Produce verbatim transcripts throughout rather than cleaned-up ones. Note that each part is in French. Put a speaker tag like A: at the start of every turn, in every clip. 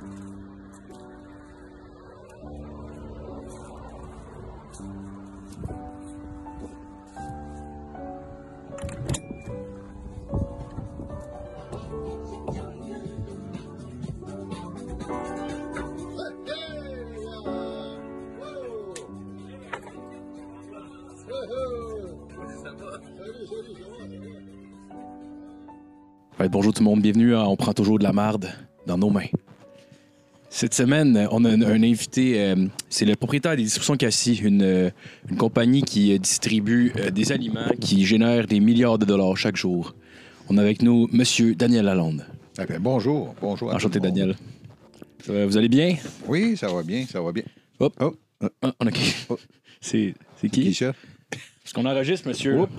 A: Ouais, bonjour tout le monde, bienvenue à On prend toujours de la marde dans nos mains. Cette semaine, on a un, un invité, euh, c'est le propriétaire des Distributions Cassis, une, euh, une compagnie qui euh, distribue euh, des aliments qui génèrent des milliards de dollars chaque jour. On a avec nous M. Daniel Lalonde.
B: Eh bien, bonjour, bonjour.
A: Enchanté, Daniel. Ça va, vous allez bien?
B: Oui, ça va bien, ça va bien.
A: Hop.
B: Oh.
A: Ah, OK.
B: Oh.
A: C'est, c'est qui?
B: Qui ça?
A: Parce qu'on enregistre, monsieur.
B: Oups.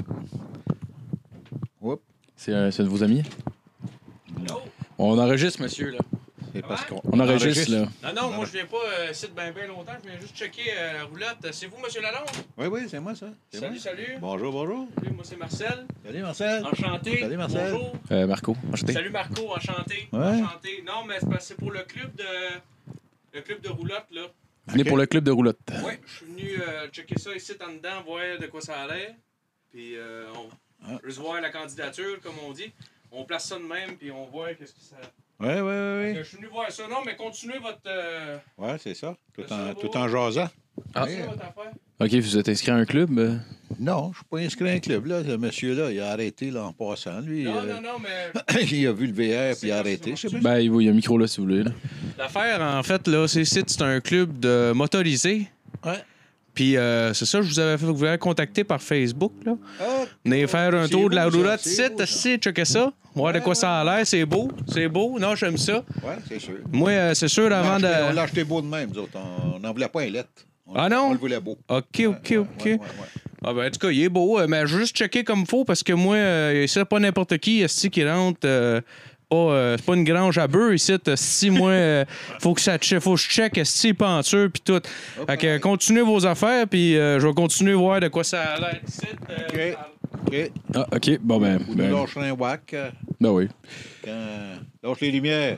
B: Oups.
A: C'est, euh, c'est un de vos amis?
B: Non.
A: On enregistre, monsieur, là.
B: C'est parce qu'on
A: On enregistre, là.
C: Non, non, moi je viens pas euh, ici de bien bien longtemps, je viens juste checker euh, la roulotte. C'est vous, monsieur Lalonde?
B: Oui, oui, c'est moi, ça. C'est
C: Salut,
B: moi.
C: salut.
B: Bonjour, bonjour.
C: Salut, moi c'est Marcel.
B: Salut, Marcel.
C: Enchanté.
B: Salut, Marcel.
C: Bonjour.
A: Euh, Marco, enchanté.
C: Salut Marco, enchanté.
B: Ouais.
C: Enchanté. Non, mais c'est parce que c'est pour le club de le club de roulotte, là.
A: Venez
B: OK.
A: pour le club de roulotte.
C: Ouais, je suis venu euh, checker ça ici en dedans, voir de quoi ça allait. Puis euh, on
B: Ah.
C: juste voir la candidature, comme on dit. On place ça de même, puis on voit qu'est-ce que ça.
B: Oui, oui, oui, oui.
C: Euh, Je suis venu voir ça. Non, mais continuez votre. Euh...
B: Oui, c'est ça. Tout
C: C'est
B: en,
C: ça,
B: tout
C: beau.
B: en jasant.
A: Ah.
C: continuez votre affaire.
A: OK, vous êtes inscrit à un club? euh?
B: Non, je ne suis pas inscrit à un club, là. Ce monsieur-là, il a arrêté, là, en passant. Lui,
C: Non,
B: euh,
C: non, non, mais.
B: il a vu le V R
C: C'est
B: puis il a
C: comme
B: arrêté.
C: ça,
B: Je sais pas.
A: Ben, il y a un micro là, si vous voulez. Là.
C: L'affaire, en fait, là, c'est ici, c'est un club de motorisés.
B: Ouais.
C: Puis, euh, c'est ça, je vous avais fait, vous avez contacté par Facebook, là.
B: Ah,
C: Venez faire un
B: c'est
C: tour de la
B: beau, ça,
C: roulotte
B: c'est
C: ici,
B: beau, ça.
C: ici, checker ça. Voir de
B: Ouais,
C: quoi ça a l'air, c'est beau. C'est beau. Non, j'aime ça.
B: Oui, c'est sûr.
C: Moi, euh, c'est sûr,
B: On l'a
C: avant
B: acheté- On
C: de.
B: l'a acheté beau de même, nous autres. On n'en voulait pas un lettre. On-
C: Ah non?
B: On le voulait beau.
C: OK, OK,
B: Ouais,
C: OK.
B: ouais, ouais, ouais.
C: Ah, ben, en tout cas, il est beau, euh, mais juste checker comme il faut parce que moi, euh, c'est pas n'importe qui ici qui rentre. euh, pas, euh, c'est pas une grange à beurre ici. Si moi, euh, faut que ça che- faut que je check si peinture puis tout. Fait que euh, continuez vos affaires puis euh, je vais continuer à voir de quoi ça a l'air ici. euh,
B: OK.
C: ça-
B: OK.
A: Ah, OK. Bon, ben.
B: Ou nous
A: Ben,
B: lâcherait un whack. euh,
A: ben oui.
B: Quand... Lâche les lumières.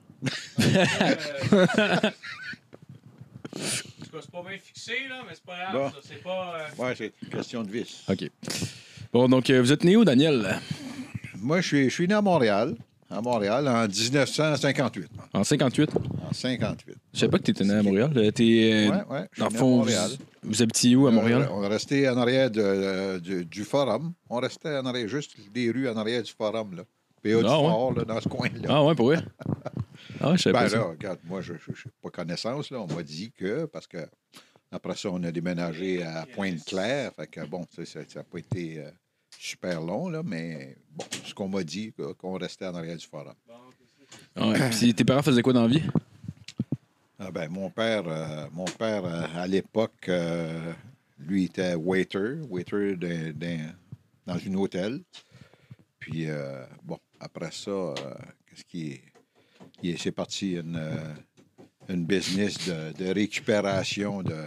C: En tout cas, c'est pas bien fixé, là, mais c'est pas grave.
B: Bon.
C: Ça, c'est pas. euh,
B: Oui, c'est une question de vis.
A: OK. Bon, donc, euh, vous êtes né où, Daniel?
B: Moi, je suis, je suis né à Montréal, à Montréal, en dix-neuf cent cinquante-huit.
A: En cinquante-huit.
B: En cinquante-huit.
A: Je savais pas que tu étais né à Montréal. Euh, T'es, euh,
B: Ouais, ouais, je
A: dans le
B: suis né à
A: fond, vous,
B: Montréal.
A: vous habitiez où à Montréal?
B: Euh, on est resté en arrière de, euh, du, du Forum. On restait en arrière, juste des rues en arrière du Forum, là. P A du
A: Ah, ouais.
B: Fort, là, dans ce coin-là.
A: Ah, ouais, pour vrai? Ah, ouais, je savais
B: Ben
A: pas ça.
B: là, regarde, moi, je n'ai pas connaissance, là. On m'a dit que, parce que après ça, on a déménagé à Pointe-Claire. Fait que, bon, ça n'a pas été euh, super long, là, mais bon, ce qu'on m'a dit, que- qu'on restait en arrière du Forum.
A: Ah, ouais. Puis tes parents faisaient quoi dans la vie?
B: Ah ben, mon père, euh, mon père euh, à l'époque, euh, lui était waiter, waiter d'un- d'un- dans une hôtel. Puis, euh, bon, après ça, euh, qu'est-ce qui est... Il est- c'est parti une, euh, une business de, de récupération de...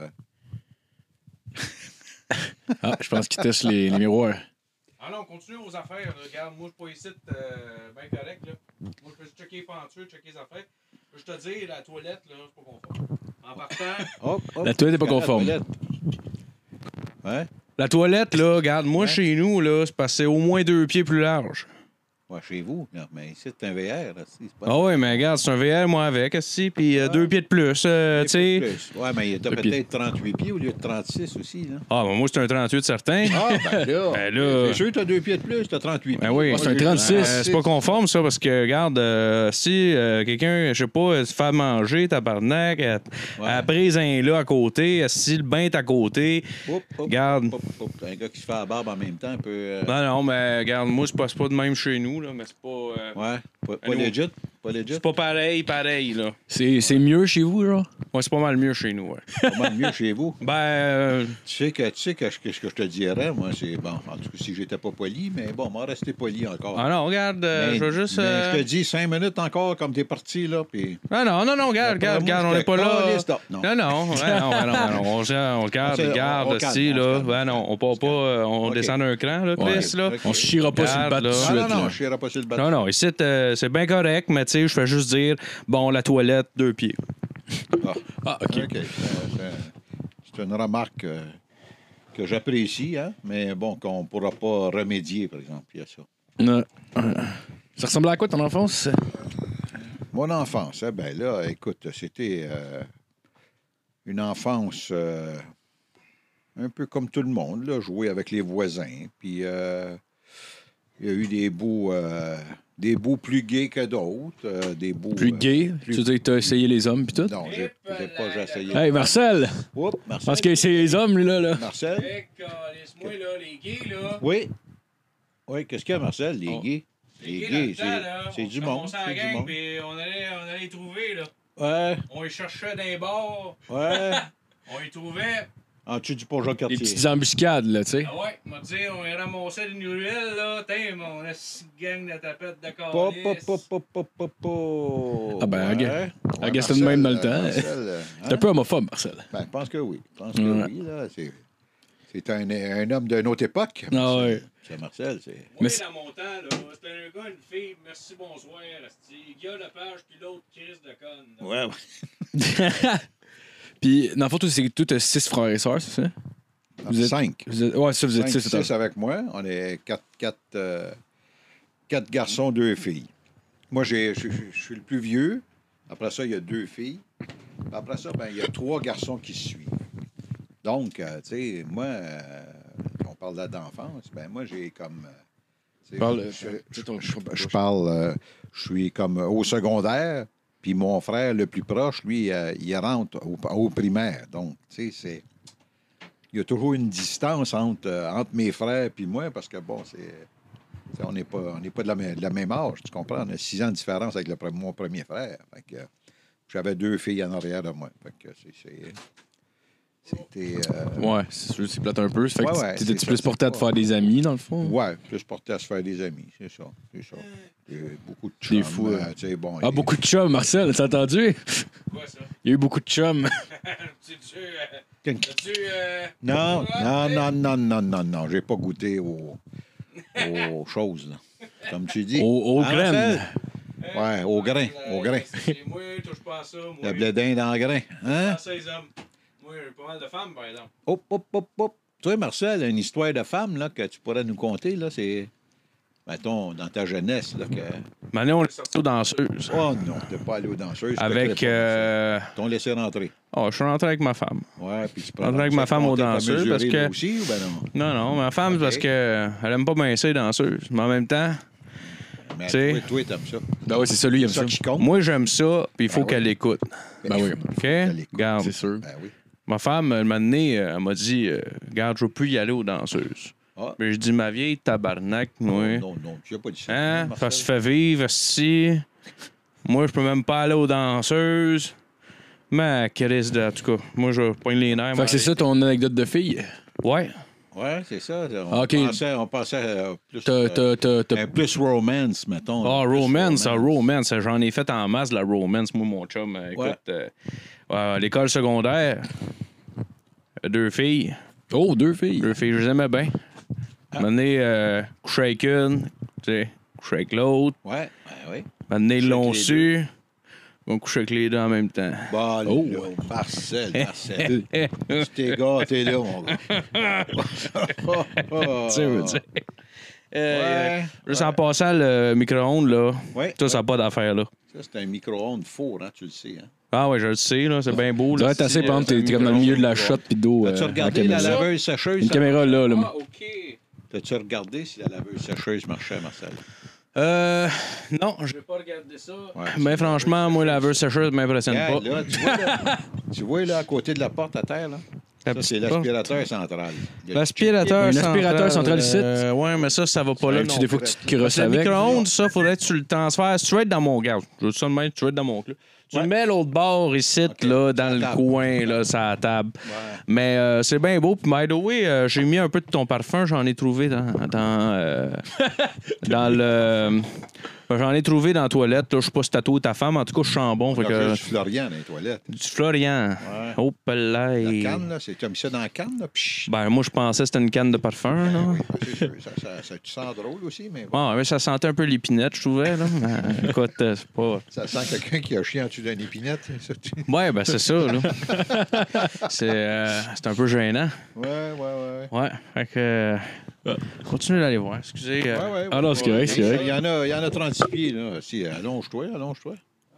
A: Ah, je pense qu'ils testent les, les miroirs.
C: Ah non, continuez vos affaires. Là. Regarde, moi, je suis pas ici euh, bien correct. Là. Moi, je peux juste checker les pentures, checker les affaires. Je te dis, la toilette, là, c'est pas conforme. En partant.
B: Hop, hop,
A: La toilette est pas
B: regarde,
A: conforme.
B: la toilette. Hein?
C: La toilette, là, regarde, moi,
B: Ouais.
C: chez nous, là, c'est parce que c'est au moins deux pieds plus large.
B: Ouais, chez vous. Non, mais ici, c'est un V R. Là, c'est pas...
C: Ah ouais, mais regarde, c'est un V R, moi, avec, aussi, puis euh,
B: Ah.
C: deux pieds de plus, euh, tu sais.
B: Plus. Ouais, mais il y a
A: Deux pieds.
B: peut-être trente-huit pieds au lieu de trente-six aussi, là.
C: Ah, ben moi, c'est un trente-huit certain.
B: Ah, ben là,
C: Ben là-
B: c'est sûr que tu as deux pieds de plus, tu as trente-huit pieds.
C: Ben oui.
A: Ah, c'est un
B: Moi, j'ai-
A: trente-six.
C: Euh, c'est pas conforme, ça, parce que, regarde, euh, si euh, quelqu'un, je sais pas, euh, se fait manger, tabarnak, elle,
B: Ouais.
C: elle a pris un là à côté, si le bain est à côté,
B: Hop, hop,
C: regarde.
B: hop, hop. Un gars qui se fait la barbe en même temps, un peu. euh,
C: Non, non, mais regarde, moi, c'est pas, c'est pas de même chez nous, là, mais c'est pas. euh,
B: Ouais, pas, pas
C: Allô?
B: legit. Pas legit.
C: c'est pas pareil, pareil, là.
A: C'est, c'est mieux chez vous, genre?
C: Ouais, c'est pas mal mieux chez nous, ouais.
B: Pas mal mieux chez vous.
C: Ben, euh,
B: Tu sais que, tu sais que, ce que je te dirais, moi, c'est bon. En tout cas, si j'étais pas poli, mais bon, m'en rester poli encore.
C: ah non, regarde, euh,
B: mais,
C: je veux juste.
B: mais
C: euh,
B: je te dis cinq minutes encore comme t'es parti, là, puis...
C: Non, non, non, non, regarde, regarde, regarde, on n'est pas là.
B: Non.
C: Non, non, ouais, non, ouais, non, ouais, non, on, on regarde,
B: On se-
C: regarde,
B: on- on calme,
C: si,
B: on se
C: là.
B: calme,
C: Ben non, on part
B: se
C: pas,
B: calme.
C: euh, on
B: OK.
C: descend d'un cran, là, Chris,
B: Ouais,
C: là.
B: OK.
A: On se chiera pas sur le bat
C: Regarde,
A: tout de
C: là.
A: suite.
B: Non, non, non,
A: là.
B: je n'irai pas sur le bateau.
C: Non, non, ici, euh, c'est bien correct, mais tu sais, je fais juste dire, bon, la toilette, deux pieds.
B: Ah,
A: Ah, OK.
B: OK. C'est, c'est- c'est une remarque euh, que j'apprécie, hein, mais bon, qu'on ne pourra pas remédier, par exemple. Il y a ça.
A: Non. Ça ressemblait à quoi ton enfance?
B: Mon enfance, hein, ben là, écoute, c'était euh, une enfance euh, un peu comme tout le monde, là, jouer avec les voisins. Puis euh, il y a eu des bouts, euh, des bouts plus gays que d'autres. euh, des bouts,
A: Plus
B: euh,
A: gay?
B: plus-
A: Tu veux dire que t'as essayé les hommes pis tout?
B: Non, j'ai, j'ai pas j'ai essayé.
A: Hey, Marcel!
B: Oups,
A: Je
B: Marcel.
A: pense que c'est les hommes, lui, là. là.
B: Marcel?
C: Laisse-moi, là, les gays, là.
B: Oui. Oui, qu'est-ce qu'il y a, Marcel? Les
A: Oh.
B: gays. Les gays, c'est, c'est du monde. C'est du monde.
C: puis on allait, on allait les trouver, là.
B: Ouais,
C: On les cherchait dans les bars,
B: ouais.
C: on les trouvait.
B: En dessous du pont Jean-Cartier.
A: Les petites embuscades, là, tu sais.
C: Ah ouais, m'a dit, on les ramassait d'une ruelle, là. T'es, on a six gangs de tapettes de
B: Pop, pop,
C: calice.
B: pop, pop, pop, pop, pop.
A: Ah ben,
B: Ouais.
A: regarde.
B: Ouais,
A: Regarde, c'était de même dans le
B: Marcel,
A: temps.
B: euh, Marcel, euh,
A: C'est un
B: hein?
A: peu homophobe, Marcel.
B: Ben, je pense que oui. Je pense que
A: Ouais.
B: oui, là. C'est, c'est un, un homme d'une autre époque.
A: Ah ouais.
B: C'est Marcel, c'est...
C: Moi,
A: Mais c'est-
C: dans mon temps, là, c'était un gars, une fille, merci, bonsoir, esti. Guy Lepage, puis l'autre, Chris de conne. là.
B: Ouais, ouais.
A: Puis, dans le fond, toi, c'est tout euh, six frères et sœurs, c'est ça? Vous êtes-
B: Cinq.
A: Vous êtes... Ouais, ça, vous êtes
B: Cinq,
A: six.
B: six
A: attends.
B: avec moi. On est quatre, quatre, euh, quatre garçons, deux filles. Moi, j'ai, je, je- je suis le plus vieux. Après ça, il y a deux filles. Puis après ça, ben, il y a trois garçons qui suivent. Donc, euh, tu sais, moi, euh, on parle là d'enfance, ben moi, j'ai comme... euh, tu sais,
A: Parle,
B: je,
A: euh,
B: je-
A: ton-
B: je- je parle... euh, je suis comme au secondaire, puis mon frère, le plus proche, lui, euh, il rentre au, au primaire. Donc, tu sais, c'est... Il y a toujours une distance entre, euh, entre mes frères et moi, parce que, bon, c'est... tu sais, on n'est pas, on n'est pas de, la même, de la même âge, tu comprends? On a six ans de différence avec le, pre- mon premier frère. Fait que, euh, j'avais deux filles en arrière de moi. Fait que c'est... c'est- C'était... euh,
A: Ouais, c'est sûr, c'est plate un peu. Ça fait
B: Ouais,
A: que
B: ouais,
A: t'étais-tu
B: c'est
A: plus
B: ça,
A: porté à
B: c'est
A: te
B: pas-
A: faire des amis, dans le fond?
B: Ouais, plus porté à se faire des amis, c'est ça. C'est ça. Et beaucoup de chums.
A: Des fous,
B: euh,
A: euh.
B: tu sais, bon,
A: Ah,
B: et-
A: beaucoup de chums, Marcel, t'as entendu?
C: Quoi, ça?
A: Il y a eu beaucoup de chums.
C: Tu-tu, euh,
B: Quel-
C: tu euh...
B: Non,
C: Ah,
B: non, non, non, non, non, non. J'ai pas goûté aux, aux choses, là. Comme tu dis.
A: Au, au
B: Hein,
A: graines.
B: Marcel? Ouais, au grain, au grain.
C: C'est moi, touche pas à ça, moi.
B: Le blé d'Inde en grain. Hein?
C: À seize hommes. Moi, j'ai pas mal de femmes, par exemple.
B: Hop, hop, hop, hop. Tu vois, Marcel, une histoire de femme là, que tu pourrais nous conter, là, c'est, mettons, dans ta jeunesse, là, que...
C: Maintenant, on est sorti aux danseuses.
B: Oh non, t'es pas allé aux danseuses.
C: Avec.
B: t'as
C: Euh...
B: T'ont laissé rentrer.
C: Oh, je suis rentré avec ma femme.
B: Ouais, puis tu
C: Rentré avec ma femme aux danseuses, parce que-
B: aussi, ou ben non?
C: Non, non, ma femme, c'est parce
B: Ok.
C: qu'elle aime pas bien ça, les danseuses. Mais en même temps,
B: Mais
C: T'sais.
B: toi, toi, t'aimes ça.
A: Ben oui, c'est ça, lui, il aime
B: C'est
A: ça.
B: ça qui compte.
C: moi, j'aime ça, puis il faut
B: Ben
C: qu'elle
B: oui.
C: l'écoute.
A: Ben oui.
C: OK?
B: l'écoute.
C: Regarde.
A: C'est sûr.
B: Ben oui.
C: Ma femme, elle m'a donné, euh, elle m'a dit, euh, regarde, je veux plus y aller aux danseuses.
B: Ah.
C: Mais je dis, ma vieille tabarnak, moi.
B: Non, non, tu n'as pas dit ça.
C: Hein?
B: Marcel.
C: Ça se fait vivre, si. Moi, je peux même pas aller aux danseuses. Mais, Chris, de- en tout cas, moi, je pogne les nerfs.
A: Fait que c'est ça ton anecdote de fille?
C: Ouais.
B: Ouais, c'est ça. On
A: Ah, OK.
B: pensait, on pensait euh, plus,
A: T'as,
B: euh,
A: t'as, t'as, t'as-
B: un plus romance, mettons.
C: Ah,
B: là, plus
C: romance, ah, romance. J'en ai fait en masse de la romance, moi, mon chum. Euh, Écoute,
B: Ouais.
C: euh, à l'école secondaire, euh, deux filles.
A: Oh, deux filles.
C: Deux filles, je les aimais bien.
B: Ah.
C: M'amener euh, coucher avec une, tu sais, coucher avec l'autre.
B: Ouais, ben oui.
C: M'amener
B: Coucher
C: le
B: avec
C: long
B: les
C: su. On coucher avec les deux en même temps.
B: Bah,
A: Oh.
B: là, Marcel, Marcel. Si t'es gars, t'es là, mon gars.
C: Tu sais, tu sais. Euh,
B: Ouais.
C: Juste en passant le micro-ondes, là,
B: Ouais.
C: ça, ça n'a pas d'affaire, là.
B: Ça, c'est un micro-ondes four, hein, tu le sais. Hein.
C: Ah ouais, je le sais, là, c'est bien beau.
A: Ça doit
C: là,
A: être assez,
C: si,
A: par
C: euh,
A: exemple, t'es, t'es comme dans le milieu de la shot pis d'eau.
B: As-tu
A: euh,
B: regardé
A: en
B: la
A: caméra.
B: laveuse sécheuse?
A: Une
B: ça-
A: caméra là, là.
C: Ah, OK.
B: T'as-tu regardé si la laveuse sécheuse marchait, Marcel?
C: Euh, non, je vais pas regarder ça.
B: Ouais,
C: Mais franchement, moi, la laveuse sécheuse m'impressionne pas.
B: Regarde, là, tu vois, là, tu vois, là, à côté de la porte à terre, là?
C: La
B: Ça, c'est
C: petite porte.
B: l'aspirateur central. Il y a-
C: L'aspirateur
A: Un aspirateur central ici.
C: Euh, ouais, mais ça, ça va pas là.
A: Tu
C: non
A: des fois
C: plus.
A: que tu te crosses
C: Le
A: avec.
C: micro-ondes, ça, faudrait que tu le transfères. Si tu veux être dans mon gars, je veux ça de même, tu veux être dans mon club. Tu
B: Ouais.
C: le mets à l'autre bord ici,
B: Ok.
C: là, dans
B: Sur
C: le
B: la table.
C: coin, là, sur la table.
B: Ouais.
C: Mais euh, c'est bien beau. Puis, by the way, euh, j'ai mis un peu de ton parfum. J'en ai trouvé dans, dans, euh, dans le, Ben, j'en ai trouvé dans la toilette. Là. Je sais pas si t'as ta femme. En tout cas, je sens bon. Fait
B: On a
C: que...
B: du Florian dans les toilettes.
C: Du Florian.
B: Ouais.
C: Oh, là.
B: La canne, là, c'est comme ça dans la canne, là. Psh.
C: Ben, moi, je pensais que c'était une canne de parfum. Là.
B: Oui, c'est sûr. Ça, ça, ça, tu sens drôle aussi, mais bon.
C: Ah, mais ça sentait un peu l'épinette, je trouvais. Là. Ben, écoute, euh, c'est pas.
B: Ça sent quelqu'un qui a chié en dessous d'une épinette. Ça, tu...
C: Ouais, ben, c'est ça. Là. c'est, euh, c'est un peu gênant.
B: Ouais, ouais, ouais.
C: Ouais. Fait que. Euh, continue d'aller voir. Excusez. Euh...
B: Ouais, ouais, ouais,
A: Ah non, c'est
B: ouais,
A: correct, c'est
B: ouais.
A: correct.
B: Il y en a, il y en a trente-six pieds, là. Si, allonge-toi, allonge-toi.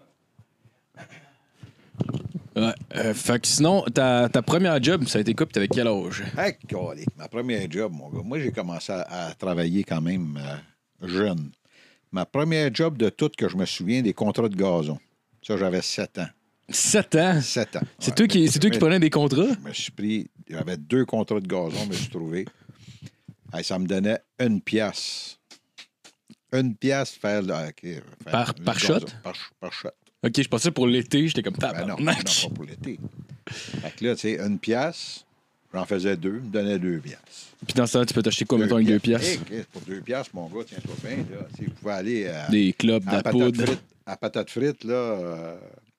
A: Ouais. Euh, fait que sinon, ta, ta première job, ça a été quoi? Puis t'avais quel âge?
B: Hey, colique, ma première job, mon gars. Moi, j'ai commencé à, à travailler quand même euh, jeune. Ma première job de toute que je me souviens, des contrats de gazon. Ça, j'avais sept ans.
A: sept ans?
B: sept ans.
A: C'est
B: Ouais,
A: toi, qui,
B: mais-
A: c'est toi qui
B: mais-
A: prenais des contrats?
B: Je me suis pris... J'avais deux contrats de gazon, je me suis trouvé. Hey, ça me donnait une pièce. Une pièce faire... le- OK, faire
A: Par-
B: le
A: par
B: gazon.
A: shot?
B: Par, par shot.
A: OK, je pensais pour l'été, j'étais comme
B: Ben non, non, pas pour l'été. Fait que là, tu sais, une pièce, j'en faisais deux, me donnait deux pièces.
A: Puis dans ce temps, tu peux t'acheter quoi, mettons, avec deux piastres?
B: Hey, Chris, pour deux pièces, mon gars, tiens-toi bien. Là. Tu sais, vous pouvez aller à,
A: Des clubs, de
B: à
A: la
B: patate
A: poudre.
B: frite. À patate frite, là... euh,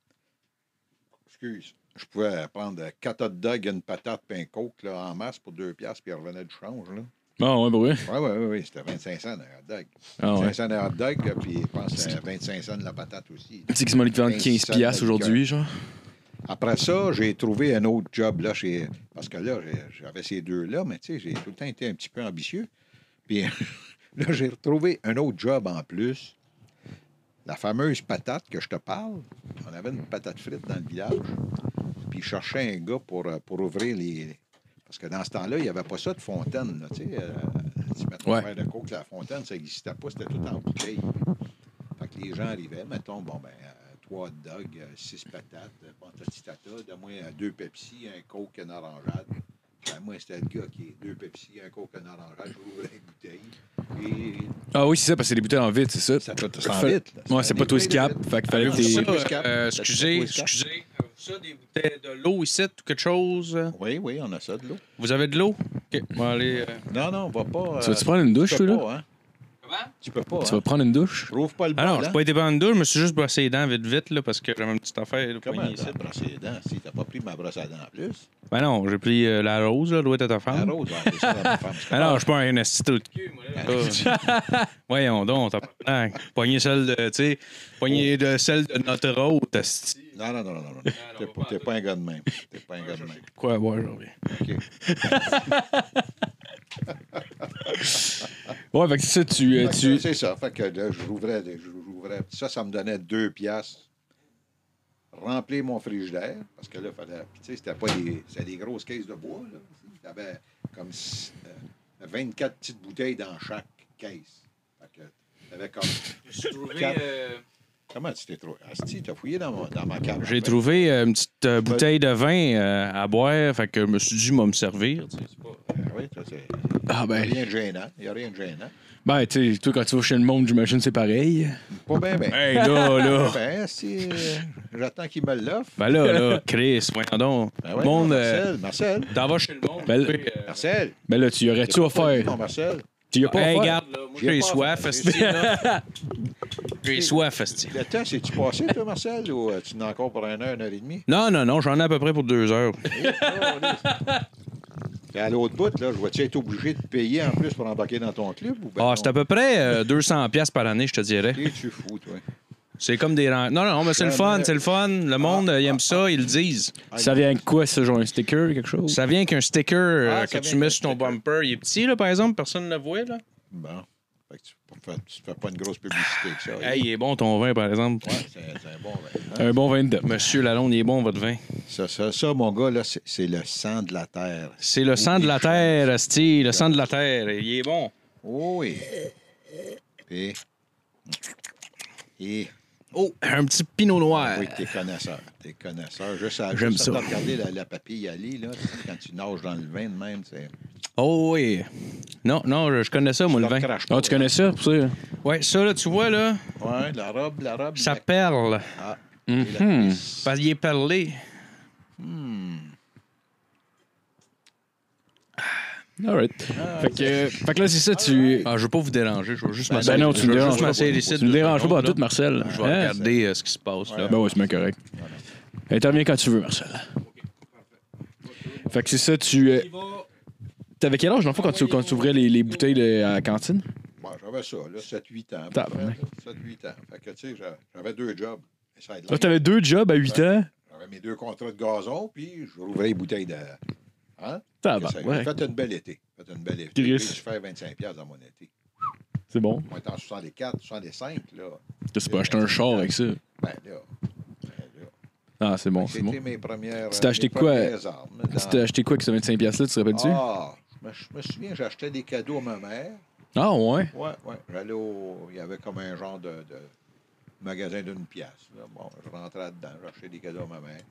B: excuse. Je pouvais prendre quatre hot dogs, une patate, puis un coke là, en masse pour deux pièces, puis il revenait du change. Là.
A: Ah ouais, bah oui.
B: Oui, oui, oui, oui, c'était vingt-cinq cents un hot dog.
A: Ah ouais.
B: vingt-cinq cents un hot dog, puis je pense que c'était vingt-cinq cents la patate aussi.
A: Tu sais qu'ils m'ont l'équivalent de quinze
B: vingt-six
A: piastres
B: cents la
A: aujourd'hui, genre?
B: Après ça, j'ai trouvé un autre job, là, chez... parce que là, j'ai- j'avais ces deux-là, mais tu sais, j'ai tout le temps été un petit peu ambitieux. Puis là, j'ai retrouvé un autre job en plus. La fameuse patate que je te parle, on avait une patate frite dans le village, puis je cherchais un gars pour, euh, pour ouvrir les... Parce que dans ce temps-là, il n'y avait pas ça de fontaine, là, tu sais. Euh, tu mettais
A: Ouais.
B: un verre de coke, la fontaine, ça n'existait pas, c'était tout en bouteille. Fait que les gens arrivaient, mettons, bon, ben, euh, trois hot dogs, euh, six patates, euh, pantatitata, de moins euh, deux Pepsi, un coke, une orangeade. Ben, moi, c'était le gars qui est deux Pepsi, un coke, une orangeade, j'ouvrais les bouteilles. Et
A: Ah oui, c'est ça, parce que c'est des bouteilles en vide, c'est ça.
B: ça peut
A: Fait-
B: s'en vite. là.
A: Ouais, c'est
B: des
A: pas twist
B: bouteilles de
A: cap.
B: vide.
A: Fait qu'il fallait que
B: Avez-vous
A: t'es.
B: ça? Twist cap.
C: Euh,
B: Ça,
C: excusez,
B: twist cap.
C: excusez. Avez-vous ça, des bouteilles de l'eau ici ou quelque chose?
B: Oui, oui, on a ça de l'eau.
C: Vous avez de l'eau? OK. On va aller. euh,
B: Non, non, on va pas.
A: Tu vas-tu prendre une douche,
B: tu
A: toi,
B: peux
A: là?
B: pas, hein?
C: Comment?
B: Tu peux pas.
A: Tu
B: hein?
A: vas prendre une douche?
B: Rouvre pas le
C: Ah non,
B: bol,
C: j'ai
B: hein?
C: pas été prendre une douche, je me suis juste brossé les dents vite vite là, parce que j'avais une petite affaire. Là,
B: Comment
C: poignée ici.
B: t'as brossé les dents? Si t'as pas pris ma brosse à dents en plus.
C: Ben non, j'ai pris euh, la rose, là, doit être à ta
B: La
C: femme.
B: rose, ouais, c'est ça, ma femme.
C: Ah non, je suis pas un esti trou de cul, moi, là. Pas- Voyons donc, t'as pas poigné celle de, tu sais, poigné de celle de notre hôte, esti.
B: Non, non, non, non, non. non. T'es pas, t'es pas un gars de même. T'es pas un gars de même.
C: Quoi, ouais, j'en reviens.
B: OK.
A: Ouais, fait que c'est ça, tu. euh,
B: Fait que
A: tu...
B: C'est ça. Fait que là, je rouvrais, je rouvrais. Ça, ça me donnait deux piastres. Remplir mon frigidaire, parce que là, fallait. Puis, tu sais, c'était pas des. C'était des grosses caisses de bois, là. T'avais comme euh, vingt-quatre petites bouteilles dans chaque caisse. Fait que t'avais comme.
C: Je suis trouvé.
B: Quatre.
C: euh,
B: Comment tu t'es trouvé? Asti, t'as fouillé dans, mon, dans ma cave.
C: J'ai trouvé euh, une petite euh, bouteille de vin euh, à boire, fait que je me suis dit, moi, me servir. Tu sais, c'est pas...
B: Ah oui, ça, c'est.
A: Ah
B: Il n'y a
A: ben.
B: rien de gênant. Il n'y a rien de gênant.
A: Ben, tu sais, toi, quand tu vas chez le monde, j'imagine c'est pareil.
B: Pas bien, bien.
C: Hey, là, là.
B: Ben, si. euh, J'attends qu'il me l'offre.
C: Ben là, là, Chris, voyons donc.
B: Ben ouais,
C: monde,
B: non,
C: euh,
B: Marcel, Marcel.
C: t'en vas chez le monde.
A: Ben,
C: puis, euh,
B: Marcel.
A: Ben là, tu y aurais-tu
B: T'as pas dit,
A: offert?
B: non, Marcel.
A: Tu y as pas
C: hey,
A: offert?
C: regarde, là, moi,
B: J'y ai
C: j'ai
B: pas
C: soif,
B: offert,
C: esti, là. J'ai soif, esti.
B: Le temps, c'est-tu passé, toi, Marcel, ou euh, tu n'as encore pour une heure, une heure et demie?
C: Non, non, non, j'en ai à peu près pour deux heures.
B: Et à l'autre bout, là, je vais-tu être obligé de payer en plus pour embarquer dans ton club? Ou ben
C: Ah,
B: non?
C: c'est à peu près euh, deux cents piastres par année, je te dirais.
B: Es-tu fou, toi?
C: C'est comme des... ren- Non, non, mais c'est le fun, c'est le fun. Le monde, euh, il aime ça, ils le disent.
A: Ça vient avec quoi, ça? Genre un sticker, quelque chose?
C: Ça vient qu'un sticker euh,
B: Ah,
C: que
B: ça
C: tu
B: vient
C: mets
B: qu'un
C: sur ton
B: sticker.
C: bumper. Il est petit, là, par exemple, personne ne le voit, là.
B: Bon. Fait que tu ne fais, tu fais pas une grosse publicité avec ça.
C: Hey, il est bon, ton vin, par exemple.
B: Ouais, c'est c'est un bon vin. hein?
A: Un bon vin de.
C: Monsieur Lalonde, il est bon, votre vin.
B: Ça, ça, ça, mon gars, là, c'est c'est le sang de la terre.
C: C'est le sang de la terre, esti, le sang de la terre. Il est bon.
B: Oh oui. Et. Et.
C: Oh, un petit pinot noir.
B: Oui, t'es connaisseur. T'es connaisseur. Juste à,
C: J'aime
B: juste
C: ça.
B: à regarder la, la papille aller, là, quand tu nages dans le vin de même, c'est.
C: Oh oui. Non, non, je, je connais ça, moi, le
B: Tu
C: vin.
B: le craches pas,
A: Ah, tu connais ça, pour ça?
C: Ouais, ça, là, tu vois, là,
B: Ouais, la robe, la robe.
C: ça
B: la-
C: perle.
B: Ah, et la
A: Mhm.
B: cuisse.
C: Parce qu'il est perlé.
B: Hmm.
A: All right. Fait que, euh, fait que là, c'est ça, tu...
C: Ah, je veux pas vous déranger. Je veux juste
A: Ben
C: m'asseoir.
A: non, tu
C: je
A: me
C: veux
A: déranges
C: juste
A: pas.
C: m'asseoir ici.
A: Tu me déranges pas
C: là.
A: tout, Marcel.
C: Je vais
A: Hein?
C: regarder euh, ce qui se passe. Là.
A: Ben ouais, c'est bien correct. Interviens quand tu veux, Marcel. Fait que c'est ça, tu... euh, T'avais quel âge, dans le fond, quand tu, quand tu ouvrais les, les bouteilles de- à la cantine?
B: Bon, j'avais ça, là, sept huit ans.
A: Tabarnak.
B: sept huit ans. Fait que, tu sais, j'a- j'avais deux jobs. Sideline.
A: Là, t'avais deux jobs à huit ans?
B: J'avais mes deux contrats de gazon, puis je rouvrais les bouteilles de. Hein?
A: Tabarnak, ouais.
B: J'ai fait une belle été. J'ai fait une belle été.
A: Chris.
B: J'ai fait vingt-cinq piastres dans mon été.
A: C'est bon.
B: Moi, étant en soixante-quatre, soixante-cinq, là.
A: Tu peux acheter un char avec ça.
B: Ben là. Ben là.
A: Ah, c'est bon, c'est
B: C'était
A: bon.
B: mes premières.
A: Tu t'as acheté
B: mes
A: quoi?
B: premières armes,
A: Tu
B: dans-
A: t'es acheté quoi avec ce vingt-cinq piastres-là, tu te rappelles-tu?
B: Ah, je me, je me souviens, j'achetais des cadeaux à ma mère.
A: Ah, ouais.
B: Ouais, ouais. J'allais au. Il y avait comme un genre de, de magasin d'une pièce. Là. Bon, je rentrais dedans, j'achetais des cadeaux à ma mère.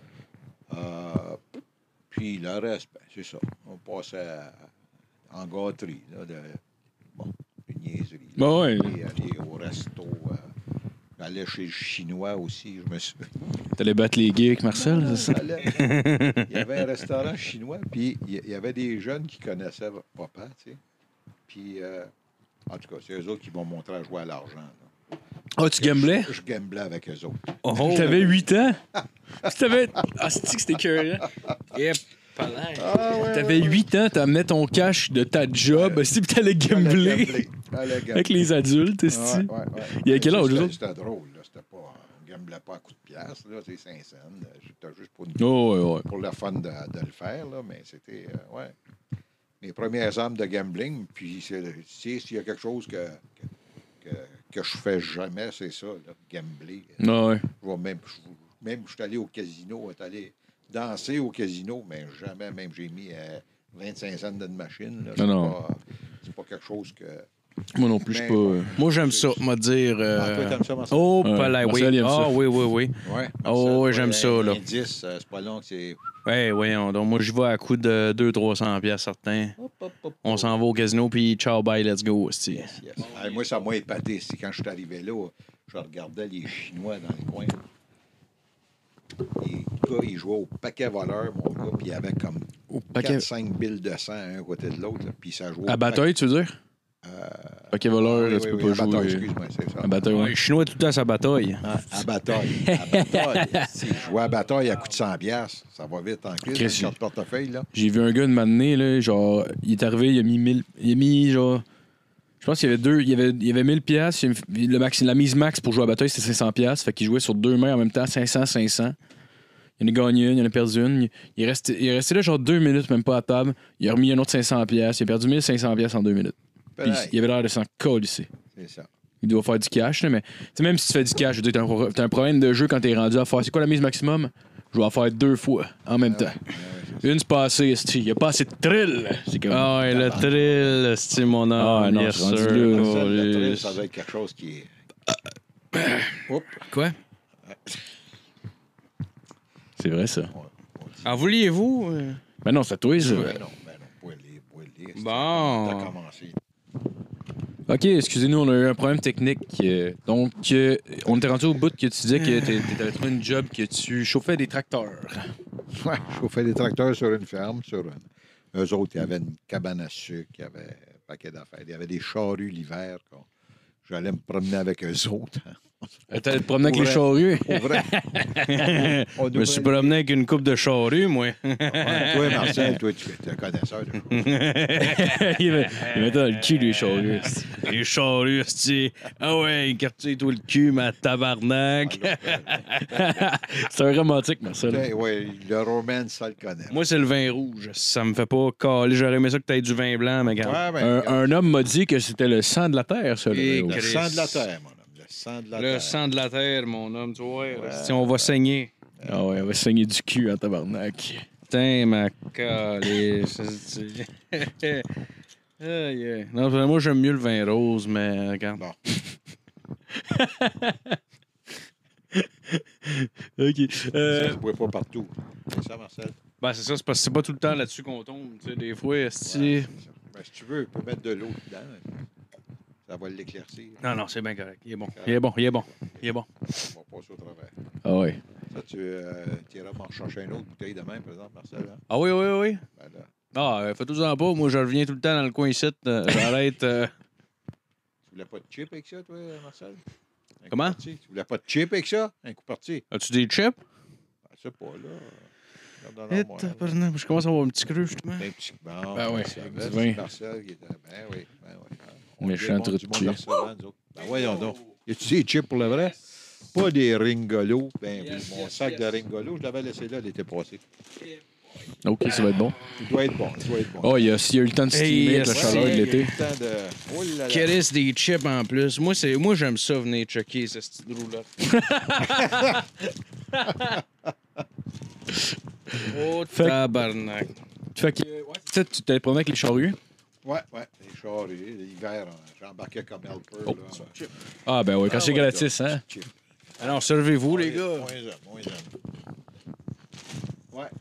B: Euh, puis le reste, ben, c'est ça. On passait à- en gâterie, là, de. Bon, une niaiserie. là.
A: Ben ouais.
B: Puis aller au resto. Euh, j'allais chez le Chinois aussi, je me souviens.
A: T'allais battre les geeks avec Marcel, c'est ça?
B: J'allais- Il y avait un restaurant chinois, puis il y avait des jeunes qui connaissaient papa, tu sais. Puis, euh, en tout cas, c'est eux autres qui m'ont montré à jouer à l'argent. là.
A: Ah, tu gamblais?
B: Je, je gamblais avec eux autres.
C: Oh,
A: T'avais huit ans? Tu t'avais... Ah, c'est que c'était cœur,
C: Yep.
B: Ah, ouais,
A: T'avais huit ans, t'amenais ton cash de ta job, si puis t'allais gambler avec les adultes,
B: Ouais,
A: esti.
B: ouais, ouais.
A: Il y a quel âge, eux
B: C'était-
A: autres?
B: C'était drôle, là. C'était pas... On gamblait pas à coups de pièce, là. C'est cinq cents. C'était juste pour,
A: Oh, ouais, ouais.
B: pour le fun de, de le faire, là. Mais c'était... euh, ouais. Mes premières armes de gambling, puis c'est, c'est- s'il y a quelque chose que, que, que, que je fais jamais, c'est ça, là, gambler.
A: Ah, ouais.
B: Je vais même, je, même je suis allé au casino, je suis allé danser au casino, mais jamais, même j'ai mis euh, vingt-cinq cents dans une machine. Là, c'est,
A: Non, non.
B: Pas, c'est pas quelque chose que...
A: Moi non plus, je suis
B: Mais-
A: pas... euh,
C: Moi, j'aime ça, m'a dire. euh,
B: Ah, toi, t'aimes ça, Marcel?
C: Oh,
A: Ouais,
C: pas là, oui.
A: Marcel, il aime
C: Ah,
A: ça.
C: oui, oui, oui.
B: Ouais.
C: Oh, ouais, j'aime ça, là.
B: dix, c'est pas long que c'est...
C: Ouais, voyons. Donc, moi, je vais à coup de deux cents trois cents piastres certains.
B: Hop, hop, hop,
C: On
B: hop.
C: s'en va au casino, puis ciao, bye, let's go. hostie.
B: Yes, yes. Ah, moi, ça m'a épaté. C'est quand je suis arrivé là, je regardais les Chinois dans les coins. Les gars, ils jouaient au paquet voleur, mon gars, puis il y avait comme
A: paquet-
B: quatre cinq billes de sang un côté de l'autre, là, puis ça jouait au
A: À bataille, tu veux dire? Paquet voleur,
B: Oui,
A: là, tu
B: oui,
A: peux
B: oui,
A: pas
B: à
A: jouer...
B: bataille, excuse-moi, c'est ça.
A: À bataille,
C: Ouais,
A: ouais.
C: Les Chinois, tout le temps, sa bataille.
B: Ah, à bataille. À bataille. Si je jouais à bataille à coût de cent piastres, ça va vite en crise,
A: Chris,
B: dans le portefeuille, là.
A: J'ai vu un gars de m'amener, là, genre, il est arrivé, il a mis mille... Il a mis, genre... Je pense qu'il y avait deux... Il y avait, il y avait mille piastres, il y avait- le max, la mise max pour jouer à bataille, c'était cinq cents piastres, fait qu'il jouait sur deux mains en même temps, cinq cents, cinq cents. Il en a gagné une, il en a perdu une. Il est resté, il est resté là, genre, deux minutes, même pas à table. Il a remis un autre cinq cents piastres, il a perdu mille cinq cents piastres en deux minutes. Puis
B: Pareil.
A: il avait l'air de s'en colisser.
B: C'est ça.
A: Il doit faire du cash, là, mais tu sais, même si tu fais du cash, je veux dire, t'as un, pro- t'as un problème de jeu quand t'es rendu à faire. C'est quoi la mise maximum? Je vais en faire deux fois en même temps. Une, c'est pas assez, esti. Il n'y a pas assez de thrill. C'est comme.
C: Ah, ouais, le thrill, c'est mon homme.
A: Ah, non,
C: yes,
A: je suis rendu
C: sir.
A: là.
C: Oh,
B: Ça, le thrill,
C: yes.
B: ça doit être quelque chose qui est... Oups.
C: Quoi?
A: C'est vrai, ça.
C: En vouliez-vous? euh?
A: Ben non, c'est à toi, ça.
B: Ben non, ben non, poêlé, poêlé. c'est-
C: Bon.
B: T'as commencé.
A: OK, excusez-nous, on a eu un problème technique. euh, donc, euh, on était rendu au bout que tu disais que tu avais trouvé une job que tu chauffais des tracteurs.
B: Ouais, je chauffais des tracteurs sur une ferme, sur une... Eux autres, il y avait une cabane à sucre, il y avait un paquet d'affaires. Il y avait des charrues l'hiver. quoi. J'allais me promener avec eux autres.
A: Euh, T'allais te promener avec les
B: Ouais.
A: charrues.
B: Pour vrai. On
C: Je me suis promené avec une coupe de charrue, moi.
B: Ouais, toi, Marcel, toi, tu es un connaisseur de choses.
A: il met- il mettait dans le cul, les charrues.
C: Les charrues, c'est. Ah ouais, écartez-toi le cul, ma tabarnak.
A: C'est un romantique, Marcel.
B: Ben, ouais, le romance, ça le connaît.
C: Moi, c'est le vin rouge. Ça me fait pas caler. J'aurais aimé ça que t'aies du vin blanc, mais regarde.
B: Ouais, ben,
A: Un,
B: regarde,
A: un homme m'a dit que c'était le sang de la terre, ça. le
C: Et
A: vin rouge.
B: le
C: Chris.
B: sang de la terre, mon homme. Le sang de la
C: Le
B: terre.
C: sang de la terre, mon homme, tu vois. Si on va saigner.
A: Ah ouais, on va saigner du cul en tabarnak.
C: Putain, ma calisse. Aïe, aïe. Non, moi, j'aime mieux le vin rose, mais regarde.
B: Bon.
A: OK. Euh,
B: Ça se boit pas partout. C'est ça, Marcel?
C: Ben, c'est ça, c'est parce que c'est pas tout le temps là-dessus qu'on tombe. Tu sais, des fois,
B: Ouais,
C: si.
B: c'est ça. Ben, si tu veux, tu peux mettre de l'eau dedans. Ça va l'éclaircir.
C: Non, non, c'est bien correct. Il est bon. Il est bon, il est bon. Il est bon.
B: On va passer au travers.
A: ah ouais.
B: Ça, tu euh, iras m'en chercher une autre bouteille demain, par exemple, Marcel. Hein?
C: Ah oui, oui, oui.
B: Ben là,
C: Ah, euh, fais-toi-en pas. Moi, je reviens tout le temps dans le coin ici. Euh, J'arrête. euh,
B: Tu voulais pas de chip avec ça, toi, Marcel? Un coup
C: Comment?
B: parti. Tu voulais pas de chip avec ça? Un coup parti.
C: As-tu des chips?
B: Ben, c'est pas, là. Regarde dans
C: Et
B: l'armoire, là.
C: tabarnak, je commence à avoir un petit creux, justement.
B: Un petit bon,
A: Ben oui,
B: c'est
A: avec
B: vrai,
A: du
B: c'est
A: vin.
B: Marcel qui était. Ben oui, ben oui. On
A: Méchant
B: est bon,
A: trou
B: du
A: de
B: monde
A: cul.
B: de restaurant, nous autres. Ben voyons donc. Y a-tu des chips pour le vrai? Pas des ringolos. Ben
C: Yes,
B: oui, mon
C: yes,
B: sac
C: yes.
B: de ringolos, je l'avais laissé là l'été passé.
A: OK, ça va être bon.
B: Il doit être bon, il doit être bon.
A: Oh, il y a, s'il y a eu le temps de steamer
C: Hey,
A: avec la
C: yes,
A: chaleur de
B: il y a eu
A: l'été.
B: le temps de... Oh là là.
C: Chris, des chips en plus. Moi, c'est... Moi j'aime ça venir checker ce petit roulotte. Oh,
A: Fait que-
C: tabarnak.
A: Fait que, ouais, c'est ça, tu t'allais promener avec les charrues?
B: Ouais, ouais, les charrues, l'hiver, hein, j'embarquais comme helper.
A: Oh.
B: Là.
A: Ah, ben oui, quand
B: Ah,
A: c'est
B: ouais,
A: gratis,
B: gars,
A: hein?
B: chip.
C: Alors, servez-vous, les gars.
B: Moins un, moins un. Ouais.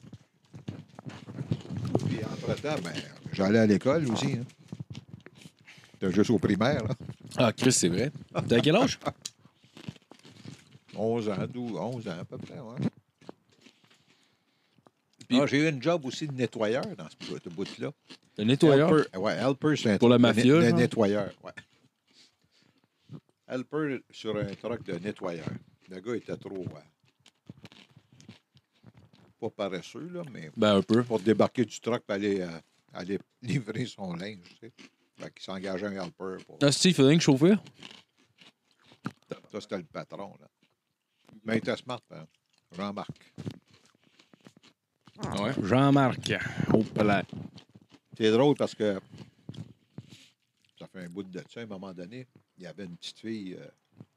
B: Puis entre-temps, ben, j'allais à l'école aussi. Hein. C'était juste au primaire, là.
A: Ah, Chris, c'est vrai. T'as quel âge?
B: onze ans, douze, onze ans à peu près, ouais.
A: Puis-
B: Ah, j'ai eu une job aussi de nettoyeur dans ce bout- ce bout-là.
A: Le nettoyeur?
B: Helper, ouais, helper, c'est un
A: Pour la
B: truc de
A: mafia,
B: net- de
A: genre?
B: nettoyeur, ouais. Helper sur un truck de nettoyeur. Le gars était trop... euh, pas paresseux, là, mais
A: Ben, un peu.
B: pour débarquer du truck et aller, euh, aller livrer son linge, tu sais. Fait qu'il s'engageait un helper. Pour...
A: Ah, Steve, il faudrait que chauffer.
B: Ça, c'était le patron, là. Mais il était smart, hein? Jean-Marc.
A: Ouais.
C: Jean-Marc. Oh, là.
B: C'est drôle parce que ça fait un bout de ça, à un moment donné, il y avait une petite fille. euh,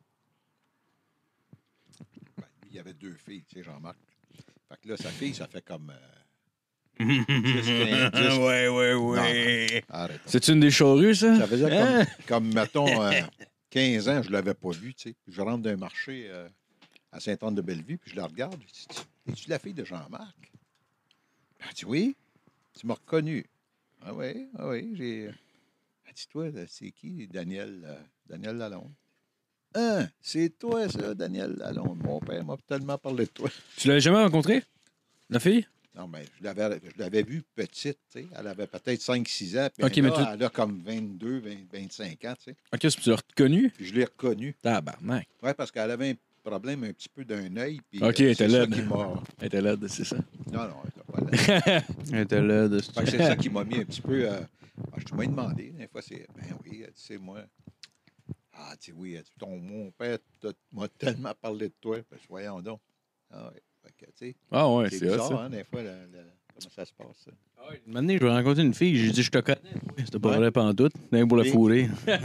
B: ben, il y avait deux filles, tu sais, Jean-Marc. Fait que là, sa fille, ça fait comme. euh, dix, quinze, dix.
C: Ouais, ouais,
B: Non,
C: ouais.
B: arrête.
A: C'est une des charrues, ça?
B: Ça faisait
A: Hein?
B: comme, comme, mettons, euh, quinze ans, je ne l'avais pas vue, tu sais. Puis je rentre d'un marché euh, à Sainte-Anne-de-Bellevue, puis je la regarde. Je dis, es-tu la fille de Jean-Marc? Elle dit, oui. Tu m'as reconnu. Ah oui, ah oui, j'ai. Elle dit, toi, c'est qui, Daniel, euh, Daniel Lalonde? Hein, c'est toi, ça, Daniel Lalonde. Mon père m'a tellement parlé de toi.
A: Tu l'avais jamais rencontré? La fille?
B: Non, mais je l'avais, je l'avais vue petite, tu sais. Elle avait peut-être cinq six ans. Puis
A: OK,
B: là,
A: mais tu-
B: elle a comme vingt-deux, vingt, vingt-cinq ans, tu sais.
A: OK, tu l'as reconnu?
B: Puis je l'ai reconnue.
A: Tabarnak.
B: Oui, parce qu'elle avait un problème un petit peu d'un œil. Puis,
A: OK,
B: euh,
A: elle était
B: c'est ça
A: laide.
B: qui m'a.
A: Elle était laide, c'est ça.
B: Non, non, elle était pas laide.
C: Elle était là de
B: Fait que c'est ça qui m'a mis un petit peu. Euh... Ah, je t'ai demandé. Des fois, c'est. Ben oui, tu sais, moi. Ah, tu sais, oui, elle dit, ton, mon père t'a- m'a tellement parlé de toi. Ben, voyons donc. Ah, oui. Fait que, tu sais,
A: Ah ouais,
B: c'est
A: c'est hot,
B: bizarre,
A: ça.
B: hein, des fois, la- la- comment ça se passe. Ça.
C: Maintenant, je vais rencontrer une fille. J'ai dit, je te connais. Oui, c'était pas
B: Ouais.
C: vrai pendant tout. Rien pour la
B: Oui.
C: fourrer.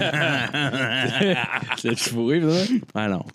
A: C'est fourré, ça?
C: Ah non.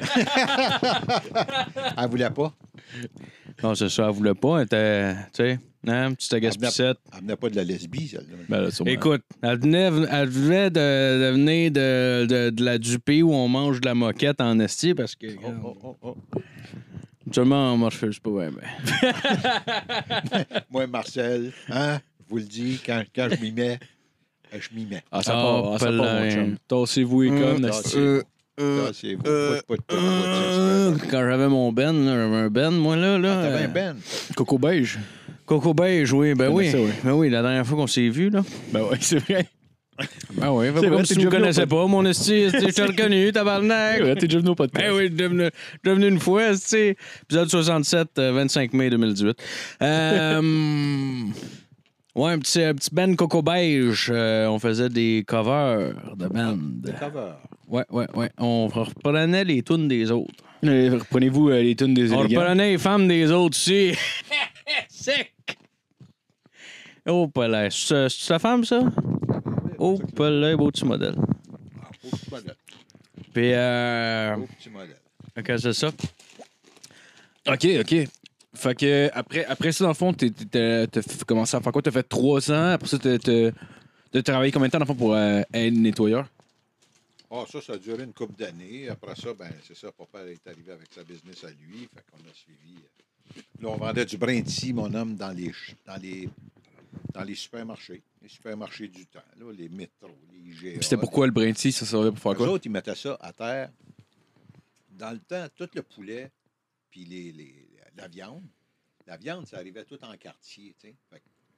B: Elle voulait pas.
C: Non, c'est ça. Elle voulait pas. Elle était, tu sais, hein, petite agaspissette.
B: Elle venait pas de la lesbie, celle-là.
A: Ben là, sûrement.
C: Écoute, elle venait, elle venait de, de venir de, de, de la Dupé où on mange de la moquette en esti parce que.
B: Oh, oh, oh, oh.
C: Seulement, moi, je fais pas bien. Ben.
B: Moi, Marcel, hein, je vous le dis, quand, quand je m'y mets, euh, je m'y mets.
A: Ah, ça
C: Oh,
A: part, ah, ça part, mon
C: plein.
A: chum. Tassez-vous les
C: Hum,
A: connes,
B: tassez-
A: esti.
C: Euh,
B: Ça,
C: euh,
B: c'est vous.
C: euh,
B: Pout, pout, pout, pout,
C: euh,
B: c'est-
C: quand j'avais mon Ben, là, j'avais un Ben, moi, là. là
B: Ah, t'avais
C: euh,
B: un Ben.
A: Coco beige.
C: Coco Beige, oui, ben
A: Je
C: oui.
A: connais ça, oui.
C: Ben oui, la dernière fois qu'on s'est vu, là.
A: Ben ouais, c'est vrai.
C: Ben oui,
A: C'est
C: pas
A: vrai,
C: comme
A: t'es
C: si tu
A: déjà
C: me
A: venu au
C: connaissais
A: pod-
C: pas, mon esti. esti, Je t'ai reconnu, tabarnak.
A: C'est vrai, t'es déjà venu au podcast.
C: Ben oui, je suis devenu, je suis devenu une fois, tu sais. Épisode soixante-sept, euh, vingt-cinq mai deux mille dix-huit. Euh, ouais, un petit, un petit band Coco Beige. euh, on faisait des covers de band.
B: Des covers.
C: Ouais, ouais, ouais. On reprenait les tunes des autres.
A: Euh, Reprenez-vous euh, les tunes des
C: On
A: élégants.
C: reprenait les femmes des autres aussi. Sec! Oh, pas là. C'est c'est ta femme, ça? Oh, pas là, beau petit modèle.
B: Ah, beau petit modèle.
C: Puis, euh.
B: Beau petit modèle.
C: OK, c'est ça.
A: OK, OK. Fait que après, après ça, dans le fond, t'es- t'es- t'as f- commencé à faire quoi? T'as fait trois ans. Après ça, t'as t'as- t'as travaillé combien de temps, dans le fond, pour euh, être nettoyeur?
B: Ah, ça, ça a duré une couple d'années. Après ça, ben c'est ça, papa est arrivé avec sa business à lui. Fait qu'on a suivi. euh, Là, on vendait du brindisi, mon homme, dans les, ch- dans les, dans les supermarchés. Les supermarchés du temps, là, les métros, les I G A.
A: Puis c'était pourquoi le brinty, ça servait pour faire
B: Les
A: quoi?
B: autres, ils mettaient ça à terre. Dans le temps, tout le poulet, puis les, les- la viande, la viande, ça arrivait tout en quartier, tu sais. Fait que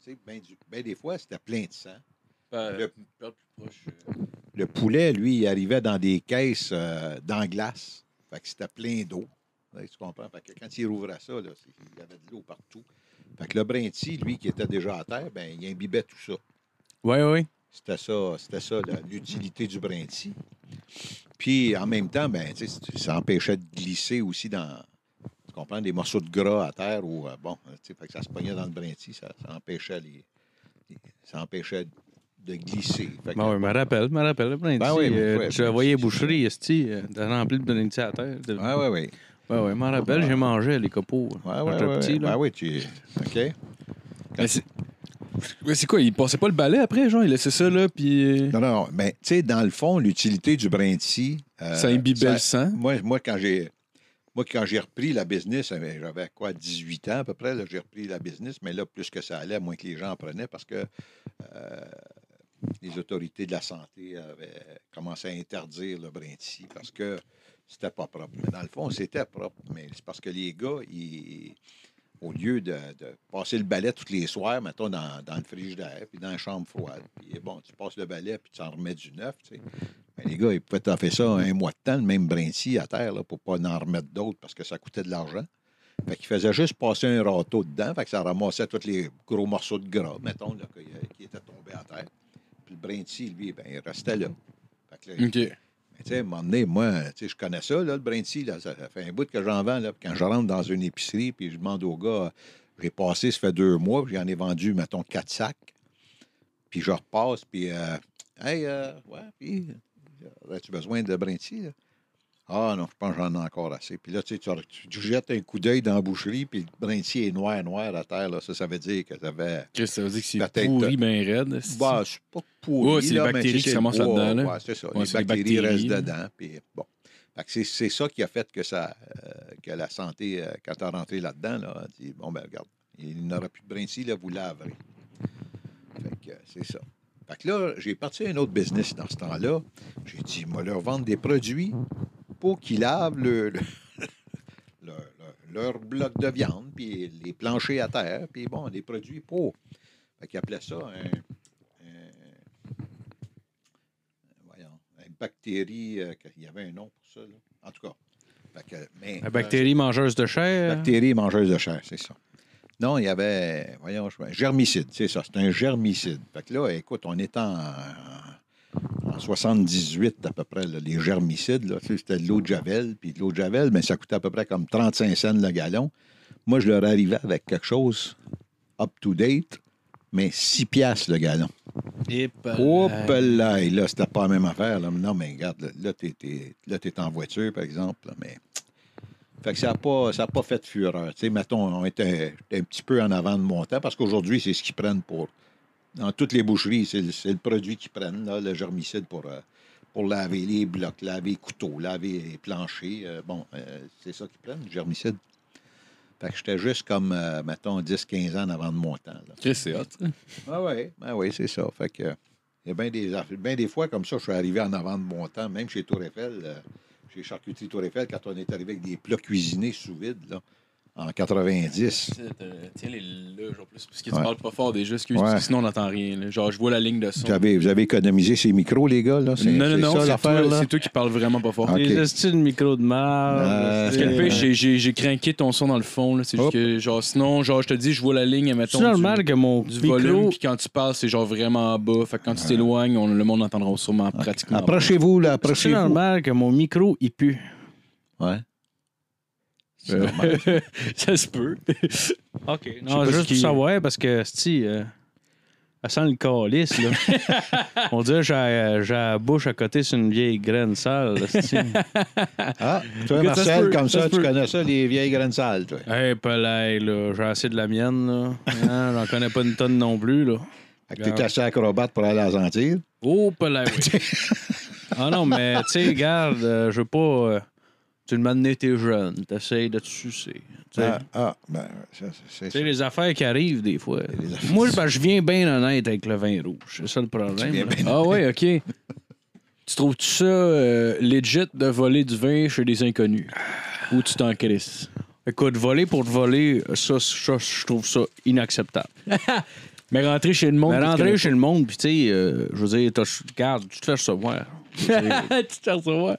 B: sais, ben, du- ben des fois, c'était plein de sang.
A: Euh,
B: Le-
A: plus proche, euh,
B: Le poulet, lui, il arrivait dans des caisses euh, dans glace. Fait que c'était plein d'eau. Ouais, tu comprends? Fait que quand il rouvrait ça, là, c'est- il y avait de l'eau partout. Fait que le brinti, lui, qui était déjà à terre, ben, il imbibait tout ça.
C: Oui, oui.
B: C'était ça, c'était ça la- l'utilité du brinti. Puis, en même temps, ben, tu sais, ça empêchait de glisser aussi dans, tu comprends, des morceaux de gras à terre ou, euh, bon, tu sais, fait que ça se pognait dans le brinti, ça, ça empêchait les, les- ça empêchait de glisser. Fait que,
C: Ben oui, je me rappelle, je me rappelle. Le brinti,
B: Ben oui, mais
C: euh,
B: ouais,
C: tu
B: ben,
C: voyais
B: c'est-
C: boucherie, esti, euh, t'as rempli le brinti à terre. Oui,
B: Ouais, ouais, ouais.
C: oui, ouais, je m'en rappelle, j'ai mangé les copeaux
B: Ouais,
C: quand
B: ouais,
C: j'étais
B: ouais.
C: petit. Là.
B: Ben oui, tu. OK.
A: Mais c'est ouais, c'est quoi? Il passait pas le balai après, genre? Il laissait ça là, puis
B: Non, non, mais tu sais, dans le fond, l'utilité du brinti. euh,
A: ça imbibait
B: ça-
A: le sang.
B: Moi, moi, quand j'ai. Moi, quand j'ai repris la business, j'avais j'avais quoi, dix-huit ans à peu près, là, j'ai repris la business, mais là, plus que ça allait, moins que les gens en prenaient parce que euh, les autorités de la santé avaient commencé à interdire le brinti parce que c'était pas propre. Mais dans le fond, c'était propre, mais c'est parce que les gars, ils, au lieu de, de passer le balai tous les soirs, mettons, dans, dans le frigidaire, puis dans la chambre froide, puis bon, tu passes le balai, puis tu en remets du neuf, tu sais. Ben, les gars, ils pouvaient t'en faire ça un mois de temps, le même brinti à terre, là, pour pas en remettre d'autres parce que ça coûtait de l'argent. Fait qu'ils faisaient juste passer un râteau dedans, fait que ça ramassait tous les gros morceaux de gras, mettons, là, qui, qui étaient tombés à terre. Puis le brinti, lui, ben, il restait là. Fait que là,
A: OK.
B: mais tu sais, à un moment donné, moi, tu sais, je connais ça, là, le brinti, là, ça fait un bout que j'en vends, là. Puis quand je rentre dans une épicerie, puis je demande au gars, j'ai passé, ça fait deux mois, puis j'en ai vendu, mettons, quatre sacs. Puis je repasse, puis, euh, hey, euh, ouais, puis, as-tu besoin de brinti, là? Ah non, je pense que j'en ai encore assez. Puis là, tu sais, tu, tu- tu jettes un coup d'œil dans la boucherie, puis le brinti est noir, noir à terre, là. Ça, ça veut dire que ça avait...
A: Qu'est-ce que ça veut dire que c'est
B: Peut-être-
A: pourri bien raide? c'est-
B: Bah, c'est pas pourri,
A: Ouais, c'est les
B: là, mais
A: bactéries
B: tu sais,
A: qui se
B: c'est
A: ramassent
B: le bois,
A: là-dedans, là.
B: ouais, c'est ça.
A: Ouais,
B: les
A: c'est les
B: bactéries,
A: bactéries,
B: restent
A: là.
B: dedans. Puis bon. Fait que c'est, c'est ça qui a fait que, ça, euh, que la santé, euh, quand tu es rentré là-dedans, là, a dit, bon, ben regarde, il n'aura plus de brinti, là, vous laverez. Fait que euh, c'est ça. Fait que là, j'ai parti un autre business dans ce temps-là. J'ai dit, moi, leur vendre des produits pour qu'ils lavent le, le- leur, leur- leur bloc de viande, puis les planchers à terre, puis bon, des produits pour. Fait qu'ils appelaient ça un, un- voyons, une bactérie, euh, il y avait un nom pour ça, là. En tout cas. Fait que, mais,
C: La bactérie mangeuse de chair.
B: Bactérie mangeuse de chair, c'est ça. Non, il y avait, voyons, je- un germicide, c'est ça, c'est un germicide. Fait que là, écoute, on est en, en soixante-dix-huit à peu près, là, les germicides, là, tu sais, c'était de l'eau de Javel, puis de l'eau de Javel, mais ça coûtait à peu près comme trente-cinq cents le gallon. Moi, je leur arrivais avec quelque chose up-to-date, mais six piastres le gallon.
C: Et
B: Oh, là, et là, c'était pas la même affaire. Là. Non, mais regarde, là, là t'es, t'es- là, t'es en voiture, par exemple, là, mais... Fait que ça n'a pas, ça a pas fait fureur. Tu sais, mettons, on était un petit peu en avant de mon temps, parce qu'aujourd'hui, c'est ce qu'ils prennent pour... Dans toutes les boucheries, c'est le, c'est le produit qu'ils prennent, là, le germicide, pour, euh, pour laver les blocs, laver les couteaux, laver les planchers. Euh, bon, euh, c'est ça qu'ils prennent, le germicide. Fait que j'étais juste comme, euh, mettons, dix quinze ans en avant de mon temps. Là.
A: Qu'est-ce que c'est hot, ça?
B: Ah oui, ah oui, c'est ça. Fait que il y a bien des, aff- bien des fois comme ça, je suis arrivé en avant de mon temps, même chez Tour Eiffel, euh, chez Charcuterie Tour Eiffel, quand on est arrivé avec des plats cuisinés sous vide, là, en quatre-vingt-dix.
A: Tiens les là, genre plus. Parce que tu
B: Ouais.
A: parles pas fort déjà, excuse,
B: Ouais.
A: parce que sinon on n'entend rien. là. Genre, je vois la ligne de son.
B: Vous avez, vous avez économisé ces micros, les gars, là? C'est,
A: Non, non,
B: c'est
A: non,
B: ça
A: c'est
B: l'affaire,
A: toi,
B: là?
A: c'est toi qui parles vraiment pas fort.
B: Ok.
C: Les estis de micro de marde.
B: Euh,
A: Parce que le pire, j'ai, j'ai, j'ai craqué ton son dans le fond. Là. C'est juste
B: Hop.
A: que, genre, sinon, genre, je te dis, je vois la ligne, mettons,
C: C'est normal
A: du,
C: que mon
A: du
C: micro...
A: volume, puis quand tu parles, c'est genre vraiment bas. Fait que quand tu t'éloignes, on- le monde n'entendra sûrement pratiquement pas.
B: Approchez-vous, là,
C: C'est
B: approchez-vous.
C: normal que mon micro, il pue.
B: Ouais. C'est
A: Euh,
B: normal.
A: ça se peut.
C: OK.
A: sais
C: Non,
A: pas
C: juste
A: ce qui-
C: pour savoir, parce que, sti, euh, elle sent le calice, là. On dirait que j'ai, j'ai la bouche à côté sur une vieille graine sale, là, sti.
B: Ah, toi,
C: Écoute, ça se
B: Marcel,
C: peut,
B: comme
C: ça
B: ça,
C: se
B: tu
C: peut.
B: connais ça, les vieilles graines sales, toi.
C: Hey, pelay, là, j'ai assez de la mienne, là. Hein, j'en connais pas une tonne non plus, là.
B: Fait que t'es assez acrobate pour aller à la sentir.
C: Oh, pelay, oui. Ah non, mais, tu sais, regarde, euh, je veux pas... euh, tu le donné, t'es jeune, t'essayes de te sucer. Tu sais.
B: Ah, ah, ben, ça, c'est
C: Tu
B: ça.
C: sais, les affaires qui arrivent des fois.
B: Les affaires-
C: Moi, ben, je viens bien honnête avec le vin rouge. C'est ça le problème.
B: viens
C: là.
B: bien-
A: Ah ouais, OK. Tu trouves-tu ça euh, legit de voler du vin chez des inconnus? Ou tu t'en crisses?
C: Écoute, voler pour te voler, ça, ça, je trouve ça inacceptable.
A: Mais rentrer chez le monde.
C: Mais
A: tu
C: rentrer
A: connais
C: chez le monde, puis tu sais, euh, je veux dire, t'as- regarde, tu te fais recevoir.
A: tu te fais recevoir.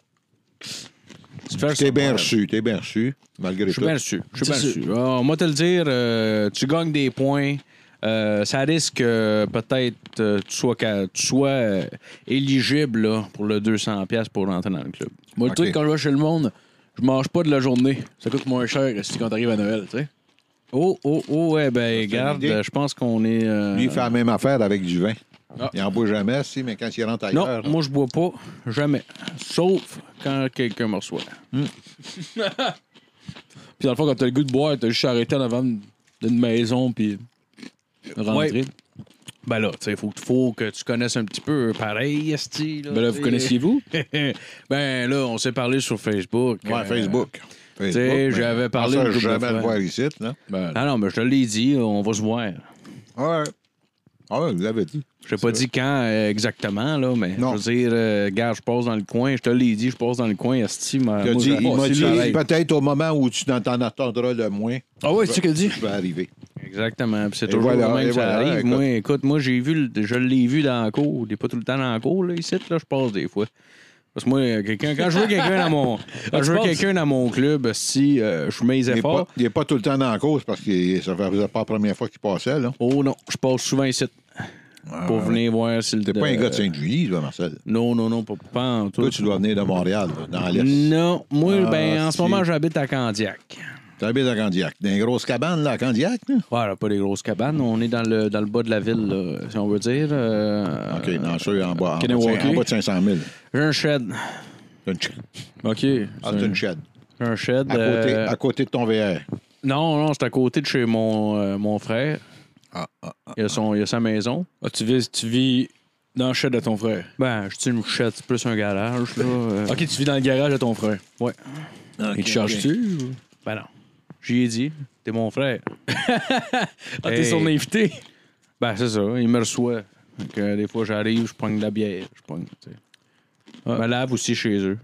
C: Tu te fais
B: T'es bien
C: recevoir.
B: reçu, t'es bien reçu, malgré
C: Je suis
B: tout.
C: bien reçu. Je suis bien
A: C'est
C: reçu. Ah, on va te le dire, euh, tu gagnes des points. Euh, ça risque euh, peut-être euh, tu sois, ca- tu sois euh, éligible là, pour le deux cents dollars pour rentrer dans le club.
A: Moi, le
B: Ok.
A: truc, quand je vais chez le monde, je mange pas de la journée. Ça coûte moins cher que si quand t'arrives à Noël, tu sais.
C: Oh, oh, oh, ouais, ben,
B: une
C: garde,
B: idée.
C: euh, je pense qu'on est. euh,
B: Lui, il fait la même affaire avec du vin.
A: Ah.
B: Il en boit jamais, si, mais quand il rentre
C: Non,
B: ailleurs...
C: moi, je bois pas. Jamais. Sauf quand quelqu'un me reçoit.
A: Puis dans le fond, quand t'as le goût de boire, t'as juste arrêté en avant d'une maison, puis rentrer.
C: Ouais. Ben là, tu sais, faut, faut que tu connaisses un petit peu pareil, esti. Là,
A: Ben là,
C: tu
A: vous
C: sais.
A: connaissiez-vous?
C: Ben là, on s'est parlé sur Facebook.
B: Ouais,
C: Euh,
B: Facebook. Facebook,
C: sais,
B: mais
C: j'avais parlé
B: on
C: une
B: sait
C: couple de
B: jamais
C: fois.
B: le voir ici, là.
A: Ben,
C: Ah non, mais je te l'ai dit, on va se voir.
B: Ouais. Ah ouais, vous l'avez dit.
C: Je t'ai pas dit quand euh, exactement, là, mais
B: Non.
C: je veux dire, euh, gars, je passe dans le coin, je te l'ai dit, je passe dans le coin, esti, ma-
B: Il a
C: moi,
B: dit,
C: j'ai-
B: il
C: oh,
B: m'a
C: c'est
B: dit
C: pareil.
B: peut-être au moment où tu t'en t'en attendras le moins,
A: Ah ouais, c'est ce qu'il dit?
B: je vais arriver.
C: Exactement, puis c'est
B: Et
C: toujours
B: voilà,
C: le même
B: et
C: que ça
B: voilà,
C: arrive.
B: écoute.
C: Moi, écoute, moi, j'ai vu, le- je l'ai vu dans la cour, il est pas tout le temps dans la cour, là, ici, là, je passe des fois. Parce que moi, quelqu'un, quand je veux quelqu'un dans mon, quand
A: tu
C: je veux
A: passes?
C: quelqu'un dans mon club, si euh, je mets les
B: Il n'est
C: efforts,
B: pas, il est pas tout le temps dans la cause parce que ça faisait pas la première fois qu'il passait, là.
C: oh non, je passe souvent ici pour
B: Ah,
C: venir voir si le.
B: T'es pas un
C: euh,
B: gars de Sainte-Julie, toi, Marcel.
C: Non, non, non, pas, pas en tout.
B: Toi, tu dois venir de Montréal, là, dans l'Est.
C: Non, moi,
B: Ah,
C: ben, en ce
B: si.
C: moment, j'habite à Candiac.
B: Tu habites à Candiac. Dans une grosse cabane, là, à Candiac, là?
C: Voilà, pas des grosses cabanes. On est dans le, dans le bas de la ville, là, si on veut dire. Euh,
B: OK, dans ceux en bas, en, bas de,
A: Kennewaukee.
B: cinq- en bas de cinq cent mille.
C: J'ai un shed.
B: T'as une, ch-
A: OK.
B: ah, t'as une shed.
C: J'ai un shed.
B: À côté,
C: euh,
B: à côté de ton V R.
C: Non, non, c'est à côté de chez mon, euh, mon frère.
B: Ah, ah, ah.
C: Il a, son, il a sa maison.
A: Ah, tu, vis, tu vis dans le shed de ton frère.
C: Ben, je dis une shed, c'est plus un garage, là. euh,
A: OK, tu vis dans le garage de ton frère.
C: Ouais.
A: Il te charge-tu? ou-
C: Ben non. J'y ai dit. T'es mon frère.
A: Ah, t'es
C: Hey.
A: son invité?
C: Ben, c'est ça. Il me reçoit. Donc, euh, des fois, j'arrive, je prends de la bière. Je prends, tu sais.
A: Ah.
C: Je me lave aussi chez eux.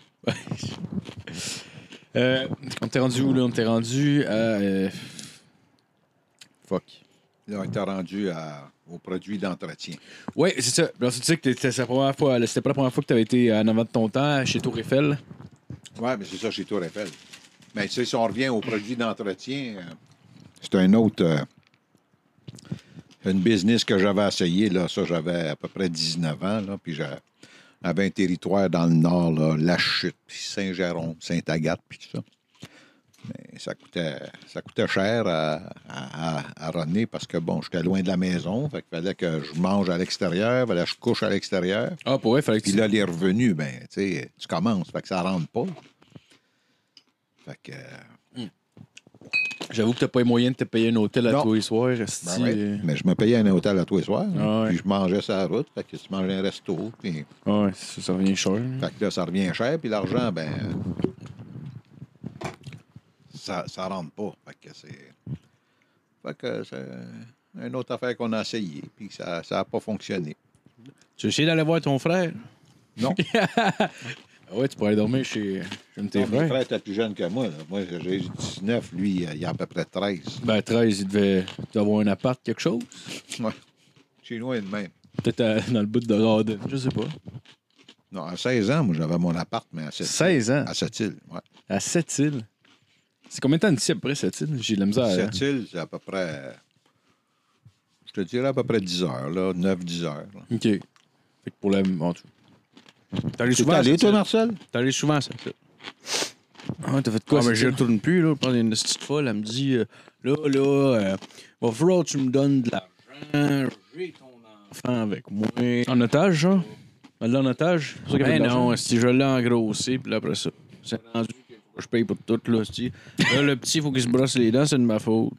A: Euh, on t'est rendu où, là? On t'est rendu à... euh,
B: Fuck. Là, on t'a rendu à, aux produits d'entretien.
A: Ouais, c'est ça. Alors, tu sais que t'étais- c'est la première fois, c'était pas la première fois que tu avais été en avant de ton temps chez Tour Eiffel.
B: Oui, mais c'est ça chez Tour Eiffel. Mais tu sais, si on revient aux produits d'entretien, euh, c'est un autre. euh, une business que j'avais essayé. Là, ça, j'avais à peu près dix-neuf ans. Là, puis j'a- j'avais un territoire dans le nord, là, La Chute, puis Saint-Jérôme, Sainte-Agathe, puis tout ça. Mais ça coûtait, ça coûtait cher à, à, à, à runner parce que, bon, j'étais loin de la maison. Fait qu'il fallait que je mange à l'extérieur, fallait que je couche à l'extérieur.
A: Ah, pour vrai, fallait que
B: Puis
A: tu...
B: là, les revenus, ben, tu sais, tu commences, fait que ça rentre pas. Fait que. euh,
A: J'avoue que t'as pas les moyens de te payer un hôtel à
B: Non.
A: tous les soirs.
B: ben
A: esti,
B: ouais.
A: euh.
B: Mais je me payais un hôtel à tous les soirs.
A: Ah ouais.
B: Puis je mangeais sur la route. Fait que tu mangeais un resto. Puis,
A: Ah ouais, ça, ça revient cher.
B: fait que là, ça revient cher. Puis l'argent, ben. Ça, ça rentre pas. Fait que c'est. Fait que c'est une autre affaire qu'on a essayé. Puis ça n'a pas fonctionné.
C: Tu as essayé d'aller voir ton frère?
B: Non.
A: Ah ouais, tu pourrais aller dormir chez, chez un de tes
B: Non, mon
A: frères.
B: frère était plus jeune que moi. Là. Moi, j'ai dix-neuf. Lui, il a à peu près treize.
A: Ben, treize, il devait, il devait avoir un appart, quelque chose.
B: Ouais. Chez nous, il est de même.
A: Peut-être à- dans le bout de Rodin. Je sais pas.
B: Non, à seize ans, moi, j'avais mon appart, mais à Sept-Îles.
A: seize ans?
B: À Sept-Îles, ouais.
A: À Sept-Îles. C'est combien de temps d'ici à peu près, Sept-Îles? J'ai de la misère. hein?
B: Sept-Îles, c'est à peu près. Je te dirais à peu près dix heures, là. neuf dix heures. là.
A: OK. Fait que pour la... En tout.
C: T'es allé
B: Tu es
C: souvent à
B: allé, toi,
C: Sept-Îles?
B: Marcel?
C: T'es allé souvent à ça.
A: Ah, t'as fait
C: Quoi,
A: quoi?
C: mais je
A: Sept-Îles?
C: retourne plus, là. Je pense qu'il y a une petite folle, elle me dit, euh, là, là, euh, va falloir que tu me donnes de l'argent, j'ai ton enfant avec moi.
A: En otage, genre? Elle l'a en otage? C'est ça qu'elle fait
C: Ben
A: de l'argent?
C: non, si je l'ai engrossé, puis là, après ça, c'est rendu qu'il faut que je paye pour tout, là, si. Là, le petit, il faut qu'il se brosse les dents, c'est de ma faute.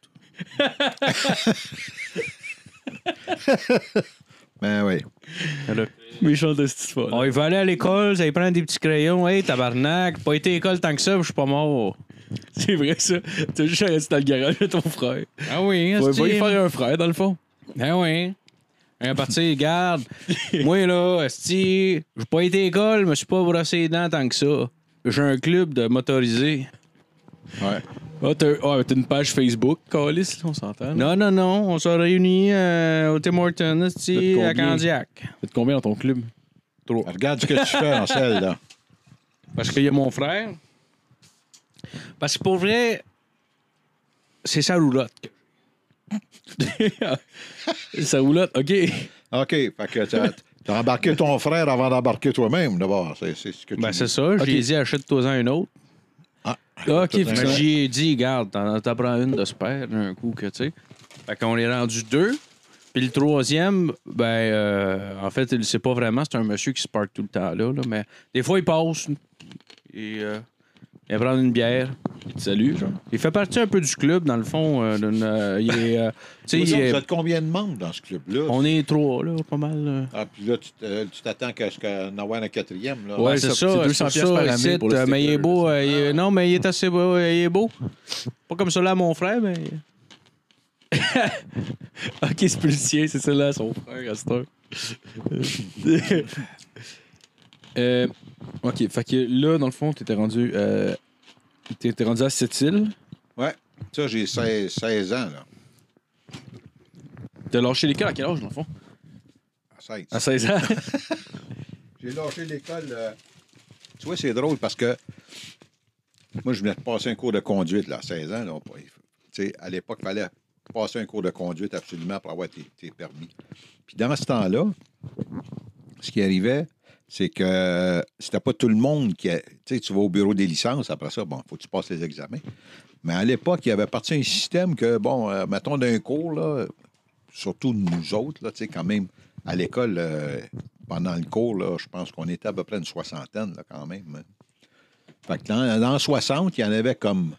B: Ben oui.
A: Méchant de cette folle.
C: Oh, il va aller à l'école, ça il prend des petits crayons, hey, tabarnak, pas été à l'école tant que ça, je suis pas mort.
A: C'est vrai, ça. T'as juste à rester dans le garage de ton frère.
C: Ah oui,
A: Va,
C: esti.
A: va y faire un frère, dans le fond.
C: Ah oui. Un parti, garde. Moi, là, esti, j'ai pas été à l'école, je me suis pas brossé les dents tant que ça. J'ai un club de motorisés.
B: Ouais.
A: Ah, t'as ah, t'as une page Facebook, Calis, on s'entend.
C: Non, non, non. On s'est réunis euh, au Tim Hortons, ici, à Candiac.
A: T'as combien dans ton club?
C: Trois.
B: Regarde ce que tu fais en selle, là.
C: Parce qu'il y a mon frère. Parce que pour vrai, c'est sa roulotte.
A: Ça roulotte, OK.
B: OK. Fait que t'as, t'as embarqué ton frère avant d'embarquer toi-même, d'abord. C'est, c'est ce que tu
C: Ben,
B: dis.
C: c'est ça. J'ai
A: Ok.
C: dit, achète-toi-en un autre.
B: Ah,
A: Ah, OK.
B: tout
A: fait
B: un-
A: que
C: Mais
A: ça-
C: j'y ai dit, garde, t'en, t'en prends une de spare d'un coup que, tu sais. Fait qu'on est rendu deux. Puis le troisième, ben, euh, en fait, il sait pas vraiment. C'est un monsieur qui se parque tout le temps là, là. Mais des fois, il passe. Et, euh, il va prendre une bière.
A: Il te salue, genre.
C: Il fait partie un peu du club, dans le fond. Euh, d'une, euh, il est, euh, tu sais,
B: Vous
C: il
B: autres,
C: est-
B: vous êtes combien de membres dans ce club-là?
C: on est trois, là, pas mal. euh.
B: Ah, puis là, tu, te- tu t'attends qu'à ce qu'en avoir un quatrième, là.
A: Ouais,
C: Ben,
A: ça-
C: c'est ça,
A: c'est
C: c'est
A: deux cents
C: pour
A: piastres
C: ça,
A: par année
C: ici,
A: pour le
C: euh, mais il est
A: sticker,
C: beau.
A: là,
C: euh, il est- non, mais il est assez beau. euh, il est beau. Pas comme ça là, mon frère, mais.
A: OK, c'est plus le sien, c'est celle-là, son frère, à cette heure. euh, OK, fait que là, dans le fond, t'étais rendu... Euh, t'étais rendu à Sept-Îles.
B: Ouais. Ça, j'ai seize, seize ans, là.
A: T'as lâché l'école à quel âge, dans le fond?
B: À seize.
A: À seize ans.
B: J'ai lâché l'école. euh, Tu vois, c'est drôle parce que moi, je venais de passer un cours de conduite là, à seize ans. Là. Tu sais, à l'époque, il fallait passer un cours de conduite absolument pour avoir tes, tes permis. Puis dans ce temps-là, ce qui arrivait, c'est que c'était pas tout le monde qui... a- Tu sais, tu vas au bureau des licences, après ça, bon, il faut que tu passes les examens. Mais à l'époque, il y avait parti un système que, bon, euh, mettons d'un cours, là, surtout nous autres, là, tu sais, quand même, à l'école, euh, pendant le cours, là, je pense qu'on était à peu près une soixantaine, là, quand même. hein. Fait que dans, dans soixante, il y en avait comme,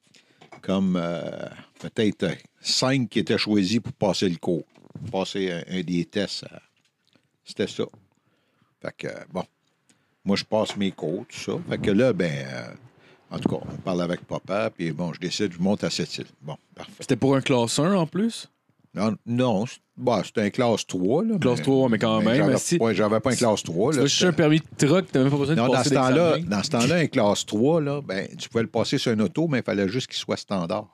B: comme euh, peut-être euh, cinq qui étaient choisis pour passer le cours, pour passer un, un des tests. euh, C'était ça. Fait que, euh, bon, moi, je passe mes cours, tout ça. Fait que là, ben, euh, en tout cas, on parle avec papa, puis bon, je décide, je monte à cette île. Bon, parfait.
A: C'était pour un classe un, en plus?
B: Non, non c'est- bah, c'était un classe trois. Là,
A: Classe trois, mais quand même,
B: J'avais,
A: si-
B: ouais, j'avais pas un classe trois.
A: Tu
B: Là,
A: vas chercher un permis de truck, t'as même pas besoin de
B: non, dans
A: passer
B: ce, temps-là,
A: l'examen.
B: dans ce temps-là, un classe trois, là, ben, tu pouvais le passer sur un auto, mais il fallait juste qu'il soit standard.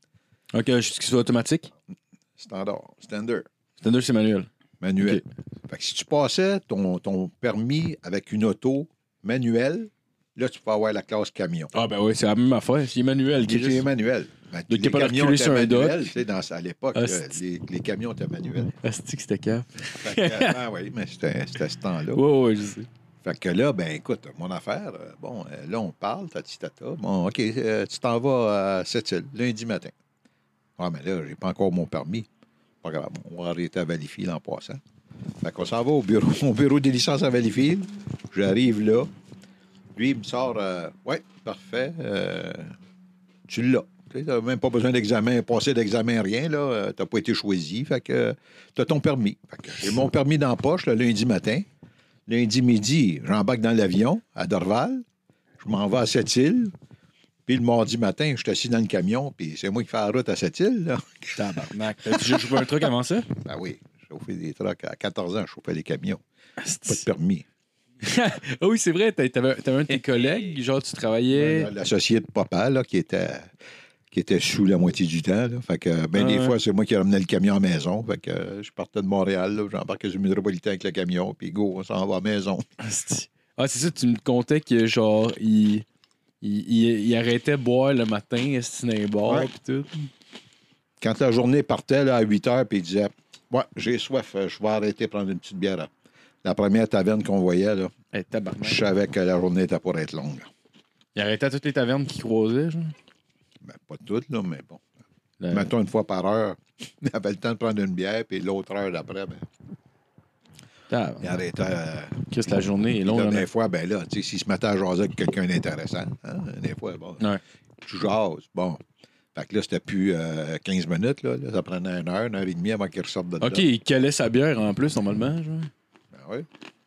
A: OK, juste qu'il soit automatique.
B: Standard. Standard.
A: Standard, c'est manuel.
B: Manuel.
A: OK.
B: Fait que si tu passais ton, ton permis avec une auto manuelle, là, tu peux avoir la classe camion.
A: Ah, ben oui, c'est la même affaire. C'est manuel,
B: Qui
A: Chris.
B: est manuel. Ben,
A: Donc,
B: les
A: t'es pas
B: camions
A: reculé
B: étaient
A: sur un dock.
B: manuels, tu sais, dans, à l'époque,
A: Ah,
B: euh,
A: c'est-
B: les, les camions étaient manuels.
A: Asti que c'était cap.
B: Fait que, euh, ah oui, mais c'était, c'était ce temps-là.
A: Ouais, ouais, je sais.
B: Fait que là, ben écoute, mon affaire, euh, bon, euh, là, on parle, tati tata. Bon, OK, euh, tu t'en vas à Sept-Îles, lundi matin. Ah, mais là, j'ai pas encore mon permis. Pas grave, on va arrêter à Valleyfield en passant. Fait qu'on s'en va au bureau, au bureau des licences à Valleyfield. J'arrive là. Lui, il me sort, euh, ouais, parfait, euh, tu l'as. Tu n'as même pas besoin d'examen, passer d'examen, rien, là. Euh, t'as pas été choisi. Fait que euh, t'as ton permis. Fait que j'ai mon permis dans la poche le lundi matin. Lundi midi, j'embarque dans l'avion à Dorval. Je m'en vais à Sept-Îles. Puis le mardi matin, je suis assis dans le camion, puis c'est moi qui fais la route à Sept-Îles, là.
A: Tabarnak. T'as déjà chauffé un truc avant ça?
B: Ben oui, je chauffais des trucks. À quatorze ans, je chauffais les camions. Pas de
A: Asti.
B: permis.
A: Ah oui, c'est vrai. T'avais, t'avais un de tes collègues, genre, tu travaillais...
B: L'associé de papa, là, qui était, qui était sous la moitié du temps, là. Fait que, ben,
A: Ah
B: des
A: ouais.
B: fois, c'est moi qui ramenais le camion à la maison. Fait que euh, je partais de Montréal, là, j'embarquais sur le métropolitain avec le camion, puis go, on s'en va à la maison.
A: Asti. Ah, c'est ça, tu me contais que, genre, il... Il, il, il arrêtait de boire le matin, esti, dans les bars,
B: Ouais.
A: pis tout.
B: Quand la journée partait là, à huit heures, puis il disait ouais, j'ai soif, euh, je vais arrêter prendre une petite bière. La première taverne qu'on voyait, là,
A: Hey, tabarnak.
B: je savais que la journée était pour être longue. là.
A: Il arrêtait à toutes les tavernes qui croisaient, genre.
B: Ben, pas toutes, là, mais bon.
A: Le-
B: Mettons une fois par heure, il avait le temps de prendre une bière, puis l'autre heure d'après, ben,
A: Tabarnak.
B: il arrêtait. euh,
A: Chris, la journée est longue.
B: Là,
A: hein.
B: des fois, ben là, tu sais, s'il se mettait à jaser avec quelqu'un d'intéressant, hein, des fois, bon,
A: Ouais.
B: tu jases, bon. Fait que là, c'était plus euh, quinze minutes, là, là, ça prenait une heure, une heure et demie avant qu'il ressorte de là.
A: OK, il calait sa bière en plus, normalement, genre.
B: Ben oui.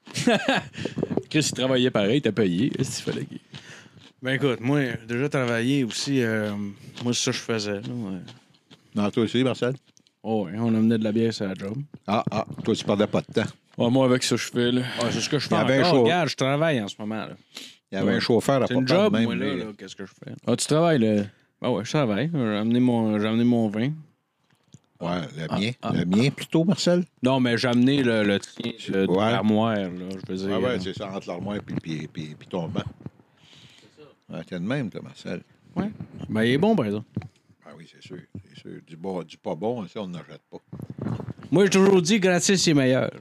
A: Chris, il travaillait pareil, il t'a payé. Est-ce qu'il fallait qu'il...
C: Ben écoute, moi, déjà travaillé aussi, euh, moi, c'est ça que je faisais. Là, ouais.
B: Non, toi aussi, Marcel?
C: Oh, ouais, on amenait de la bière sur la job.
B: Ah, ah, toi, tu perdais pas de temps.
A: Ouais, moi, avec ça, je fais, là.
C: Ah, c'est ce que je fais
B: Il y avait un
C: encore.
B: show.
C: Regarde, je travaille en ce moment. Là.
B: Il y avait
A: Ouais.
B: un chauffeur à
C: C'est
B: pas
C: une
B: perdre
C: job,
B: même.
C: moi, là,
B: mais-
C: là, qu'est-ce que je fais?
A: Ah, tu travailles, là.
C: Ben ouais, je travaille. J'ai amené mon, j'ai amené mon vin.
B: Ouais, le
C: Ah,
B: mien.
C: ah,
B: le mien plutôt, Marcel?
C: Non, mais j'ai amené le, le tien de, de
B: Ouais.
C: l'armoire, là, je veux dire.
B: Ah ouais, c'est ça, entre l'armoire et puis, puis, puis ton banc. Ouais, t'es de même, toi, Marcel.
C: Ouais. Ben, il est bon, par exemple.
B: Ah oui, c'est sûr, c'est sûr. Du, bon, du pas bon, ça, on n'achète pas.
C: Moi, j'ai toujours dit gratis, c'est meilleur.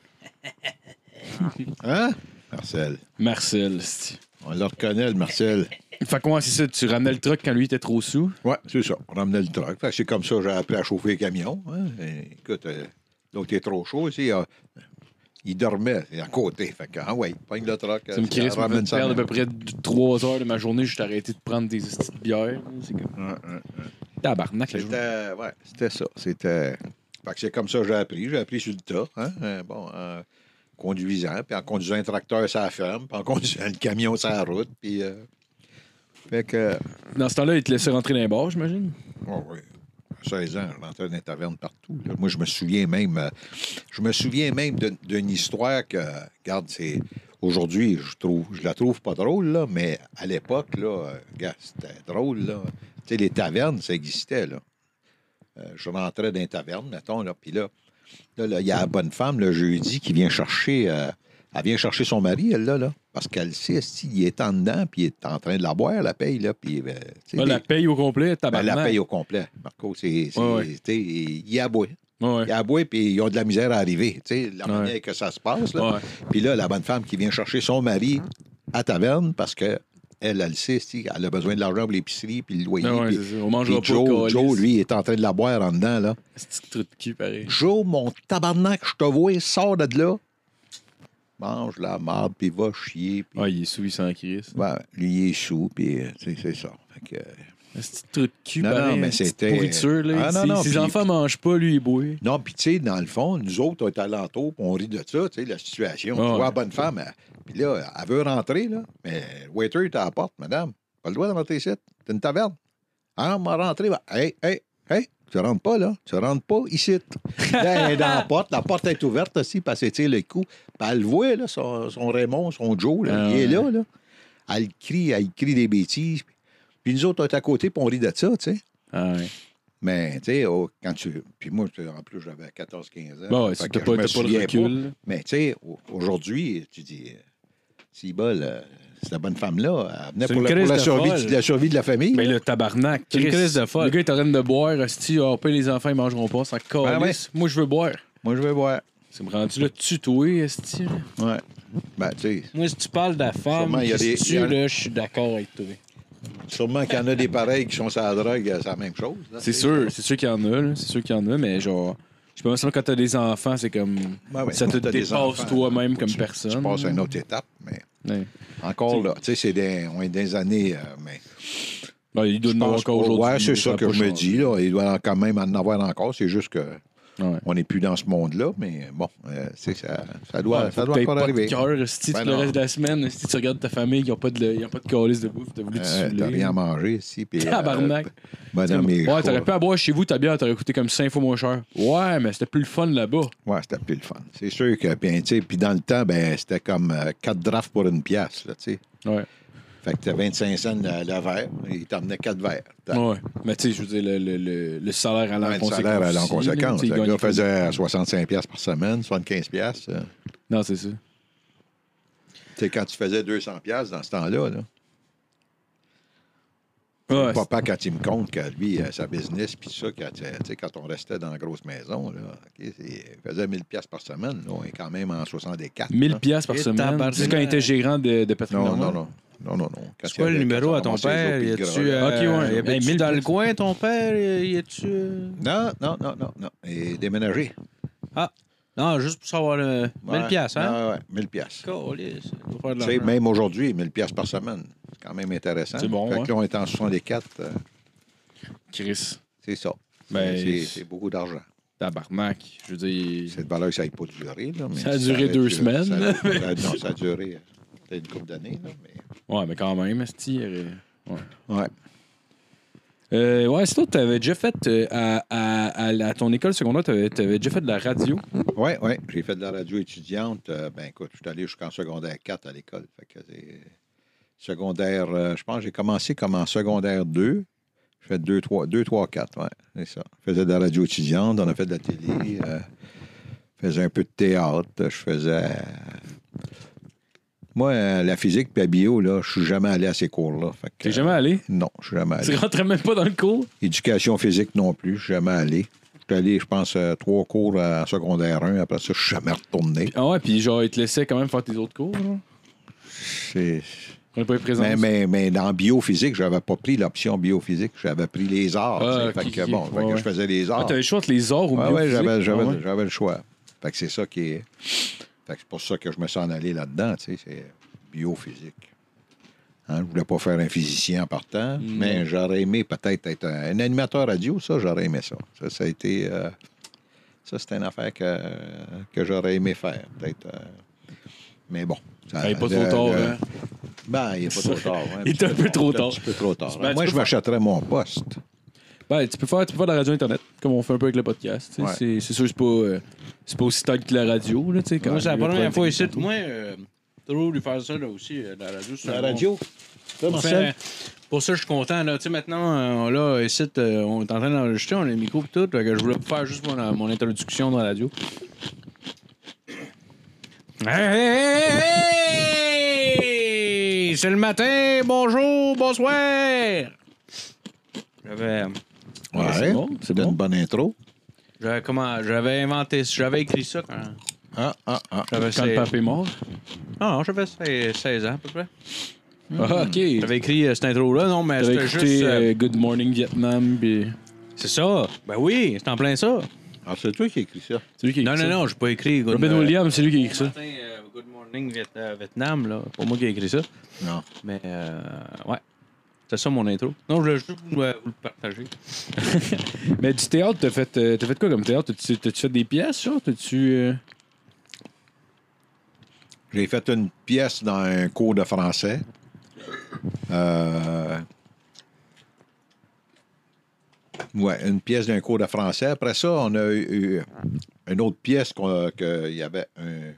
B: Hein, Marcel?
A: Marcel, c'est...
B: On le reconnaît, le Marcel.
A: Fait que moi, c'est ça, tu ramenais le truck quand lui était trop sous.
B: Ouais, c'est ça. On ramenait le truck. Fait que c'est comme ça que j'ai appris à chauffer les camions. Hein. Et, écoute, euh, l'autre est trop chaud ici. euh, il dormait à côté. Fait que, ah ouais, pogne le truck.
A: Ça me crée, ça me fait
B: ramène ça.
A: perdre à peu près trois heures de ma journée juste arrêté de prendre des petites bières. C'est comme...
B: Ouais, ouais, ouais.
A: Tabarnak, la journée.
B: C'était, ouais, c'était ça. C'était. Fait que c'est comme ça que j'ai appris. J'ai appris sur le tas. Hein. Euh, bon, en conduisant, puis en conduisant un tracteur sur la ferme, puis en conduisant le camion sur la route. Puis. Euh... Fait que.
A: Dans ce temps-là, il te laissait rentrer dans les bars, j'imagine?
B: Oh, oui. À seize ans, je rentrais dans les tavernes partout. Là. Moi, je me souviens même. euh, je me souviens même de- d'une histoire que. Regarde, c'est. Aujourd'hui, je trouve, je la trouve pas drôle, là, mais à l'époque, là, euh, regarde, c'était drôle, là. Tu sais, les tavernes, ça existait, là. Euh, je rentrais dans les tavernes, mettons, là, puis là, là, là, il y a la bonne femme, le jeudi, qui vient chercher. euh, elle vient chercher son mari, elle, là, là. Parce qu'elle sait, s'il est en dedans, puis il est en train de la boire, la paye, là, puis. euh, tu sais,
A: Ah,
B: les-
A: la paye au complet,
B: ben,
A: tabarnak.
B: la paye au complet. Marco, c'est. c'est-
A: Ouais, ouais.
B: tu sais, il y a bois.
A: Ouais, ouais.
B: Il y a bois, puis ils ont de la misère à arriver. Tu sais, la
A: Ouais.
B: manière que ça se passe, là.
A: Ouais.
B: Puis là, la bonne femme qui vient chercher son mari à taverne parce que elle, elle le sait, si, elle a besoin de l'argent pour l'épicerie, puis le loyer.
A: Ah ouais,
B: puis-
A: c'est ça. On mangera
B: puis
A: pas
B: Joe,
A: le
B: Joe,
A: calice.
B: lui, est en train de la boire en dedans, là.
A: C'est un petit truc de cul, pareil.
B: Joe, mon tabarnak, je te vois, sors de là. Mange la marde, puis va chier. Puis...
A: Ah, il est sous, il s'en crisse.
B: Ouais, lui, il est sous, puis euh, tu sais, c'est ça. Fait que, euh,
A: Un petit truc de cul,
B: Non, non,
A: pareil.
B: mais
A: une petite
B: c'était-
A: pourriture, là.
B: Ah, non,
A: Ses-
B: non,
A: Ses
B: puis-
A: enfants mangent pas, lui, il boit.
B: Non, puis tu sais, dans le fond, nous autres, on est alentour, puis on rit de ça, tu sais, la situation.
A: Ah,
B: tu vois
A: ouais.
B: la bonne femme, elle- puis là, elle veut rentrer, là, mais le waiter est à la porte, madame. Pas le droit de rentrer ici. C'est une taverne. Ah, on m'a rentré. Ben, hey, hey, hey, tu rentres pas, là. Tu rentres pas ici. Là, elle est dans la porte. La porte est ouverte aussi, parce qu'elle tire le cou. Puis elle le voit, là, son, son Raymond, son Joe, là,
A: Ah,
B: il est
A: ouais.
B: là, là. Elle crie, elle crie des bêtises. Puis nous autres, on est à côté, puis on rit de ça, tu sais.
A: Ah, ouais.
B: Mais, tu sais, oh, quand tu. Puis moi, tu sais, en plus, j'avais quatorze quinze ans.
A: Bon, ouais,
B: Fait
A: c'est-
B: que
A: t'as
B: je
A: pas,
B: me
A: t'as pas le
B: souviens
A: recul. là.
B: Mais, tu sais, au- aujourd'hui, tu dis, euh, si bol, euh, cette bonne femme-là, elle venait
C: C'est
B: pour,
C: une
B: la, pour
C: crise
B: la
C: de
B: survie,
C: folle.
B: de la survie de la famille.
A: Mais
B: là.
A: le tabarnak,
C: C'est une
A: Chris,
C: crise de folle.
A: Le gars est en train de boire, hostie, ah, pas les enfants, ils mangeront pas, ça calisse.
B: ouais.
A: Moi, je veux boire.
B: Moi, je vais voir.
A: C'est me rendu là tutoé, hostie. là.
B: Ouais. Ben, tu sais,
C: Moi, si tu parles de la femme,
B: Sûrement, il y a
C: qui
B: des-
C: se
B: il y
C: tue,
B: a-
C: là, je suis d'accord avec toi.
B: sûrement qu'il y en a des pareils qui sont sur la drogue, c'est la même chose. là,
A: C'est
B: tu sais.
A: sûr, c'est sûr qu'il y en a, là. C'est sûr qu'il y en a, mais genre, je sais pas, même quand t'as des enfants, c'est comme.
B: Ouais, ouais,
A: ça te
B: t'as des
A: dépasse
B: enfants,
A: toi-même comme
B: tu-
A: personne.
B: Tu passes à une autre étape, mais
A: Ouais.
B: encore là, tu sais, c'est des, on est des années, euh, mais.
A: Ben, il doit
B: je
A: en avoir
B: pense
A: encore
B: pas-
A: aujourd'hui.
B: Ouais, c'est
A: mais
B: ça
A: a
B: que
A: pas
B: je me
A: changé.
B: dis, là. Il doit quand même en avoir encore, c'est juste que.
A: Ouais.
B: On n'est plus dans ce monde-là, mais bon, euh, c'est ça, ça doit,
A: Ouais,
B: ça
A: faut
B: doit
A: que t'aies
B: encore
A: pas
B: arriver.
A: de cœur, si
B: Ben
A: tu le
B: non.
A: reste de la semaine, si tu regardes ta famille, ils n'ont pas de, ils ont pas de calice de bouffe, t'as voulu te
B: Euh,
A: saouler.
B: T'as rien à manger ici. Puis,
A: Tabarnak.
B: Euh, ben non, mais
A: Ouais,
B: je-
A: t'aurais pu avoir chez vous ta bière, t'aurais coûté comme cinq fois moins cher. Ouais, mais c'était plus le fun là-bas.
B: Ouais, c'était plus le fun. C'est sûr que, puis, tu sais, puis dans le temps, ben, c'était comme euh, quatre drafts pour une pièce, là, tu sais.
A: Ouais.
B: Fait que t'as vingt-cinq cents le, le verre, il t'emmenait quatre verres. T'as-
A: Ouais. Mais tu sais, je veux dire, le, le, le, le salaire allait
B: Ouais,
A: en
B: le
A: conséquence.
B: salaire allait en
A: aussi, là.
B: conséquence.
A: Tu sais, il
B: Le
A: gagnait
B: gars
A: comme-
B: faisait soixante-cinq piastres par semaine, soixante-quinze piastres. euh.
A: Non, c'est ça.
B: Tu sais, quand tu faisais deux cents piastres dans ce temps-là, là,
A: Ouais,
B: papa, quand il me compte que lui, euh, sa business, puis ça, quand, tu sais, quand on restait dans la grosse maison, là, ok, c'est- il faisait mille piastres par semaine. Là, on est quand même en soixante-quatre.
A: mille
B: là.
A: piastres par
C: Et
A: semaine.
C: tabarnak.
A: C'est quand il était gérant de, de Patrick
B: Non,
A: Normand.
B: non, non. Non, non, non. Quand
C: C'est
B: il
C: quoi le
B: avait-
C: numéro
B: quand
C: à
B: il
C: ton
B: ramassait les
C: père?
B: eaux puis
C: Y
B: le
C: a-tu
B: gras, là.
A: Ok, ouais.
C: euh, y avait-tu
A: Hey, mille
C: dans le
A: pièces.
C: coin, ton père? Y a-tu... euh,
B: Non, non, non, non, non. Et déménagé.
C: Non, juste pour savoir le mille
B: Ouais.
C: piastres, hein?
B: Ouais, ouais, mille piastres.
C: Calisse, ça doit faire de
B: Tu sais,
C: l'argent.
B: même aujourd'hui, mille piastres par semaine. C'est quand même intéressant.
A: C'est bon,
B: Fait
A: ouais.
B: que là, on est en soixante-quatre. euh,
A: Chris,
B: c'est ça.
A: Ben,
B: C'est- c'est c'est beaucoup d'argent.
A: tabarnak. Je veux dire.
B: Cette valeur que ça n'ait pas duré. Là, mais
A: Ça a duré
B: avait
A: deux
B: duré-
A: semaines,
B: ça a-
A: là.
B: ça a- non, ça a duré euh, peut-être une couple d'années. Là, mais...
A: Ouais, mais quand même, esti, il y aurait- Ouais.
B: Ouais.
A: Euh, ouais, sinon, tu avais déjà fait, euh, à, à, à la- à ton école secondaire, tu avais, déjà fait de la radio.
B: Oui, oui. J'ai fait de la radio étudiante. Euh, ben écoute, je suis allé jusqu'en secondaire quatre à l'école. Fait que c'est secondaire, euh, je pense que j'ai commencé comme en secondaire deux. Je fais deux, trois, deux, trois, quatre, ouais, c'est ça. Je faisais de la radio étudiante, on a fait de la télé, euh, je faisais un peu de théâtre, je faisais... Moi, euh, la physique et la bio, là, je suis jamais allé à ces cours-là.
A: T'es jamais allé?
B: Non, je suis jamais allé.
A: Tu rentrais même pas dans le cours?
B: Éducation physique non plus, je suis jamais allé. Je suis allé, je pense, euh, trois cours en secondaire un. Après ça, je suis jamais retourné.
A: Ah ouais, puis genre, ils te laissaient quand même faire tes autres cours, là?
B: C'est...
A: On n'est pas présent.
B: Mais, mais, mais dans biophysique, j'avais pas pris l'option biophysique. J'avais pris les arts.
A: Ah,
B: fait
A: okay,
B: que,
A: okay.
B: bon,
A: Ouais,
B: fait que
A: ouais.
B: je faisais les arts.
A: Ah, t'avais le choix entre les arts ou
B: ouais,
A: biophysique?
B: ouais, j'avais, j'avais,
A: Ah ouais.
B: j'avais le choix. Fait que c'est ça qui est... Fait que c'est pour ça que je me suis en allé là-dedans, tu sais, c'est biophysique. Hein, je voulais pas faire un physicien en partant,
A: Non.
B: mais j'aurais aimé peut-être être un, un animateur radio, ça, j'aurais aimé ça. Ça, ça a été... euh, ça, c'était une affaire que, que j'aurais aimé faire, peut-être. euh, mais bon. Ça,
A: Ah, il est pas
B: le-
A: trop tard,
B: le-
A: hein?
B: Ben, il est pas trop tard. hein,
A: Il est un peu trop tard.
B: Un petit peu trop tard.
A: Ben, tu
B: Moi,
A: peux
B: je
A: faire-
B: m'achèterais mon poste.
A: Ben, tu peux faire, tu peux faire de la radio Internet, comme on fait un peu avec le podcast. tu sais.
B: Ouais.
A: C'est, c'est sûr, c'est pas, euh, c'est pas aussi tard que la radio. Là, tu sais, quand
C: Moi, c'est la
A: il y a un
C: première
A: problème
C: fois
A: technique
C: ici.
A: partout.
C: Moi, euh, toujours lui faire ça là aussi, euh, la radio. c'est
B: La
C: un bon-
B: radio? Ça,
C: Pour,
B: Marcel?
C: faire- pour ça, je suis content. Là. Tu sais, maintenant, euh, là, ici, euh, on est en train d'enregistrer, on a les micros et tout. Là, que je voulais faire juste mon, mon introduction dans la radio. Hey, hey, hey, hey! C'est le matin, bonjour, bonsoir! J'avais,
B: Ouais,
A: c'est bon, c'est
B: c'était
A: bon.
B: une bonne intro.
C: j'avais, comment, j'avais inventé, j'avais écrit ça quand.
B: Ah, ah, ah.
C: J'avais
A: Quand le
C: seize-
A: pape est mort.
C: Non, non, j'avais seize seize ans à peu près.
A: Ah, OK.
C: J'avais écrit euh, cette intro-là, non, mais
A: T'avais
C: c'était
A: écouté
C: juste. euh,
A: euh, Good Morning Vietnam. Puis...
C: C'est ça. Ben oui, c'est en plein ça.
B: Ah, c'est toi qui as écrit ça.
A: C'est lui qui a
C: Non,
A: écrit
C: non,
A: ça.
C: non, j'ai pas écrit. Good,
A: Robin
C: euh,
A: Williams, c'est lui qui a écrit ça.
C: Matin, euh, Good Morning Viet- euh, Vietnam, là. Pas moi qui ai écrit ça.
B: Non.
C: Mais, euh, ouais. C'est ça mon intro. Non, je voulais juste vous, euh, vous le partager.
A: Mais du théâtre, t'as fait, euh, t'as fait quoi comme théâtre? T'as-tu, t'as-tu fait des pièces, genre? T'as-tu... euh,
B: J'ai fait une pièce dans un cours de français. Euh... Ouais, une pièce d'un cours de français. Après ça, on a eu une autre pièce qu'on qu'il y avait un,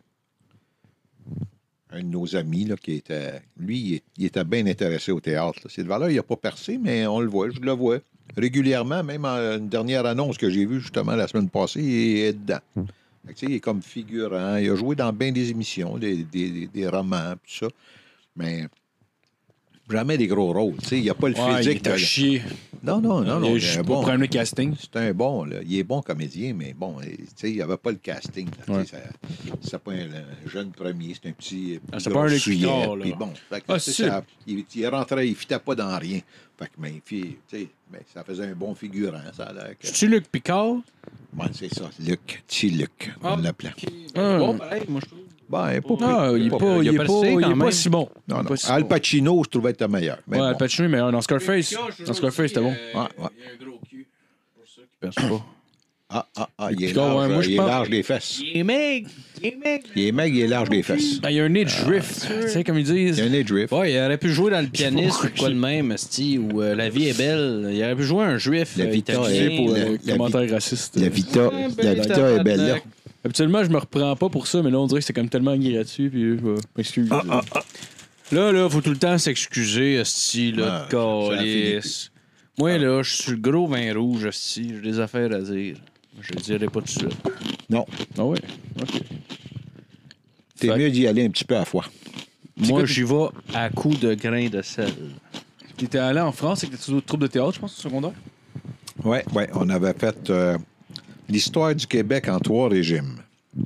B: un de nos amis là, qui était. Lui, il, est- il était bien intéressé au théâtre. Là. Sylvain, là, il n'a pas percé, mais on le voit, je le vois. Régulièrement, même en une dernière annonce que j'ai vue justement la semaine passée, il est dedans. Fait que, tu sais, il est comme figurant. Il a joué dans bien des émissions, des, des, des romans, tout ça. Mais jamais des gros rôles. Tu sais, il n'y a pas le
A: Ouais, il
B: physique.
A: est à
B: de-
A: chier.
B: Non, non, non, non.
A: Il
B: il
A: est
B: est
A: juste
B: un
A: pour
B: bon.
A: prendre le casting.
B: C'est un bon, là. Il est bon comédien, mais bon, tu sais, il n'y avait pas le casting. là. Tu sais,
A: Ouais.
B: ça- C'est pas un, un jeune premier, c'est un petit.
A: Ah, c'est pas un Luc
B: grossuillet,
A: Picard, là.
B: puis bon, fait que,
A: Ah,
B: tu sais,
A: c'est
B: ça- il, il rentrait, il ne fitait pas dans rien. Fait que, mais, puis, tu sais, mais ça faisait un bon figurant, ça a l'air que.
C: C'est-tu Luc Picard?
B: Ouais, c'est ça, Luc, petit Luc, on l'appelait.
A: Ah.
C: Bon, pareil, moi, je trouve.
B: Ben, il est pas
A: Ah,
B: pris-
A: il est
B: pas
A: pas,
B: pris.
A: il
C: il a
A: est
C: pas
A: pas,
C: le C,
A: il
C: quand
A: est pas
C: même.
A: si bon. Il
B: Non,
A: est
B: non.
A: pas si
B: Al
A: bon.
B: Pacino, je trouvais être meilleur. Mais
A: Ouais,
B: bon.
A: Al Pacino, mais dans Scarface, dans Scarface, c'était bon.
B: Ouais, ouais.
C: Il y a un gros cul. Pour ça qu'il
A: Perce pas.
B: Ah, ah, ah, il est
A: Picard,
B: large,
A: ouais, moi, je
B: il est
A: pense-
B: large les fesses.
C: Il est maigre. Il est maigre.
B: Il est maigre, il est large les fesses.
A: Ben, il y a un nez de drift. Tu sais, comme ils disent.
B: Il y a un nez drift.
C: Ouais, il aurait pu jouer dans le pianiste ou quoi de même, esti, ou euh, La vie est belle. Il aurait pu jouer un juif.
B: La
C: euh,
B: Vita
C: italien.
A: Désolé pour
B: la-
A: le
B: la
A: commentaire raciste.
B: La Vita,
C: Ouais,
B: la
C: ben,
B: Vita est belle, là.
C: tabarnak.
A: Habituellement, je me reprends pas pour ça, mais là, on dirait que c'est comme tellement gratuit, puis je vais m'excuser.
C: Là, là, faut tout le temps s'excuser, esti, là,
B: Ah,
C: de
B: ça- ça a
C: calice. Moi, là, je suis le gros vin rouge, esti. J'ai des affaires à dire. Je le dirai pas tout de suite.
B: Non,
A: Ah ouais? OK.
B: t'es
A: Fait-
B: mieux d'y aller un petit peu à la fois.
C: Moi,
A: quoi,
C: j'y vais à coups de grains de sel.
A: T'étais allé en France avec tes autres troupes de théâtre, je pense, au secondaire?
B: Oui, oui, on avait fait euh, l'histoire du Québec en trois régimes.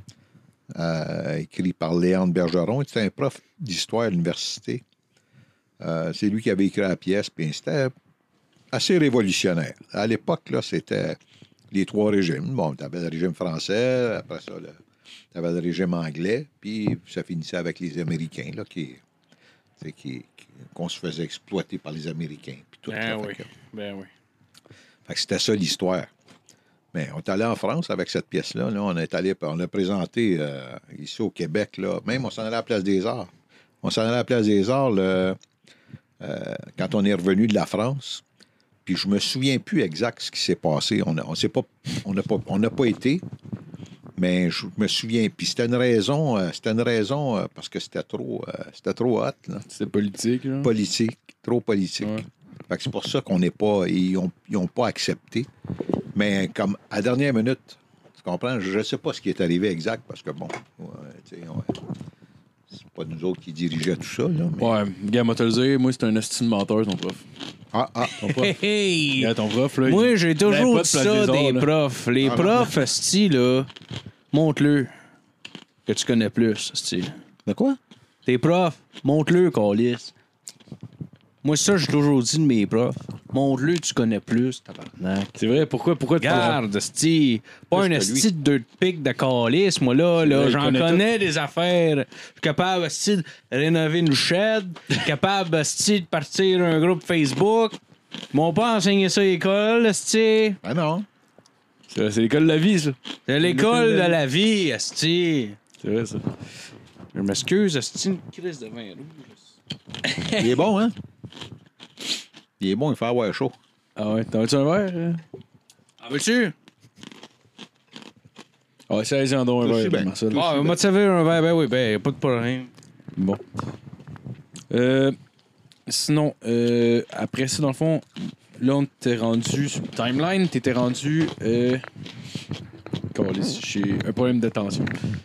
B: Euh, écrit par Léandre Bergeron. C'était un prof d'histoire à l'université. Euh, c'est lui qui avait écrit la pièce, puis c'était assez révolutionnaire. À l'époque, là, c'était les trois régimes. Bon, tu avais le régime français, après ça, tu avais le régime anglais, puis ça finissait avec les Américains, là, qui, tu sais, qui, qui- qu'on se faisait exploiter par les Américains. Puis tout,
C: Ben
B: là,
C: oui.
B: fait que-
C: Ben oui.
B: fait que c'était ça l'histoire. Mais on est allé en France avec cette pièce-là. Là, on est allé, on l'a présenté euh, ici au Québec. Là. Même on s'en allait à la Place des Arts. On s'en allait à la Place des Arts le, euh, quand on est revenu de la France. Puis je me souviens plus exact ce qui s'est passé. On n'a on s'est pas, on n'a pas, on n'a pas été. Mais je me souviens. Puis c'était une raison, euh, c'était une raison euh, parce que c'était trop, euh, c'était trop hot, là.
A: C'était politique, là.
B: Politique, trop politique.
A: Ouais.
B: Fait que c'est pour ça qu'on n'est pas. Ils n'ont pas accepté. Mais comme à la dernière minute, tu comprends? Je ne sais pas ce qui est arrivé exact parce que bon, ouais, tu sais, ouais, c'est pas nous autres qui dirigeaient tout ça. Là, mais...
A: Ouais, gars, moi te le dire, moi c'est un estime menteur, ton prof.
B: Ah, ah,
A: Ton prof.
C: Hey, hey.
A: Gars, ton prof, là.
C: Moi,
A: il-
C: j'ai
A: il avait
C: toujours
A: pas
C: dit
A: de place
C: ça
A: des
C: des
A: arts, là.
C: profs. Les
B: Ah, non.
C: profs, esti, là, montre-le que tu connais plus, esti.
B: De quoi?
C: Tes profs, montre-le, câlisse. Moi, ça, j'ai toujours dit de mes profs. Montre-le que tu connais plus, tabarnak.
A: C'est vrai, pourquoi, pourquoi tu penses-
C: Garde, esti. Pas un
B: Plus que lui.
C: esti de deux de pique de calice, moi, là. là
A: vrai, il
C: J'en
A: connaît
C: connais des affaires. Je suis capable, esti, de rénover une shed. Je suis capable, esti, de partir un groupe Facebook. Ils m'ont pas enseigné ça à l'école, esti.
B: Ben non.
A: C'est c'est l'école de la vie, ça.
C: C'est l'école de la vie, esti.
A: C'est vrai, ça.
C: Je m'excuse, esti, une crise de vin rouge.
B: Il est bon, hein? Il est bon, il fait avoir chaud.
A: Ah ouais, t'en veux-tu un verre? hein?
C: Ah, veux-tu?
A: Ah ouais, seize ans, donc un
B: Je sais
A: verre,
B: bien.
A: Marcel.
C: Ah, on m'a servi un verre, ben oui, ben, pas de problème.
A: Bon. Euh, sinon, euh, après ça, dans le fond, là, on t'était rendu sur Timeline, t'étais rendu. Euh, câlisse, j'ai un problème de tension.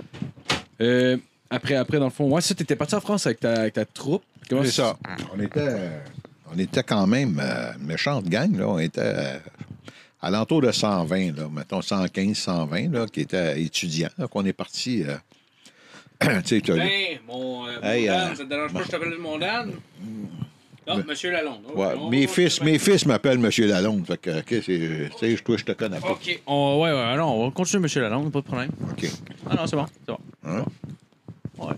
A: Euh, après, après, dans le fond, ouais, ça, t'étais parti en France avec ta, avec ta troupe. Comment
B: C'est ça. On était, on était quand même euh, une méchante gang, là. On était euh, alentour de cent vingt, là, mettons cent quinze, cent vingt, là, qui étaient étudiants. Donc, on est parti. Euh, tu sais, t'as-
C: Ben, mon, euh, mon
B: Hey,
C: Dan,
B: euh,
C: ça te dérange pas que je t'appelle mon Dan? Non, Monsieur Lalonde. Oh,
B: ouais,
C: oh,
B: mes
C: oh,
B: fils,
C: oh,
B: mes fils m'appellent M. Lalonde. Fait que, OK, c'est, tu sais, toi, je te connais pas.
C: OK. On, ouais, ouais, non, on va continuer, Monsieur Lalonde, pas de problème.
B: OK.
C: Ah non, c'est bon, c'est bon.
B: Hein?
C: Ouais.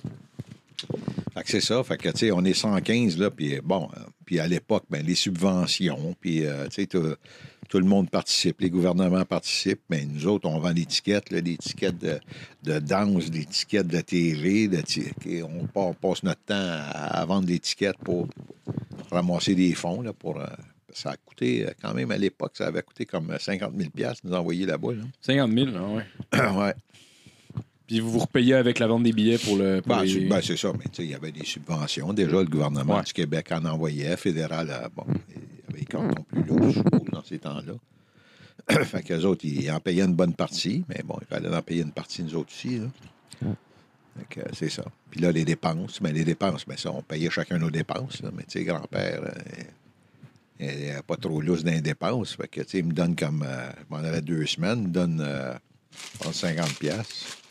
B: Fait que c'est ça. Fait que, tu sais, on est cent quinze, là, puis bon, euh, puis à l'époque, ben, les subventions, puis, euh, tu sais, tout, tout le monde participe, les gouvernements participent, mais nous autres, on vend des tickets, là, des tickets de, de danse, des tickets de T V, de ti- OK, on, pa- on passe notre temps à, à vendre des tickets pour ramasser des fonds, là, pour... euh, ça a coûté, euh, quand même, à l'époque, ça avait coûté comme cinquante mille dollars nous envoyer là-bas, là.
A: cinquante mille, ah ouais.
B: ouais.
A: Puis vous vous repayez avec la vente des billets pour le. Pour
B: Ben,
A: les-
B: c'est ben, c'est ça, mais tu sais, il y avait des subventions. Déjà, le gouvernement
A: Ouais.
B: du Québec en envoyait, fédéral, euh, bon, il y avait les cartons plus lourds, je suppose, dans ces temps-là. Fait qu'eux autres, ils en payaient une bonne partie, mais bon, il fallait en payer une partie, nous autres aussi, là. Fait que, euh, c'est ça. Puis là, les dépenses, mais les dépenses, ben ça, on payait chacun nos dépenses, là. Mais tu sais, grand-père, euh, il n'est pas trop lousse dans les dépenses. Fait que, tu sais, il me donne comme, euh, on avait deux semaines, il me donne, euh, je pense, cinquante piastres.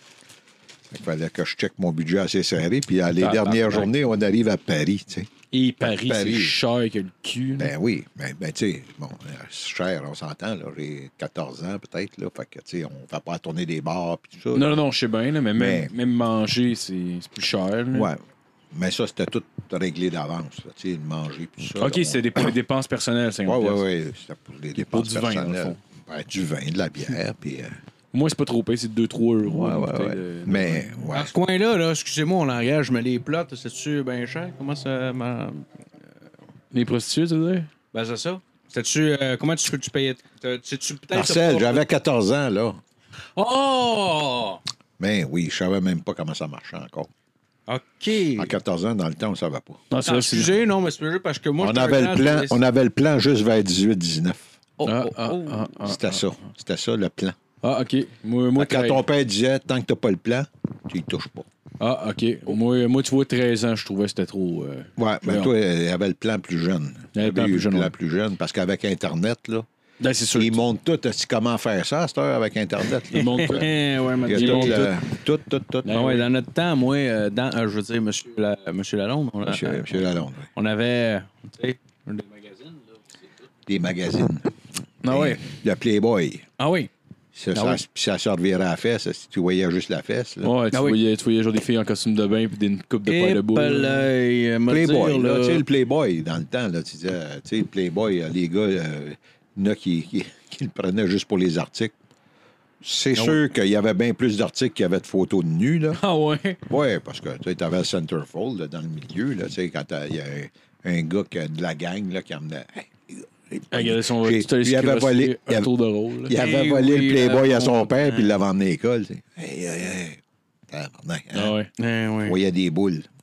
B: Il fallait que je check mon budget assez serré. Puis à les
A: Ah,
B: dernières
A: ah,
B: journées, on arrive à Paris, tu sais.
A: Et Paris,
B: Paris.
A: c'est cher que le cul. là.
B: Ben oui, ben, ben tu sais, bon, euh, c'est cher, on s'entend, là. J'ai quatorze ans peut-être, là. Fait que, tu sais, on ne fait pas tourner des bars puis tout ça.
A: Non, non, non, je sais bien, là, mais,
B: Mais-
A: Même, même manger, c'est c'est plus cher. là.
B: Ouais. Mais ça, c'était tout réglé d'avance, là, tu sais, le manger puis tout ça.
A: OK,
B: là,
A: c'est des, pour les dépenses personnelles,
B: Oui,
A: cinquante
B: oui,
A: piastres.
B: oui. C'était pour les
A: Pour
B: dépenses
A: du vin, dans le
B: personnelles.
A: fond.
B: Ben, du vin, de la bière, puis... euh,
A: Moi, c'est pas trop payé, c'est deux trois euros.
B: ouais,
A: une
B: ouais,
A: bouteille
B: ouais.
A: de- de
B: Mais,
A: vin.
B: ouais.
C: Dans ce coin-là, là, excusez-moi, on langage, mais les plots, c'est-tu bien cher? Comment ça. ma-
A: Les prostituées, tu veux dire?
C: Ben, c'est ça. C'est-tu. euh, comment tu peux tu payer? T'as- C'est-tu peut-être.
B: Marcel, j'avais quatorze ans, là.
C: Oh!
B: Mais oui, je savais même pas comment ça marchait encore.
C: OK.
B: En quatorze ans, dans le temps, on ne savait pas.
A: Non, c'est
C: Ah,
A: vrai, c'est-
C: excusez, non, mais c'est juste parce que moi,
B: On
C: j'étais
B: avait,
C: un
B: le
C: grand
B: plan,
C: touriste.
B: on avait le plan juste vers dix-huit dix-neuf.
C: Oh,
A: Ah,
C: oh,
A: ah,
C: oh.
A: ah, ah,
B: C'était
A: ah.
B: ça. C'était ça, le plan.
A: Ah, OK. Moi, moi
B: Quand
A: treize.
B: ton père disait, tant que tu n'as pas le plan, tu y touches pas.
A: Ah, OK. Moi, moi, tu vois, treize ans, je trouvais que c'était trop... euh,
B: Ouais, mais
A: voyons.
B: toi, il avait le plan plus jeune.
A: Il avait le plan
B: eu
A: plus jeune,
B: le plan
A: ouais.
B: plus jeune, parce qu'avec Internet, là,
A: Ben, c'est sûr.
B: ils montrent tout est-ce comment faire ça à cette heure avec Internet. là.
A: Ils montrent tout.
C: Eh, ouais, mais
B: Il y a
A: Ils
B: tout,
A: montrent
B: le- tout, tout, tout.
C: Ah ouais, dans notre temps, moi, euh, dans, euh, je veux dire, monsieur, la, monsieur Lalonde, on, a-
B: Monsieur, Monsieur Lalonde, oui.
C: on avait, tu sais, des magazines, là. c'est tout.
B: Des magazines.
A: Ah ouais.
B: Le Playboy.
C: Ah oui.
B: Ça,
C: Ah
B: ça,
C: oui.
B: puis ça se revirait à la fesse, si tu voyais juste la fesse. Là.
A: Ouais, tu,
C: Ah oui.
A: voyais, tu voyais genre des filles en costume de bain puis des une coupe de paille de boule.
C: Épelay, me
B: Playboy,
C: dire,
B: là,
C: là.
B: tu sais, le Playboy, dans le temps, là, tu disais, tu sais, le Playboy, euh, les gars, euh, il y en a qui, qui, qui le prenaient juste pour les articles. C'est
C: Ah
B: sûr qu'il y avait bien plus d'articles qu'il y avait de photos de nus, là.
A: Ah ouais?
B: Oui, parce que tu avais le centerfold là, dans le milieu, là, tu sais, quand t'as- il y a un, un gars qui a de la gang là, qui emmenait. Hey, les gars, j'ai-
A: Ah, regardez son
B: j'ai-
A: tu t'as
B: il avait
A: escroché
B: volé, il
A: un
B: avait-
A: tour de rôle. là.
B: il avait
C: Eh
B: volé
C: oui,
B: le Playboy
C: là,
B: à son
C: on-
B: père, puis il l'avait emmené à l'école. tu sais. Hey, hey, hey. Tabarnak, hein?
C: Eh
A: Ah ouais.
C: oui.
B: On voyait des boules.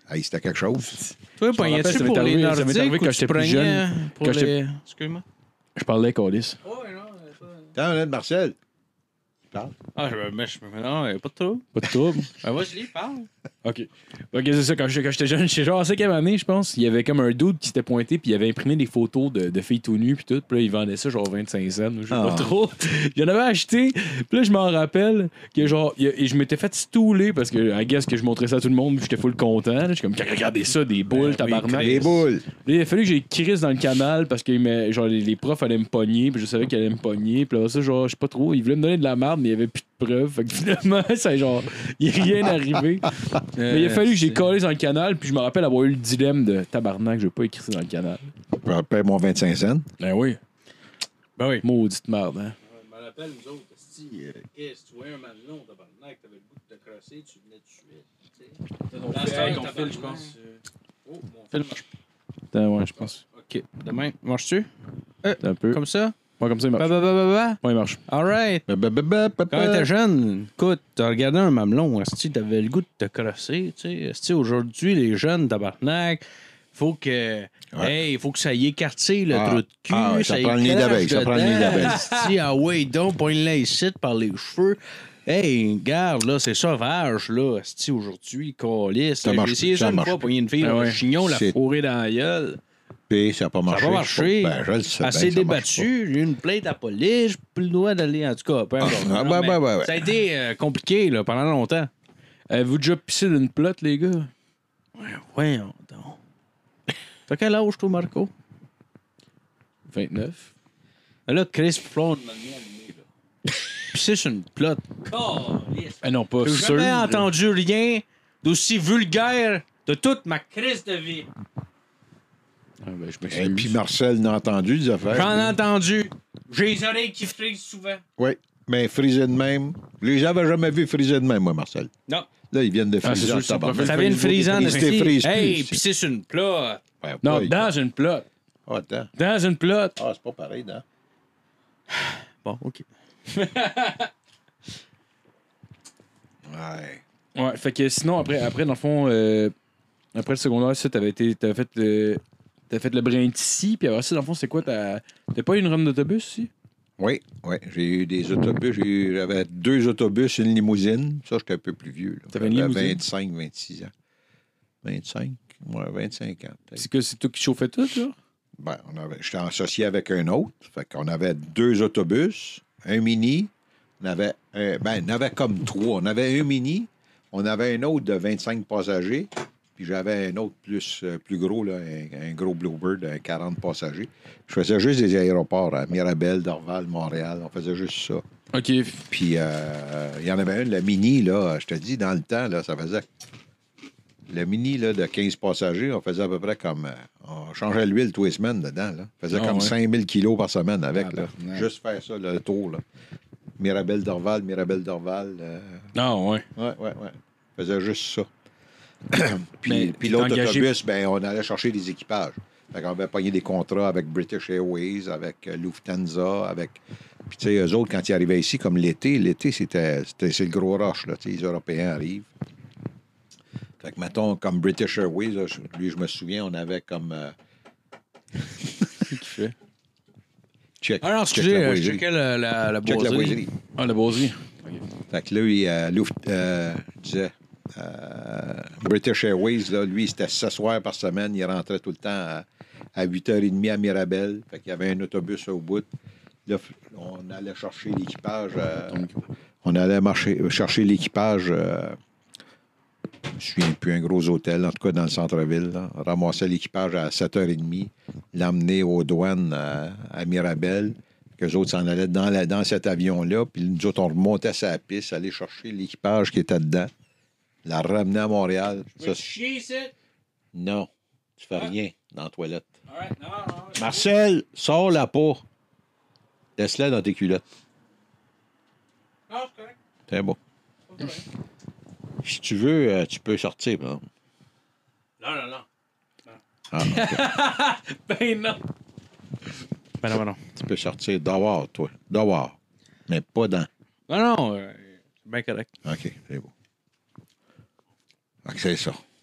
B: Hey, c'était quelque chose.
C: Toi,
A: me rappelle,
C: pognais-tu
A: ça m'est
C: pour les
A: arrivé- ça m'est
C: Nordiques
A: arrivé
C: ou
A: quand
C: tu
A: j'étais plus
C: prenais
A: jeune.
C: pour
A: Quand
C: les...
A: j'étais-
C: Excuse-moi.
A: Je parlais, Calis.
C: Oh, non,
B: Attends, là, Marcel. Tu parles?
C: Ah, je me mets, je me mets, non, y a pas de trouble.
A: Pas de trouble.
C: Ah, vas-y, parle.
A: OK. OK, c'est ça. Quand j'étais quand j'étais jeune, j'étais genre en cinquième année, je pense, il y avait comme un dude qui s'était pointé, puis il avait imprimé des photos de, de filles tout nues, puis tout. Puis là, il vendait ça genre vingt-cinq cents, je sais
B: Ah.
A: pas trop. J'en avais acheté. Puis là, je m'en rappelle que genre, il y a- et je m'étais fait stouler parce que, I guess que je montrais ça à tout le monde, puis j'étais full content. là. J'étais comme, regardez ça, des boules, tabarnak.
B: Les boules.
A: Là, il a fallu que j'ai crisse dans le canal parce que il genre, les, les profs allaient me pogner, puis je savais qu'ils allaient me pogner. Puis là, ça, genre, je sais pas trop, ils voulaient me donner de la merde, mais il y avait plus de preuves. Fait que finalement, ça, genre, il est rien arrivé. Mais il a fallu que j'ai collé dans le canal, puis je me rappelle avoir eu le dilemme de tabarnak, je vais pas écrire ça dans le canal.
B: Je paye mon vingt-cinq cents.
A: Ben oui.
C: Ben oui.
A: Maudite merde, hein.
C: Je me rappelle, nous autres, si qu'est-ce que tu vois un mamelon, tabarnak, t'avais le goût de te crosser, tu venais tout de suite.
A: Hey,
C: ton
A: fil,
C: je pense. Oh, mon
A: Fil marche pas. Ouais, je pense.
C: OK. Demain, marches-tu?
A: Un peu.
C: Comme ça?
A: Ouais, comme ça, il
C: Ba,
A: marche.
C: ba, ba, ba, ba.
A: Ouais, il marche.
C: All right.
B: Ba, ba, ba, ba, ba,
C: Quand t'étais jeune, écoute, t'as regardé un mamelon, est-ce que t'avais le goût de te crosser, tu sais? Est-ce que aujourd'hui, les jeunes, tabarnak, faut que... Hey, il faut que ça y écartille le
B: Ah.
C: trou de cul.
B: Ah, ça
C: y
B: prend le nid
C: crache
B: d'abeille, ça prend le nid
C: dedans.
B: d'abeille.
C: Asti, ah ouais, donc, pogne-la ici par les cheveux. Hey, regarde, là, c'est sauvage, là, asti, aujourd'hui, câlisse.
B: Ça
C: J'ai
B: marche
C: essayé
B: plus, ça
C: ça une
B: marche
C: fois,
B: plus.
C: pogner une fille
A: Ah
C: dans le
A: ouais.
C: chignon, la
B: C'est-
C: fourrée dans la gueule.
B: Puis ça n'a pas
C: Ça
B: marché.
C: n'a pas marché.
B: Ben, je le sais.
C: Elle
B: ben,
C: s'est
B: ça marche
C: débattue, j'ai eu une plainte à la police, j'ai plus le droit d'aller, en tout cas, peu importe.
B: Ah,
C: Non,
B: ouais,
C: mais
B: ouais, ouais, ouais.
C: Ça a été euh, compliqué, là, pendant longtemps.
A: Avez-vous déjà pissé d'une plotte, les gars?
C: Voyons donc. T'as quel âge, toi, Marco?
A: vingt-neuf.
C: Là, Chris Flon m'a mis allumé, là. Puis c'est sur une plotte.
A: Ah non, pas
C: J'ai
A: sûr.
C: jamais entendu rien d'aussi vulgaire de toute ma crise de vie.
A: Ah, ben, je
B: pas.
A: m'excuse.
B: Et puis Marcel n'a entendu des affaires.
C: J'en ai entendu. J'ai les oreilles qui frisent souvent.
B: Oui, mais frisé de même. Je les avais jamais vus friser de même, moi, Marcel.
C: Non.
B: Là, ils viennent de
A: Ah, c'est
B: friser
A: sûr
B: en
A: que c'est
B: tabarnak.
A: pas
C: Ça vient de
A: Facebook,
C: friser en
B: il se défrise plus,
C: Hey,
B: c'est-
C: puis c'est sur une plotte.
B: Ouais,
A: Non,
B: ouais.
A: dans une plotte.
B: Ah, attends.
A: Dans une plotte.
B: Ah, c'est pas pareil, non?
C: Bon, OK.
B: Ouais.
A: Ouais, fait que sinon, après, après dans le fond, euh, après le secondaire, ça, t'avais été. T'avais fait le. T'as fait le brin ici, puis après ça, dans le fond, c'est quoi? T'as t'as pas eu une run d'autobus ici?
B: Oui, oui. J'ai eu des autobus. J'ai eu- J'avais deux autobus, une limousine. Ça, j'étais un peu plus vieux. là.
A: T'avais une
B: J'avais
A: limousine?
B: vingt-cinq, vingt-six ans. vingt-cinq? Ouais, vingt-cinq ans, peut-être.
A: C'est que c'est toi qui chauffais tout, là?
B: Ben, on avait, j'étais associé avec un autre. Fait qu'on avait deux autobus, un mini. On avait, un- ben, on avait comme trois. On avait un mini, on avait un autre de vingt-cinq passagers, puis j'avais un autre plus, euh, plus gros, là, un, un gros Bluebird, un quarante passagers. Je faisais juste des aéroports à Mirabel, Dorval, Montréal. On faisait juste ça.
A: OK.
B: Puis euh, il y en avait un, le mini, là, je te dis, dans le temps, là, ça faisait. Le mini là, de quinze passagers, on faisait à peu près comme. euh, on changeait l'huile tous les semaines dedans. Là. On faisait
A: Ah,
B: comme
A: ouais.
B: cinq mille kilos par semaine avec.
A: Ah,
B: là.
A: ben, ouais.
B: Juste faire ça, le tour. Là. Mirabel Dorval, Mirabel Dorval. euh,
A: Non, ouais.
B: Ouais, ouais, ouais. On faisait juste ça. puis
A: Mais
B: puis
A: t'es
B: l'autre
A: engagé-
B: autobus, ben, on allait chercher des équipages. Fait qu'on avait pogné des contrats avec British Airways, avec euh, Lufthansa, avec. Puis, tu sais, eux autres, quand ils arrivaient ici, comme l'été, l'été, c'était, c'était c'est le gros rush, là. Tu sais, les Européens arrivent. Fait que, mettons, comme British Airways, là, je- lui, je me souviens, on avait comme. euh,
A: Qu'est-ce qu'il fait?
B: check.
C: Ah non,
B: check
C: excusez,
B: la
C: euh, je
B: boiserie.
C: checkais la, la, la
B: Check la
C: boiserie.
B: boiserie.
A: Ah, la boiserie.
B: Fait que là, il, euh, Luft, euh, je disais, euh, British Airways, là, lui, c'était sept soirs par semaine. Il rentrait tout le temps à, à huit heures trente à Mirabel. Fait qu'il y avait un autobus au bout. Là, on allait chercher l'équipage. euh, on allait marcher, chercher l'équipage. Euh, je me souviens plus, un gros hôtel, en tout cas dans le centre-ville. Là. On ramassait l'équipage à sept heures trente, l'emmener aux douanes à, à Mirabel. Qu'eux autres s'en allaient dans, la, dans cet avion-là. Puis nous autres, on remontait sur la piste, aller chercher l'équipage qui était dedans, la ramener à Montréal. Ça, c'est-
C: Chier, c'est?
B: non, tu fais rien dans la toilette.
C: All right, non, non.
B: Marcel, sors la pas. Laisse-la dans tes culottes.
C: Non, c'est correct.
B: C'est bon.
C: c'est correct.
B: Si tu veux, euh, tu peux sortir. Par exemple.
C: Non, non, non.
B: Ah, ok.
A: Ben non.
C: Ben non, ben non.
B: Tu peux sortir dehors, toi. Dehors. Mais pas dans.
C: Non, non, euh, c'est bien correct.
B: OK, c'est beau. OK, c'est ça.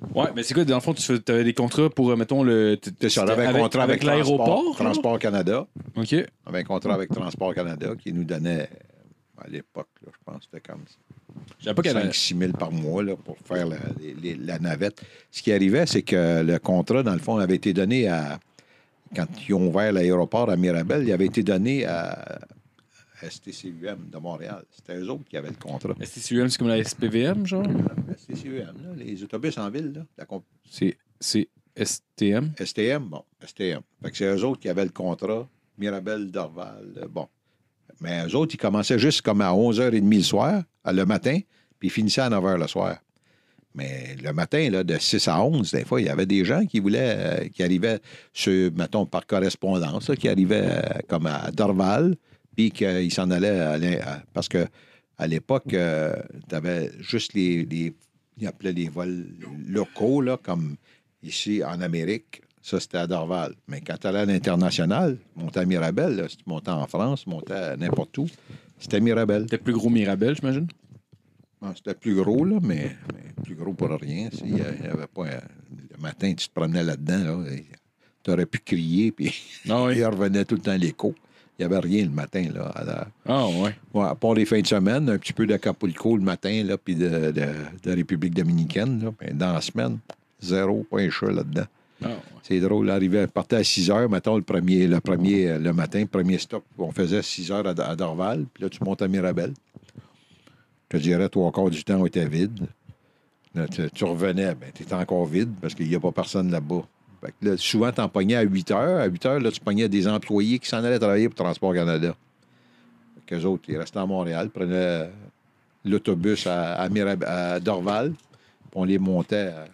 A: Ouais, mais c'est quoi, dans le fond, tu avais des contrats pour, euh, mettons, le.
B: C'est ça, on avait un contrat avec,
A: avec l'aéroport.
B: Transport, Transport Canada.
A: OK.
B: On avait un contrat avec Transport Canada qui nous donnait, à l'époque, là, je pense que c'était comme
A: J'avais pas qu'elle avait-
B: cinq six mille par mois là, pour faire la, les- les- la navette. Ce qui arrivait, c'est que le contrat, dans le fond, avait été donné à. Quand ils ont ouvert l'aéroport à Mirabel, il avait été donné à S T C U M de Montréal. C'était eux autres qui avaient le contrat.
A: S T C U M, c'est comme la S P V M, genre?
B: S T C U M, là, les autobus en ville, là, la comp-
A: C'est, c'est S T M.
B: S T M, bon, S T M. Fait que c'est eux autres qui avaient le contrat. Mirabel, Dorval, euh, bon. Mais eux autres, ils commençaient juste comme à onze heures trente le soir, à le matin, puis ils finissaient à neuf heures le soir. Mais le matin, là, de six à onze, des fois, il y avait des gens qui voulaient, euh, qui arrivaient, sur, mettons, par correspondance, là, qui arrivaient euh, comme à Dorval, puis qu'ils s'en allaient à l'in- à- parce que à l'époque, euh, tu avais juste les, les. Ils appelaient les vols locaux, là, comme ici en Amérique. Ça, c'était à Dorval. Mais quand tu allais à l'international, tu montais à Mirabel, là, si tu montais en France, tu montais à n'importe où, c'était Mirabel.
A: C'était plus gros Mirabel, j'imagine.
B: Bon, c'était plus gros, là, mais, mais plus gros pour rien. Il y avait pas, euh, le matin, tu te promenais là-dedans, là, tu aurais pu crier, puis
A: Ah oui.
B: il revenait tout le temps l'écho. Il n'y avait rien le matin, là. À, la...
A: Ah ouais.
B: ouais, à part les fins de semaine, un petit peu d'Acapulco le matin, là, puis de, de, de République dominicaine, là. Mais dans la semaine, zéro, pas un chat là-dedans.
A: Ah ouais.
B: C'est drôle, arrivait, partait à six heures, mettons, le premier, le premier, le matin, le premier stop, on faisait six heures à, à Dorval, puis là, tu montes à Mirabel. Je te dirais, trois quarts du temps, on était vide. Là, tu, tu revenais, ben, tu étais encore vide parce qu'il n'y a pas personne là-bas. Fait que là, souvent, tu en pognais à huit heures. À huit heures, là, tu pognais des employés qui s'en allaient travailler pour Transport Canada. Qu'eux autres, ils restaient à Montréal, prenaient l'autobus à, à, Mirab- à Dorval, puis on les montait. À...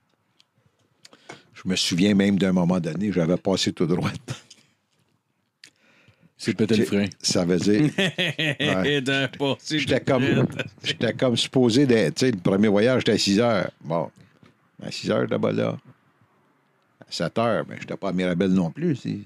B: Je me souviens même d'un moment donné, j'avais passé tout droit.
A: C'est peut-être le frein.
B: Ça veut dire. Ouais.
C: D'un passé
B: J'étais
C: de
B: comme,
C: traite.
B: j'étais comme supposé d'être. Tu sais, le premier voyage, j'étais à six heures. Bon, à six heures, là-bas, là. À sept heures, ben, j'étais pas à Mirabel non plus. Si.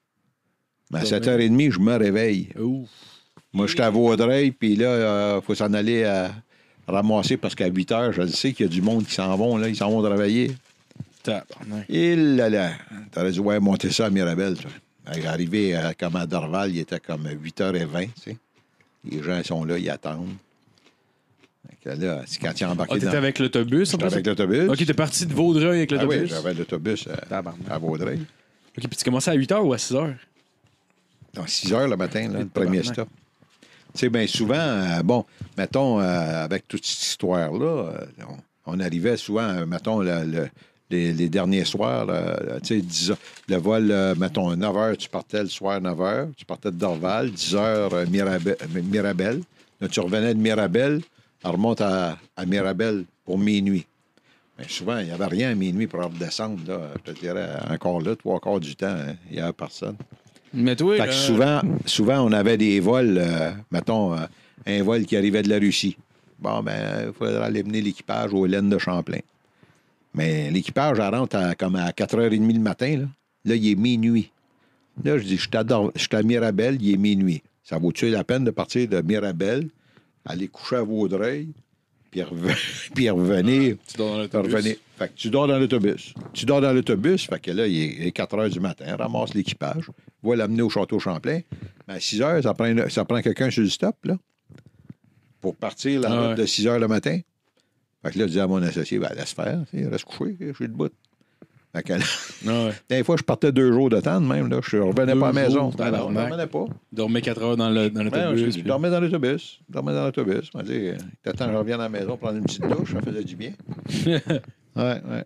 B: Mais à sept heures trente, je me réveille.
A: Ouf.
B: Moi, j'étais à Vaudreuil, puis là, il euh, faut s'en aller à ramasser parce qu'à huit heures, je le sais qu'il y a du monde qui s'en vont, là. Ils s'en vont travailler.
A: Tabarnak.
B: Et là, là. T'aurais dû, ouais, monter ça à Mirabel, toi. Arrivé à, comme à Dorval, il était comme huit heures vingt, tu sais. Les gens sont là, ils attendent. Fait que là, c'est quand ils embarqué
A: Ah, t'étais
B: dans...
A: avec l'autobus? en
B: J'étais
A: plus?
B: avec l'autobus.
A: Ok, t'es parti de Vaudreuil avec
B: Ah
A: l'autobus?
B: oui, j'avais l'autobus à,
A: Tabarnak.
B: à Vaudreuil.
A: Ok, puis tu commençais à huit heures ou à six heures?
B: Donc, six heures le matin, là, le
A: Tabarnak.
B: premier stop. Tu sais, bien souvent, euh, bon, mettons, euh, avec toute cette histoire-là, euh, on, on arrivait souvent, euh, mettons, le, le- les, les derniers soirs, euh, tu sais, dix heures, le vol, euh, mettons, neuf heures, tu partais le soir, neuf heures, tu partais de Dorval, dix heures, euh, Mirabel, euh, Mirabel. Là, tu revenais de Mirabel, on remonte à, à Mirabel pour minuit. Mais souvent, il n'y avait rien à minuit pour redescendre, là, je te dirais, encore là, trois quarts du temps, hein, il n'y avait personne.
C: Mais toi,
B: Fait que
C: là,
B: souvent, souvent, on avait des vols, euh, mettons, euh, un vol qui arrivait de la Russie. Bon, ben, il faudrait aller mener l'équipage aux laines de Champlain. Mais l'équipage, elle rentre à, comme à quatre heures trente le matin. Là, là il est minuit. Là, je dis, je suis à, Dor- je suis à Mirabel, il est minuit. Ça vaut-tu la peine de partir de Mirabel, aller coucher à Vaudreuil, puis, reven- puis revenir.
A: Tu dors dans
B: Puis
A: l'autobus?
B: revenir. Fait que tu dors dans l'autobus. Tu dors dans l'autobus, fait que là, il est, il est quatre heures du matin, ramasse l'équipage, va l'amener au château Champlain. Mais à six heures, ça prend, une- ça prend quelqu'un sur le stop, là, pour partir la
A: Ah
B: route
A: ouais.
B: de six heures le matin. Fait que là, je dis à mon associé, ben, laisse faire, tu sais, reste couché, je suis debout. Fait que là,
A: Ah ouais.
B: des fois, je partais deux jours de temps, de même, là, je revenais
A: Deux
B: pas à la maison.
A: jours,
B: Ben non, je
A: tabarnak.
B: revenais pas.
A: Dormais quatre heures dans le- dans
B: Ben,
A: l'autobus.
B: je
A: puis-
B: dormais dans l'autobus. Je dormais dans l'autobus. Je me dis, euh, t'attends que je revienne à la maison, prendre une petite douche, ça faisait du bien. ouais, ouais.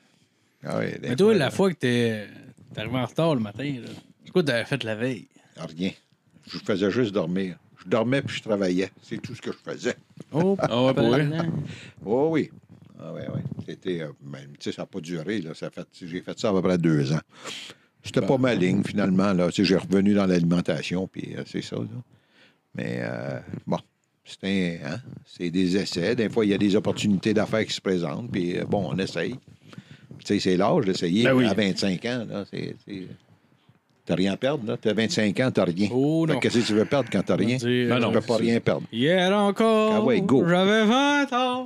B: Ah oui, des
C: mais toi,
B: fois,
C: la
B: là,
C: fois que t'es t'es arrivé en retard le matin, là, c'est quoi que t'avais fait la veille?
B: rien. Je faisais juste dormir. Je dormais puis je travaillais. C'est tout ce que je faisais.
C: Oh,
A: Ah ouais, pour vrai?
B: Oh oui. Ah oui, oui. C'était, euh, ben, tu sais, ça n'a pas duré. Là. Ça a fait, j'ai fait ça à peu près deux ans. C'était pas ma ligne, finalement. Là. Tu sais, j'ai revenu dans l'alimentation, puis euh, c'est ça. Là. Mais euh, bon, c'est, un, hein, c'est des essais. Des fois, il y a des opportunités d'affaires qui se présentent, puis euh, bon, on essaye. Tu sais, c'est l'âge d'essayer.
A: Ben oui.
B: À vingt-cinq ans, là, c'est... c'est... T'as rien à perdre, là. T'as vingt-cinq ans, t'as rien.
C: Oh
B: Fait
C: non.
B: que qu'est-ce que tu veux perdre quand t'as rien?
C: Dire,
A: Ben non,
B: Tu peux pas
A: c'est-
B: rien perdre.
C: Hier encore,
B: Ah ouais, go.
C: j'avais vingt ans.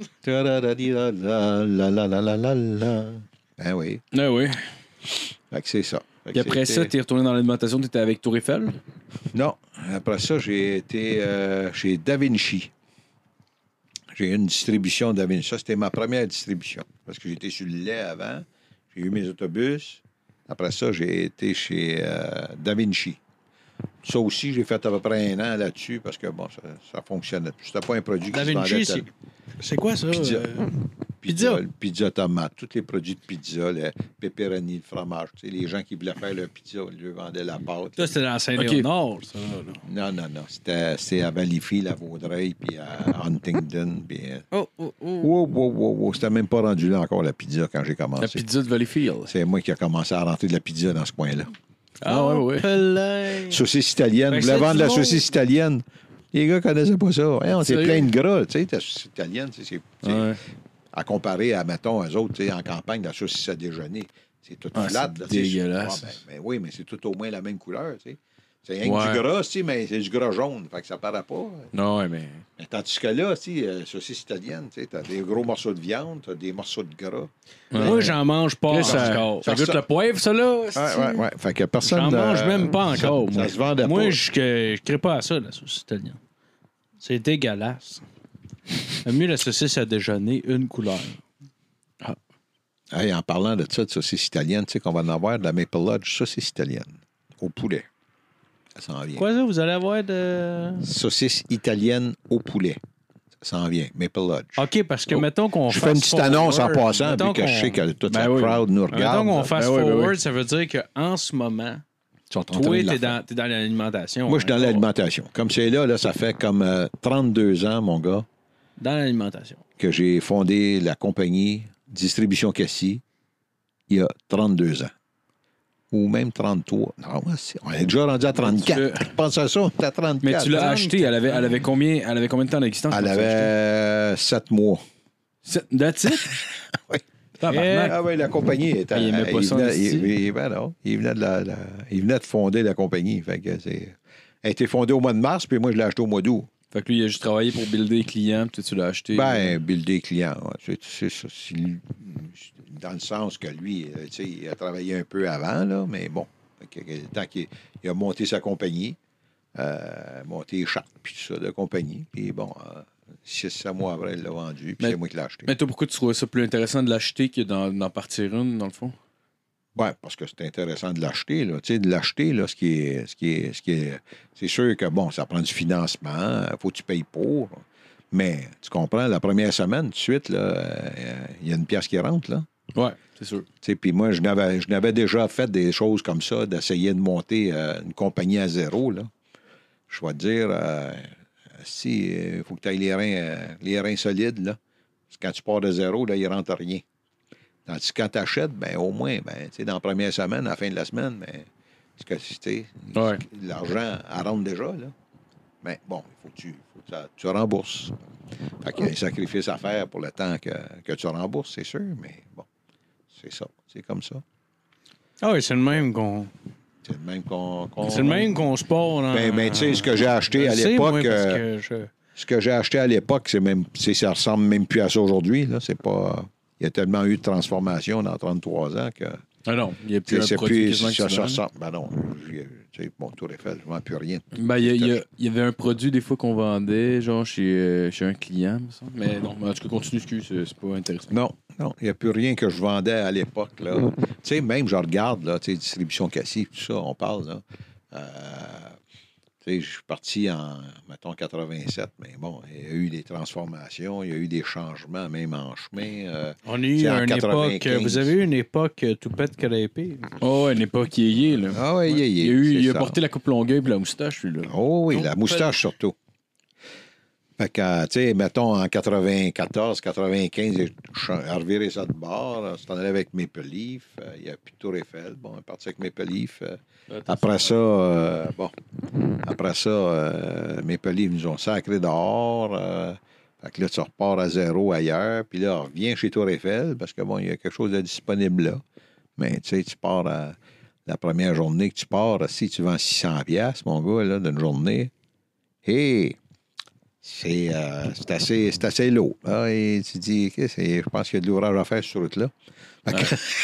B: Ben oui.
A: Ah oui.
B: Fait que c'est ça. Fait que
A: Puis après
B: c'était-
A: ça, t'es retourné dans l'alimentation, t'étais avec Tour Eiffel?
B: Non. Après ça, j'ai été euh, chez Da Vinci. J'ai eu une distribution Da Vinci. Ça, c'était ma première distribution. Parce que j'étais sur le lait avant. J'ai eu mes autobus. Après ça, j'ai été chez euh, Da Vinci. Ça aussi, j'ai fait à peu près un an là-dessus parce que, bon, ça, ça fonctionnait. C'était pas un produit qui
C: Da
B: se vendait
C: Vinci,
B: tel-
C: c'est... C'est quoi ça?
B: Pizza.
C: euh?
B: Pizza,
C: Pizza.
B: le pizza tomate, tous les produits de pizza, le pepperoni, le fromage. Tu sais, les gens qui voulaient faire leur pizza, ils lui vendaient la pâte.
C: Ça, c'était dans Saint-Léonard, ça. Là.
B: Non, non, non. C'était, c'était à Valleyfield, à Vaudreuil, puis à Huntingdon. Puis, euh,
C: Oh, oh, oh.
B: wow, wow, wow, wow. C'était même pas rendu là encore, la pizza, quand j'ai commencé.
A: La pizza de Valleyfield.
B: C'est moi qui ai commencé à rentrer de la pizza dans ce coin-là.
A: Ah ouais, ouais.
C: Pelin.
B: Saucisse italienne.
C: Ben,
B: Vous voulez
C: c'est
B: vendre
C: du
B: la
C: monde.
B: saucisse italienne? Les gars connaissaient pas ça. Ouais, on c'est
C: Sérieux?
B: plein de gras. Tu sais, ta saucisse italienne, c'est, c'est, c'est-
A: Ouais.
B: à comparer à, mettons, eux autres, tu sais, en campagne, la saucisse à déjeuner. C'est tout
A: Ah,
B: flat.
A: c'est
B: là, tu sais.
A: dégueulasse.
B: Ah, ben, ben oui, mais c'est tout au moins la même couleur, tu sais. C'est rien que
A: Ouais.
B: du gras, tu sais, mais c'est du gras jaune. Fait que ça paraît pas.
A: Non, ouais, mais.
B: Mais tandis que là, tu sais, euh, saucisse italienne, tu sais, t'as des gros morceaux de viande, t'as des morceaux de gras.
C: Moi, j'en mange pas
A: Là, ça,
C: encore.
A: ça
B: Ça-
A: goûte le poivre, ça, là?
B: Ouais, ouais, ouais. Fait que personne.
C: J'en mange
B: euh,
C: même pas
B: ça-
C: encore.
B: Ça,
C: moi,
B: se vendait
C: moi
B: pas.
C: je ne crée pas à ça, la saucisse italienne. C'est dégueulasse. J'aime mieux la saucisse à déjeuner, une couleur.
B: Hey, en parlant de ça, de saucisse italienne, tu sais qu'on va en avoir de la Maple Lodge saucisse italienne au poulet. Ça s'en vient.
C: Quoi ça, vous allez avoir de...
B: Saucisse italienne au poulet. Ça s'en vient. Maple Lodge.
C: OK, parce que
B: Oh.
C: mettons qu'on
B: Je
C: fasse
B: fais une petite annonce en
C: forward,
B: passant,
C: mettons
B: vu que je sais
C: qu'on-
B: que toute
A: Ben
B: la
A: oui.
B: crowd nous
C: Mettons
B: regarde.
C: qu'on
B: là.
C: fasse
A: Ben oui, ben
C: forward,
A: oui.
C: ça veut dire qu'en ce moment,
B: Ils sont en train
C: toi,
B: de la
C: t'es
B: faire.
C: dans, t'es dans l'alimentation.
B: Moi, je suis dans
C: encore.
B: l'alimentation. Comme c'est là, là, ça fait comme euh, trente-deux ans, mon gars,
C: Dans l'alimentation.
B: que j'ai fondé la compagnie Distribution Cassis il y a trente-deux ans. Ou même trente-trois. Non, c'est- on est déjà rendu à trente-quatre.
A: tu
B: Pense à ça, on est à trente-quatre.
A: Mais tu l'as acheté, elle avait, elle avait combien, elle avait combien de temps d'existence?
B: Elle
A: quand tu l'as acheté?
B: avait sept mois.
A: C'est- That's it?
B: Oui.
A: Tabarnak.
B: Ah oui, la compagnie était.
A: Ah, il aimait pas ça,
B: venait,
A: ici.
B: il, il- ben non, il venait de la, la- il venait de fonder la compagnie. Fait que c'est, elle a été fondée au mois de mars, puis moi, je l'ai acheté au mois d'août.
A: Fait que lui, il a juste travaillé pour builder les clients, puis toi, tu l'as acheté.
B: Ben, builder client. Ouais, c'est, c'est ça. C'est lui- dans le sens que lui, euh, tu sais, il a travaillé un peu avant, là, mais bon. Fait que, tant qu'il il a monté sa compagnie, euh, monté les chartes, puis tout ça, de compagnie. Puis bon, euh, six, sept mois après, il l'a vendu, puis
A: Mais-
B: c'est moi qui l'ai acheté.
A: Mais toi, pourquoi tu trouvais ça plus intéressant de l'acheter que d'en, d'en partir une, dans le fond?
B: Oui, parce que c'est intéressant de l'acheter. Là. Tu sais, de l'acheter, là, ce qui est. Ce qui est, ce qui est c'est sûr que, bon, ça prend du financement, il faut que tu payes pour. Mais tu comprends, la première semaine, tout de suite, là, euh, il y a une pièce qui rentre, là.
A: Ouais, c'est sûr.
B: Tu sais, puis moi, je n'avais, je n'avais déjà fait des choses comme ça, d'essayer de monter euh, une compagnie à zéro, là. Je vais te dire, euh, si, il faut que tu ailles les reins, euh, les reins solides, là. Parce que quand tu pars de zéro, là, il ne rentre rien. Tandis que quand tu achètes, ben, au moins, ben, tu sais, dans la première semaine, à la fin de la semaine, ben, ce que, tu sais,
A: Ouais.
B: l'argent, elle rentre déjà, là. Mais bon, il faut que tu, faut que ça- tu rembourses. Fait qu'il y a un sacrifice à faire pour le temps que, que tu rembourses, c'est sûr, mais bon, c'est ça. C'est comme ça.
C: Ah oui, c'est le même qu'on...
B: C'est le même qu'on... qu'on-
C: C'est le même qu'on se part. dans-
B: Ben, ben, tu sais, ce que j'ai acheté à
C: Je sais,
B: l'époque...
C: moi, parce
B: euh,
C: que je-
B: Ce que j'ai acheté à l'époque, c'est même, c'est, ça ressemble même plus à ça aujourd'hui. Là. C'est pas, il y a tellement eu de transformation dans trente-trois ans que
A: Ah non, il n'y a plus
B: c'est,
A: un
B: c'est
A: produit
B: plus,
A: quasiment que
B: ça,
A: tu
B: ça
A: vends.
B: ressemble. Ben non, j'ai- tu sais, bon, Tour Eiffel, je ne vends plus rien.
A: Ben, il y, a- il y a- il y avait un produit, des fois, qu'on vendait, genre chez, euh, chez un client, me semble. Mais non, en tout cas, continue, excuse, c'est, c'est pas intéressant.
B: Non, non, il n'y a plus rien que je vendais à l'époque. Là. Tu sais, même, je regarde, là, tu sais, distribution Cassis, tout ça, on parle, là. Euh, tu sais, je suis parti en, mettons, quatre-vingt-sept, mais bon, il y a eu des transformations, il y a eu des changements, même en chemin. euh,
C: On a eu
B: C'est en
C: une époque...
B: quatre-vingt-quinze.
C: Vous avez eu une époque euh, tout pète crêpé.
A: Oh, ouais, une époque yéyé, là.
B: Ah oui,
A: Ouais.
B: il y a-
A: Il a, eu,
B: c'est
A: il a
B: ça.
A: porté la coupe longueuil et la moustache, lui, là.
B: Oh oui, la
C: Oh,
B: moustache surtout. Fait que, tu sais, mettons, en quatre-vingt-quatorze, quatre-vingt-quinze, j'ai cha- reviré ça de bord. C'est en allé avec Maple Leaf. euh, Il n'y a plus de Tour Eiffel. Bon, on est parti avec Maple Leaf. euh, après ça, euh, bon, après ça, euh, Maple Leaf nous ont sacré dehors. euh, fait que là, tu repars à zéro ailleurs. Puis là, on revient chez Tour Eiffel parce que, bon, il y a quelque chose de disponible là. Mais, tu sais, tu pars à la première journée que tu pars, si tu vends six cents piastres, mon gars, là, d'une journée, hé! c'est, euh, c'est, assez, c'est assez lourd. Là. Et tu dis, okay, c'est, je pense qu'il y a de l'ouvrage à faire sur cette route-là. Ouais.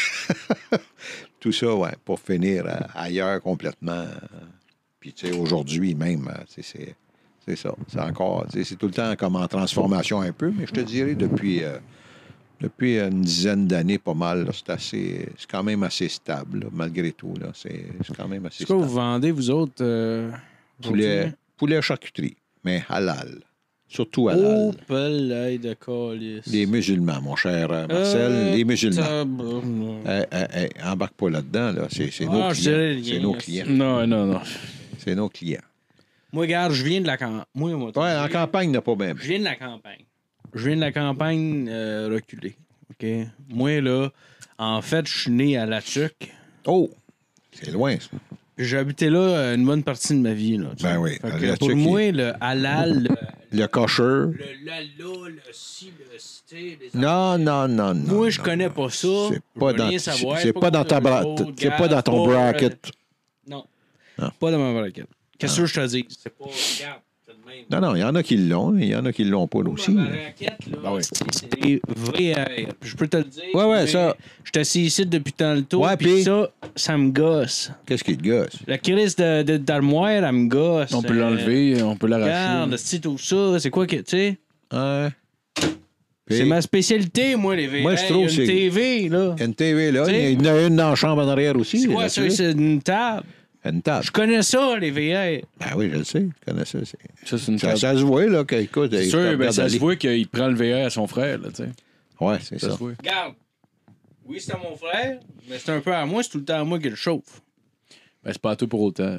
B: Tout ça, ouais, pour finir euh, ailleurs complètement. Puis, tu sais, aujourd'hui même, c'est, c'est, c'est ça. C'est encore, c'est tout le temps comme en transformation un peu, mais je te dirais depuis, euh, depuis une dizaine d'années, pas mal, là, c'est assez, c'est quand même assez stable, là, malgré tout. Là, c'est, c'est quand même assez
C: C'est quoi
B: stable.
C: vous vendez, vous autres? Euh,
B: Poulet, poulet charcuterie, mais halal. Surtout halal.
C: Oh, palais de calice.
B: Les musulmans, mon cher euh, Marcel,
C: Euh,
B: les musulmans.
C: tabarnak.
B: Hey, hey, hey, embarque pas là-dedans, là. C'est, c'est
C: Ah,
B: nos
C: je dirais
B: clients.
C: rien,
B: C'est nos
C: là,
B: clients.
A: Non, non, non.
B: C'est nos clients.
C: Moi, regarde, je viens de la campagne. Moi, moi,
B: Ouais, en campagne, n'a pas bien.
C: Je viens de la campagne. Je viens de la campagne euh, reculée. OK? Moi, là, en fait, je suis né à La Tuque.
B: Oh! C'est loin, ça.
C: J'ai habité là euh, une bonne partie de ma vie. Là, tu
B: Ben
C: sais.
B: oui,
C: Fait
B: à
C: que
B: La
C: pour
B: Tuque,
C: moi, le halal, le,
B: Le cocheur.
C: le lala, le ci, le ci, les
B: Non, non, non, non.
C: Moi, je
B: non,
C: connais
B: non.
C: pas ça.
B: C'est
C: Je
B: pas
C: veux
B: dans,
C: rien savoir.
B: c'est pas dans ta bra... C'est pas dans ton bracket.
C: Non.
B: Non.
C: Pas dans ma bracket. Qu'est-ce que je te dis? C'est pas. Regarde, c'est le même.
B: Non, non, il y en a qui l'ont, il y en a qui l'ont pas, là, aussi.
C: Ma braquette, là,
A: Ben oui.
C: c'est des V R. Je peux te le dire.
B: Ouais, ouais,
C: mais
B: ça.
C: Je suis assis ici depuis tant le tour.
B: Ouais,
C: puis
B: puis-
C: ça, ça me gosse.
B: Qu'est-ce qui te gosse?
C: La crise de, de, d'armoire, elle me gosse.
A: On peut
C: Euh,
A: l'enlever, on peut l'arracher.
C: Regarde, c'est tout ça. C'est quoi que, tu sais?
B: Hein?
C: C'est ma spécialité, moi, les V R.
B: Moi, je trouve
C: Il y a
B: c'est-
C: une T V, là.
B: Il y a une T V, là.
C: T'sais-
B: Il y en a une dans la chambre en arrière aussi.
C: C'est quoi
B: là,
C: ça?
B: tu sais.
C: C'est une table.
B: Une table.
C: Je connais ça, les V R.
B: Ben oui, je le sais. Je connais ça. C'est...
A: Ça, c'est une
B: Ça,
A: table.
B: ça se voit, là, que, écoute,
A: C'est
B: il
A: sûr,
B: te
A: ben,
B: regarde
A: ça se
B: aller.
A: voit qu'il prend le V R à son frère, là, tu sais.
B: Ouais, c'est
A: Ça
B: ça.
A: se voit.
C: Regarde. Oui, c'est à mon frère, mais c'est un peu à moi. C'est tout le temps à moi qui le chauffe.
A: Ben, c'est pas à toi pour autant.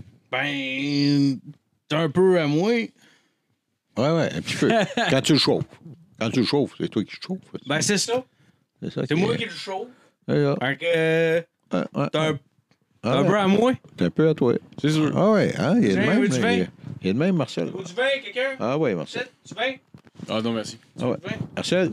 C: Ben, c'est un peu à moi.
B: Ouais, ouais, un petit peu. Quand tu le chauffes. Quand tu le chauffes, c'est toi qui le chauffes.
C: Ben, c'est ça.
B: c'est ça
C: C'est
B: qui
C: moi
B: est-
C: qui le chauffe.
B: Ouais, ouais,
C: Fait que, euh,
B: ouais, ouais.
C: t'es un,
B: Ah,
C: t'es un
B: ouais.
C: peu à moi.
B: C'est un peu à toi.
A: C'est sûr.
B: Ah ouais, hein, il est de
C: Tiens,
B: même.
C: veux-tu vin?
B: Il est- il est de même, Marcel.
C: Veux du vin, quelqu'un?
B: Ah ouais, Marcel.
C: Tu vin?
A: Ah non, merci.
B: Ah ouais.
C: Du vin?
B: Marcel.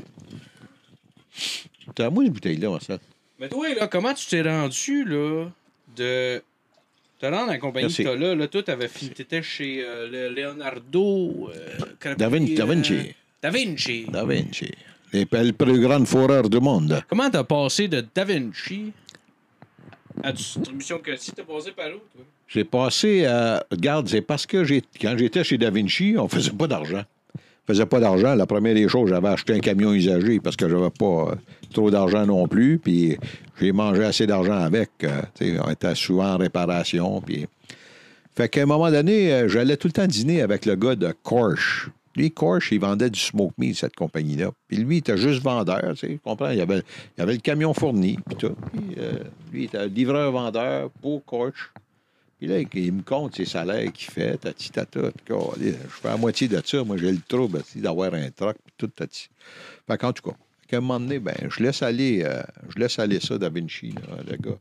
B: T'as à moi une bouteille là, Marcel.
C: Mais toi, là, comment tu t'es rendu, là, de te rendre à la compagnie
B: Merci.
C: que t'as là? Là, toi, t'avais fini, t'étais chez euh, le Leonardo... Euh, Crappi,
B: Da Vinci. Da
C: euh,
B: Vinci.
C: Da Vinci.
B: Da Vinci. Les, le plus grand foreur du monde.
C: Comment t'as passé de Da Vinci à distribution Cassis? T'as passé par où, toi?
B: J'ai passé à. Regarde, c'est parce que j'ai, quand j'étais chez Da Vinci, on faisait pas d'argent. On faisait pas d'argent. La première des choses, j'avais acheté un camion usagé parce que j'avais pas euh, trop d'argent non plus. Puis j'ai mangé assez d'argent avec. euh, tu sais, on était souvent en réparation. Puis... Fait qu'à un moment donné, euh, j'allais tout le temps dîner avec le gars de Korsch. Lui, Korsch, il vendait du smoke meat, cette compagnie-là. Puis lui, il était juste vendeur, tu sais, tu comprends? Il y avait, il y avait le camion fourni, puis tout. Puis, euh, lui, il était livreur-vendeur pour Korsch. Puis là, il me compte ses salaires qu'il fait, tati tata. Je fais la moitié de ça. Moi, j'ai le trouble aussi d'avoir un truck, puis tout, tati. Fait qu'en tout cas, à un moment donné, ben, je laisse aller, euh, je laisse aller ça, Da Vinci, là, le gars.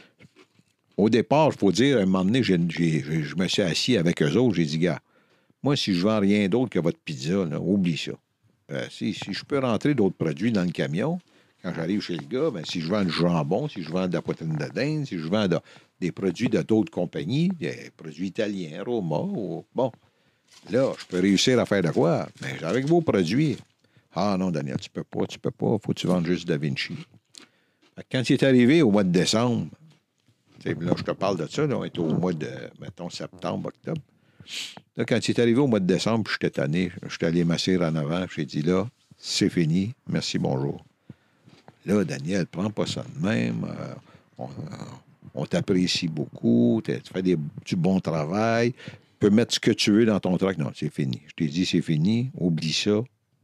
B: Au départ, il faut dire, à un moment donné, j'ai, j'ai, j'ai- je me suis assis avec eux autres, j'ai dit, gars, moi, si je vends rien d'autre que votre pizza, là, oublie ça. Euh, si, si je peux rentrer d'autres produits dans le camion, quand j'arrive chez le gars, ben, si je vends du jambon, si je vends de la poitrine de dinde, si je vends de- des produits de d'autres compagnies, des produits italiens, Roma, ou, bon, là, je peux réussir à faire de quoi? Mais avec vos produits. Ah non, Daniel, tu peux pas, tu peux pas, faut que tu vendes juste Da Vinci. Fait que quand il est arrivé au mois de décembre, tu sais, là, je te parle de ça, là, on est au mois de, mettons, septembre, octobre. Là, quand il est arrivé au mois de décembre, puis j'étais tanné, j'étais allé m'asseoir en avant, puis j'ai dit, là, c'est fini, merci, bonjour. Là, Daniel, prends pas ça de même. euh, on euh, on t'apprécie beaucoup, tu fais des, du bon travail, tu peux mettre ce que tu veux dans ton truck. Non, c'est fini. Je t'ai dit, c'est fini, oublie ça,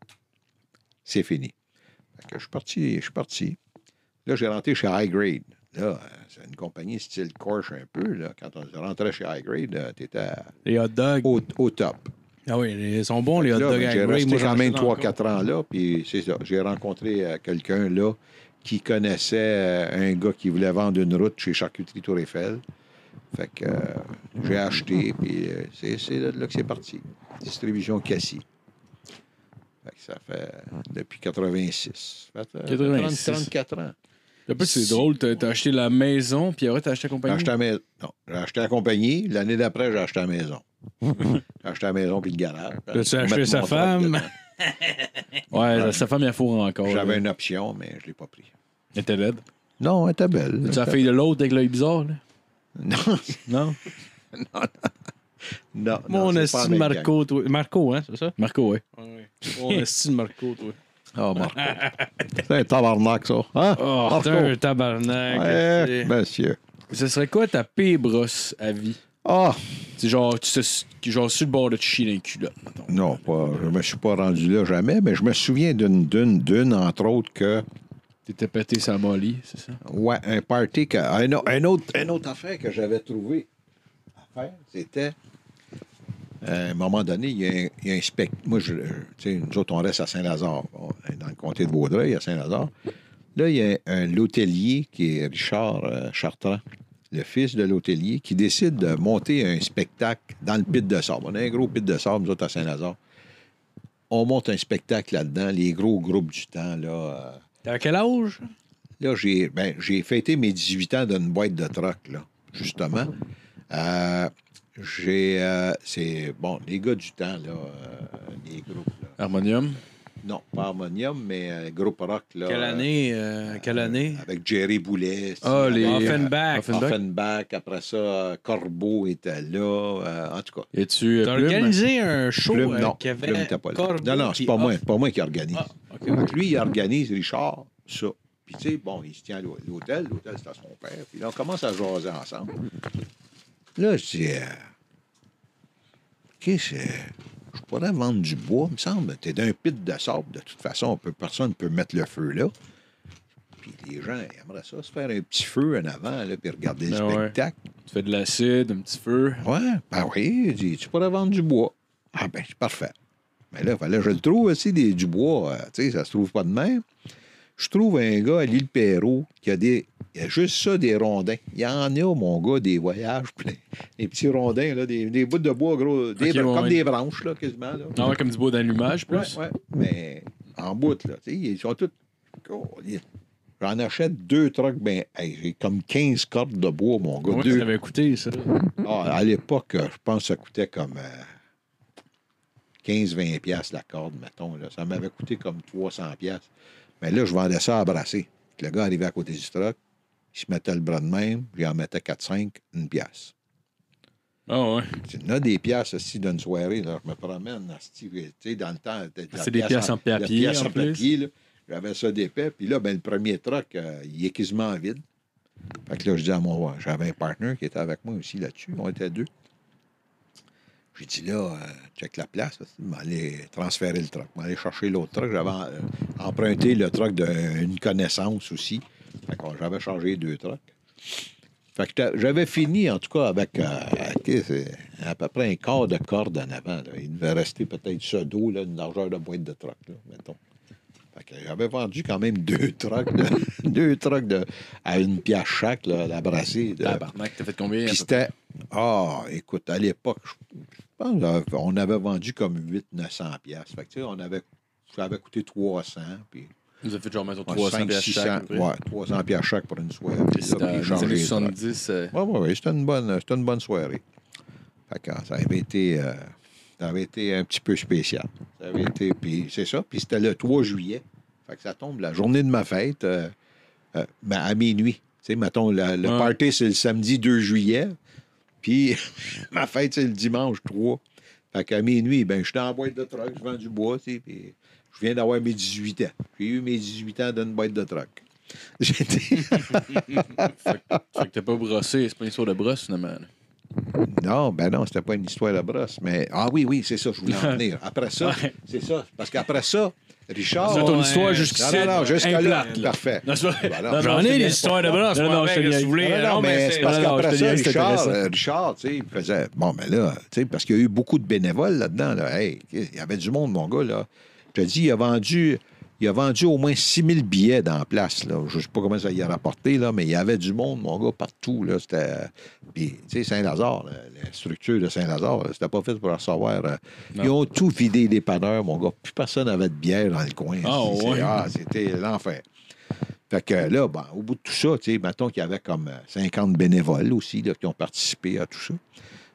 B: c'est fini. Fait que je suis parti, je suis parti. Là, j'ai rentré chez High Grade. Là, c'est une compagnie style Korsch un peu. Là. Quand on rentrait chez High Grade, tu étais
C: Les hot dogs.
B: au, au top.
C: Ah oui, ils sont bons, les hot
B: Là,
C: dogs
B: ben,
C: à
B: j'ai
C: Grey.
B: resté
C: Moi,
B: quand
C: j'en
B: même
C: achète
B: trois
C: encore.
B: quatre ans là, puis c'est ça. J'ai rencontré euh, quelqu'un là qui connaissait euh, un gars qui voulait vendre une route chez Charcuterie Tour Eiffel. Fait que euh, j'ai acheté, puis euh, c'est, c'est là, là que c'est parti. Distribution Cassis. Fait que ça fait depuis quatre-vingt-six. Ça fait, euh,
A: quatre-vingt-six.
B: trente, trente-quatre ans.
A: En plus, c'est drôle, t'as, t'as acheté la maison, puis après, t'as acheté la
B: J'ai
A: compagnie.
B: acheté, la mais- non, j'ai acheté la compagnie. L'année d'après, j'ai acheté la maison. J'ai acheté la maison puis le garage.
C: As-tu
B: Pour
C: acheté
B: mettre
C: sa
B: mon truck
C: femme?
B: dedans.
A: Ouais, sa femme, il a fourre encore.
B: J'avais
A: là.
B: une option, mais je l'ai pas pris.
A: Elle était laide.
B: Non, elle était belle.
A: Tu as la fille de l'autre avec l'œil bizarre, là?
B: Non,
A: Non?
B: non.
C: Mon
B: non, c'est pas
C: esti
B: la
C: de
B: même
C: Marco, toi. Marco, hein, c'est ça?
A: Marco, ouais.
C: Oui. Mon esti de Marco, toi.
B: gang. Oh, Marco. C'est un tabarnak, ça. Hein?
C: Oh,
B: Marco?
C: t'es un tabarnak.
B: Ouais,
C: esti.
B: monsieur.
A: Ce serait quoi ta pire brosse à vie?
B: Ah,
A: C'est genre, tu te, genre sur le bord de te chier dans les culottes, mettons.
B: non, pas, je me suis pas rendu là jamais, mais je me souviens d'une, d'une, d'une entre autres, que.
A: T'étais pété sa molly, c'est ça?
B: Ouais, un party. Que, un, o- un autre, une autre affaire que j'avais trouvé à faire, c'était. À un moment donné, il y a un, il y a un spectre. Moi, je, je- tu sais, nous autres, on reste à Saint-Lazare, bon, dans le comté de Vaudreuil, à Saint-Lazare. Là, il y a un, un l'hôtelier qui est Richard euh, Chartrand, le fils de l'hôtelier, qui décide de monter un spectacle dans le pit de sable. On a un gros pit de sable, nous autres, à Saint-Lazare. On monte un spectacle là-dedans, les gros groupes du temps, là. euh,
C: T'as quel âge?
B: Là, j'ai ben, j'ai fêté mes dix-huit ans d'une boîte de troc, là, justement. Euh, j'ai. euh, c'est. Bon, les gars du temps, là, euh, les groupes, là.
A: Harmonium?
B: Non, pas Harmonium, mais euh, groupe rock, là.
C: Quelle année? euh, quelle année?
B: Avec Jerry Boulet.
A: Ah, les-
B: avec,
C: Offenbach.
A: Offenbach.
B: Offenbach. Après ça, euh, Corbeau était là. euh, en tout cas.
A: Et tu
C: T'as organisé un show
B: Plume,
C: euh,
B: non.
C: qui avait
B: Plume n'était pas là.
C: Corbeau
B: Non, non, c'est
C: puis
B: pas moi,
C: Off-
B: c'est pas moi qui organise.
C: Ah, OK.
B: Fait que lui, il organise, Richard, ça. Puis, tu sais, bon, il se tient à l'hô- l'hôtel. L'hôtel, c'est à son père. Puis là, on commence à jaser ensemble. Là, je dis, euh, OK, c'est. Je pourrais vendre du bois, il me semble. T'es d'un pit de sable. De toute façon, on peut, personne ne peut mettre le feu là. Puis les gens aimeraient ça, se faire un petit feu en avant, là, puis regarder le
A: Ben ouais.
B: spectacle.
A: Tu fais de l'acide, un petit feu.
B: Ouais, ben oui, il dit, tu pourrais vendre du bois. Ah ben, c'est parfait. Mais là, il fallait que je le trouve aussi, des, du bois. euh, tu sais, ça se trouve pas de même. Je trouve un gars à l'île Perrault qui a des. Il y a juste ça, des rondins. Il y en a, mon gars, des voyages, plein. Des petits rondins, là, des, des bouts de bois gros, des,
A: Ok,
B: bra-
A: ouais,
B: comme
A: ouais.
B: des branches, là, quasiment. Là.
A: Ah ouais, comme du bois d'allumage, plus.
B: Ouais, ouais. Mais en bout, là, tu sais, ils sont tous. Oh, j'en achète deux trucks, ben, hey, j'ai comme quinze cordes de bois, mon gars.
A: Ouais,
B: deux.
A: ça avait coûté, ça.
B: Ah, à l'époque, je pense que ça coûtait comme euh, quinze vingt piastres la corde, mettons. Là. Ça m'avait coûté comme trois cents piastres. Mais là, je vendais ça à brasser. Le gars arrivait à côté du truck, il se mettait le bras de même, j'y en mettais quatre cinq, une pièce.
A: Ah ouais.
B: Tu en as des pièces aussi d'une soirée, là, je me promène, asti, tu sais, dans le temps...
A: C'est des pièces en papier,
B: La pièce
A: en
B: en
A: plus.
B: papier, là. J'avais ça d'épais, puis là, ben, le premier truck, euh, il est quasiment vide. Fait que là, je dis à mon... ouais, j'avais un partner qui était avec moi aussi là-dessus, on était deux. J'ai dit là, euh, check la place, je vais aller transférer le truck, je vais aller chercher l'autre truck. J'avais euh, emprunté le truck d'une connaissance aussi. Fait que j'avais changé deux trucks. Fait que t'as- j'avais fini, en tout cas, avec euh, OK, c'est à peu près un quart de corde en avant. Là. Il devait rester peut-être ça d'eau, là, une largeur de boîte de truck, là, mettons. Fait que j'avais vendu quand même deux trucks, là, deux trucks de, à une pièce chaque, là, la brassée. de-
A: Tabarnak, t'as fait combien?
B: Puis c'était. Ah, écoute, à l'époque, je je pense euh, on avait vendu comme huit neuf cents piastres. Fait que, tu sais, on avait, ça avait coûté trois cents. Puis,
A: Vous avez fait genre, mettons,
B: ouais,
A: trois cents
B: cinq,
A: piastres
B: six cents,
A: chaque. à peu près.
B: ouais, trois cents piastres chaque pour une soirée.
A: Puis
B: Puis là,
A: c'était
B: puis
A: dans les
B: changer
A: années
B: les trucks.
A: soixante-dix. euh,
B: Oui, oui, oui, c'était une bonne, c'était une bonne soirée. Fait que ça avait été, euh, ça avait été un petit peu spécial. Ça avait été, puis c'est ça. Puis c'était le trois juillet. Fait que ça tombe la journée de ma fête, euh, euh, ben, à minuit. Tu sais, mettons, la- le
A: Ouais.
B: party, c'est le samedi deux juillet. Puis ma fête, c'est le dimanche trois. Fait qu'à minuit, ben, je suis dans la boîte de truck, je vends du bois, tu sais, puis je viens d'avoir mes dix-huit ans. J'ai eu mes dix-huit ans dans une boîte de truck. J'étais...
A: Fait que t'as pas brossé, c'est pas une histoire de brosse, finalement. là.
B: Non, ben non, c'était pas une histoire de brosse, mais... Ah oui, oui, c'est ça, je voulais en venir. Après ça,
A: Ouais.
B: c'est ça, parce qu'après ça, Richard...
A: C'est ton
C: ouais.
A: histoire jusqu'ici.
B: Non, non, non, jusqu'à là,
A: implate, là.
B: parfait.
A: Non, c'est pas-
B: Voilà.
A: non, non,
C: J'en
A: je
C: ai
A: te
C: des
A: niaise
C: histoires
A: pas.
C: de brosse,
A: Non,
C: moi,
A: non, je te
C: avec,
A: niaise.
C: si vous voulez.
B: Non, non,
C: Non,
B: mais
C: mais
B: c'est
C: c'est-
B: parce
A: non, non,
B: qu'après
A: je te
B: ça,
A: niaise, c'est
B: Richard,
A: intéressant.
B: euh, Richard, tu sais, il faisait... Bon, mais là, tu sais, parce qu'il y a eu beaucoup de bénévoles là-dedans, là. Hey, il y avait du monde, mon gars, là. Je te dis, il a vendu... Il a vendu au moins six mille billets dans la place, là. Je sais pas comment ça y a rapporté, là, mais il y avait du monde, mon gars, partout, là. C'était... Puis, tu sais, Saint-Lazare, là, la structure de Saint-Lazare, là, c'était pas fait pour recevoir... euh,
A: Non.
B: Ils ont tout vidé les panneurs, mon gars. Plus personne n'avait de bière dans le coin.
A: Ah,
B: C'est-
A: ouais.
B: ah, c'était l'enfer. Fait que là, ben, au bout de tout ça, tu sais, mettons qu'il y avait comme euh, cinquante bénévoles aussi là, qui ont participé à tout ça. Fait que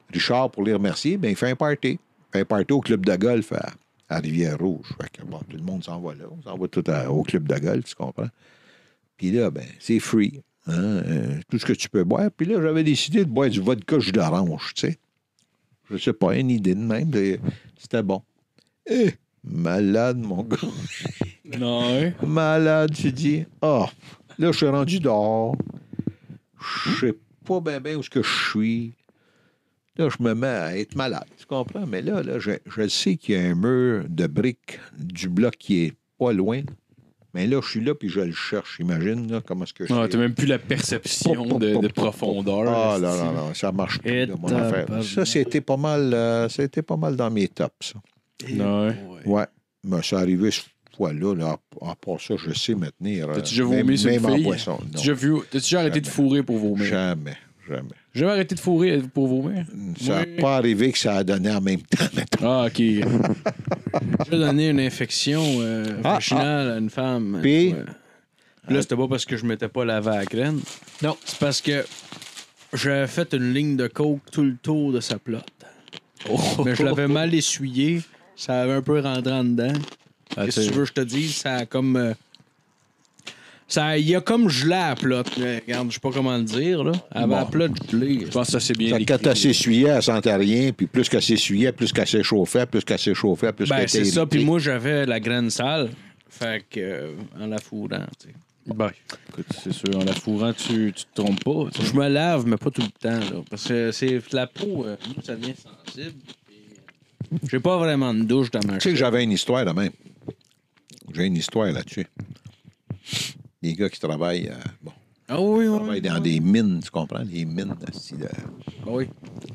B: Richard, pour les remercier, ben, il fait un party. Il fait un party au club de golf à, à Rivière-Rouge. Fait que, bon, tout le monde s'en va là. On s'en va tout à- au club de golf, tu comprends? Puis là, ben, c'est free. Hein? Euh, tout ce que tu peux boire. Puis là, j'avais décidé de boire du vodka jus d'orange, tu sais. Je sais pas, une idée de même. de- C'était bon. Eh, malade, mon gars.
A: Non, hein?
B: Malade, tu dis. Ah, là, je suis rendu dehors. Je sais pas bien ben où est-ce que je suis. Là, je me mets à être malade, tu comprends? Mais là, là je, je sais qu'il y a un mur de briques du bloc qui est pas loin. Mais là, je suis là, puis je le cherche. Imagine, là, comment est-ce que je
A: Ah,
B: fais.
A: t'as même plus la perception de, de profondeur.
B: Ah, là,
A: esti.
B: là, là, ça marche plus,
C: Et
B: là, mon affaire.
C: tabarnak.
B: Ça, c'était pas mal, euh, c'était pas mal dans mes tops, ça.
A: Non, hein?
B: Ouais. Mais ça arrivé cette fois-là, là, à part ça, je sais me tenir.
A: T'as-tu déjà
B: euh,
A: vomi
B: même,
A: sur une
B: même en
A: fille?
B: boisson.
A: T'as
B: Non,
A: déjà, vu- t'as déjà arrêté de
B: Jamais.
A: fourrer pour vomir?
B: jamais, jamais.
A: Jamais arrêté de fourrer pour vomir?
B: Ça n'a
A: Oui.
B: pas arrivé que ça a donné en même temps, mettons.
A: Ah, OK.
C: J'ai donné une infection euh,
B: Ah,
C: vaginale à une femme.
B: Puis?
C: Ouais. Là, c'était pas parce que je m'étais pas lavé à la graine.
B: Non.
C: C'est parce que j'avais fait une ligne de coke tout le tour de sa plotte. Mais je l'avais mal essuyé. Ça avait un peu rentré en dedans.
A: Ah,
C: Qu'est-ce que
A: t'sais-
C: tu veux que je te dise? Ça a comme... euh, ça, il y a comme gelé à la plotte. Mais regarde, je sais pas comment le dire, là. Elle avait
B: Bon.
C: la plotte gelée.
A: Je pense que ça c'est bien
B: Fait que quand
A: décrit.
B: elle s'essuyait, elle sentait rien, puis plus qu'elle s'essuyait, plus qu'elle s'échauffait, plus qu'elle s'échauffait, plus qu'elle
C: Ben,
B: était
C: c'est ça.
B: irritée.
C: Puis moi, j'avais la graine sale. Fait que, euh, en la fourrant, tu sais.
A: Ben, écoute, c'est sûr, en la fourrant, tu, tu te trompes pas. tu sais.
C: Je me lave, mais pas tout le temps, là. Parce que c'est la peau, euh, nous, ça devient sensible. puis, euh, J'ai pas vraiment de douche dans ma
B: Tu sais que j'avais une histoire là même. J'ai une histoire là-dessus. Des gars qui travaillent, euh, bon,
C: Ah oui, oui.
B: travaillent dans
C: oui.
B: des mines, tu comprends? Des mines, asti, de...
C: Ah oui.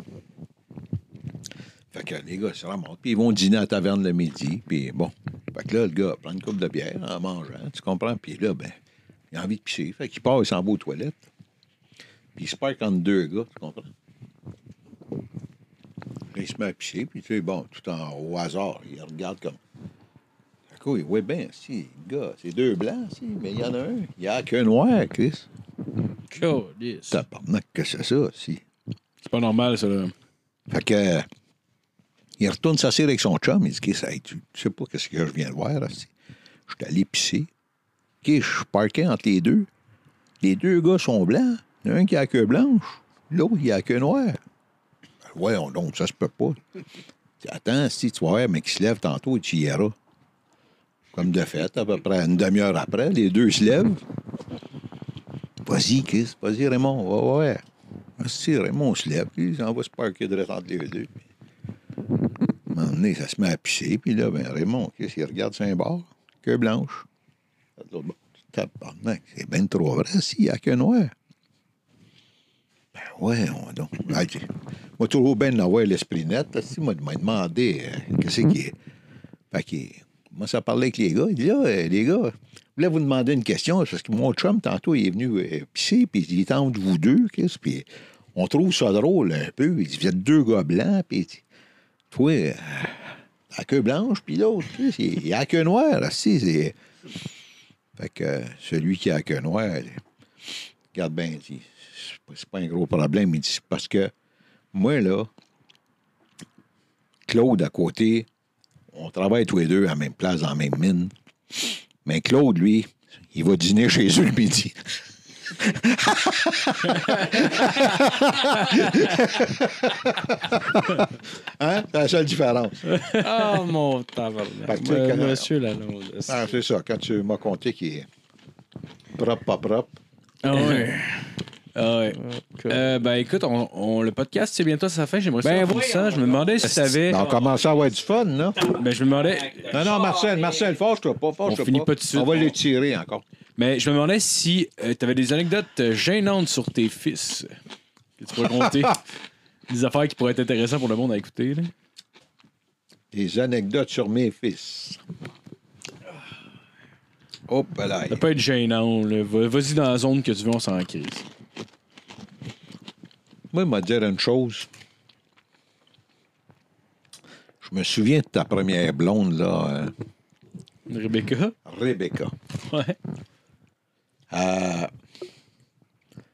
B: Fait que les gars se remontent, puis ils vont dîner à la taverne le midi, puis bon. Fait que là, le gars prend une coupe de bière en mangeant, tu comprends? Puis là, ben, il a envie de pisser. Fait qu'il part, il s'en va aux toilettes. Puis il se parque entre deux gars, tu comprends? Là, il se met à pisser, puis tu sais, bon, tout en, au hasard, il regarde comme. Fait que, oui, bien, si, le gars, c'est deux blancs, si, mais il y en a un. Il n'y a qu'un noir, Chris.
C: Calice.
B: Tabarnak, que c'est ça, si.
A: C'est pas normal, ça. Là.
B: Fait que. euh, il retourne s'asseoir avec son chum. Il dit, Chris, hey, tu tu sais pas qu'est-ce que je viens de voir, là, si. Je suis allé pisser. OK, je suis parqué entre les deux. Les deux gars sont blancs. Il y en a un qui a la queue blanche. L'autre, il a la queue noire. Ben, voyons donc, ça se peut pas. Attends, si tu vas voir, mais qui se lève tantôt, et tu y iras. Comme de fait, à peu près une demi-heure après, les deux se lèvent. Vas-y, Chris, vas-y, Raymond, on va voir. Si Raymond se lève, puis il s'en va se parquer de entre les deux. À un moment donné, ça se met à pisser, puis là, ben, Raymond, Chris, il regarde sur un bord, queue blanche. De l'autre bord, tabarnak, c'est bien trop vrai, si, il y a queue noire. Ben ouais, on donc. Ah, j'ai- moi, toujours bien d'avoir l'esprit net. là, Si moi, m'a demandé euh, qu'est-ce qui est. Fait qu'il. Moi, ça parlait avec les gars. Il dit là, euh, les gars, je voulais vous demander une question, parce que mon chum, tantôt, il est venu euh, pisser, puis il est entre vous deux, Chris, puis on trouve ça drôle un peu. Il dit, vous êtes deux gars blancs, puis il dit, toi, euh, la queue blanche, puis l'autre, Chris, il, il a la queue noire, là, si, c'est. Fait que euh, celui qui a la queue noire, il regarde bien, il dit, c'est pas- c'est pas un gros problème. Il dit, c'est parce que moi, là, Claude à côté, on travaille tous les deux à la même place, dans la même mine. Mais Claude, lui, il va dîner chez eux le midi. Hein? C'est la seule différence.
C: Ah, mon tabarnak.
B: Fait que, tu sais,
C: Euh,
B: quand-
C: Monsieur Lalonde.
B: Ah, c'est ça, quand tu m'as conté qu'il est propre, pas propre.
A: Ah ouais. Ah ouais. Euh, ben écoute, on, on- le podcast, c'est bientôt à sa fin. J'aimerais
C: Ben
A: ça. ça. Je me demandais si t'avais.
B: Ben, on commence à avoir du fun, là.
A: Ben je me demandais.
B: Non, non, Marcel, Marcel, fâche-toi pas, fâche-toi
A: On finit pas tout de suite.
B: On va les tirer encore.
A: Mais je me demandais si tu t'avais des anecdotes euh, gênantes sur tes fils que tu pourrais compter. Des affaires qui pourraient être intéressantes pour le monde à écouter. Là.
B: Des anecdotes sur mes fils. Hop là.
A: Ça peut pas être gênant. Là. Va- Vas-y dans la zone que tu veux, on s'en crise.
B: Moi, il m'a dit une chose. Je me souviens de ta première blonde, là, hein,
A: Rebecca?
B: Rebecca.
A: Ouais.
B: Euh, ta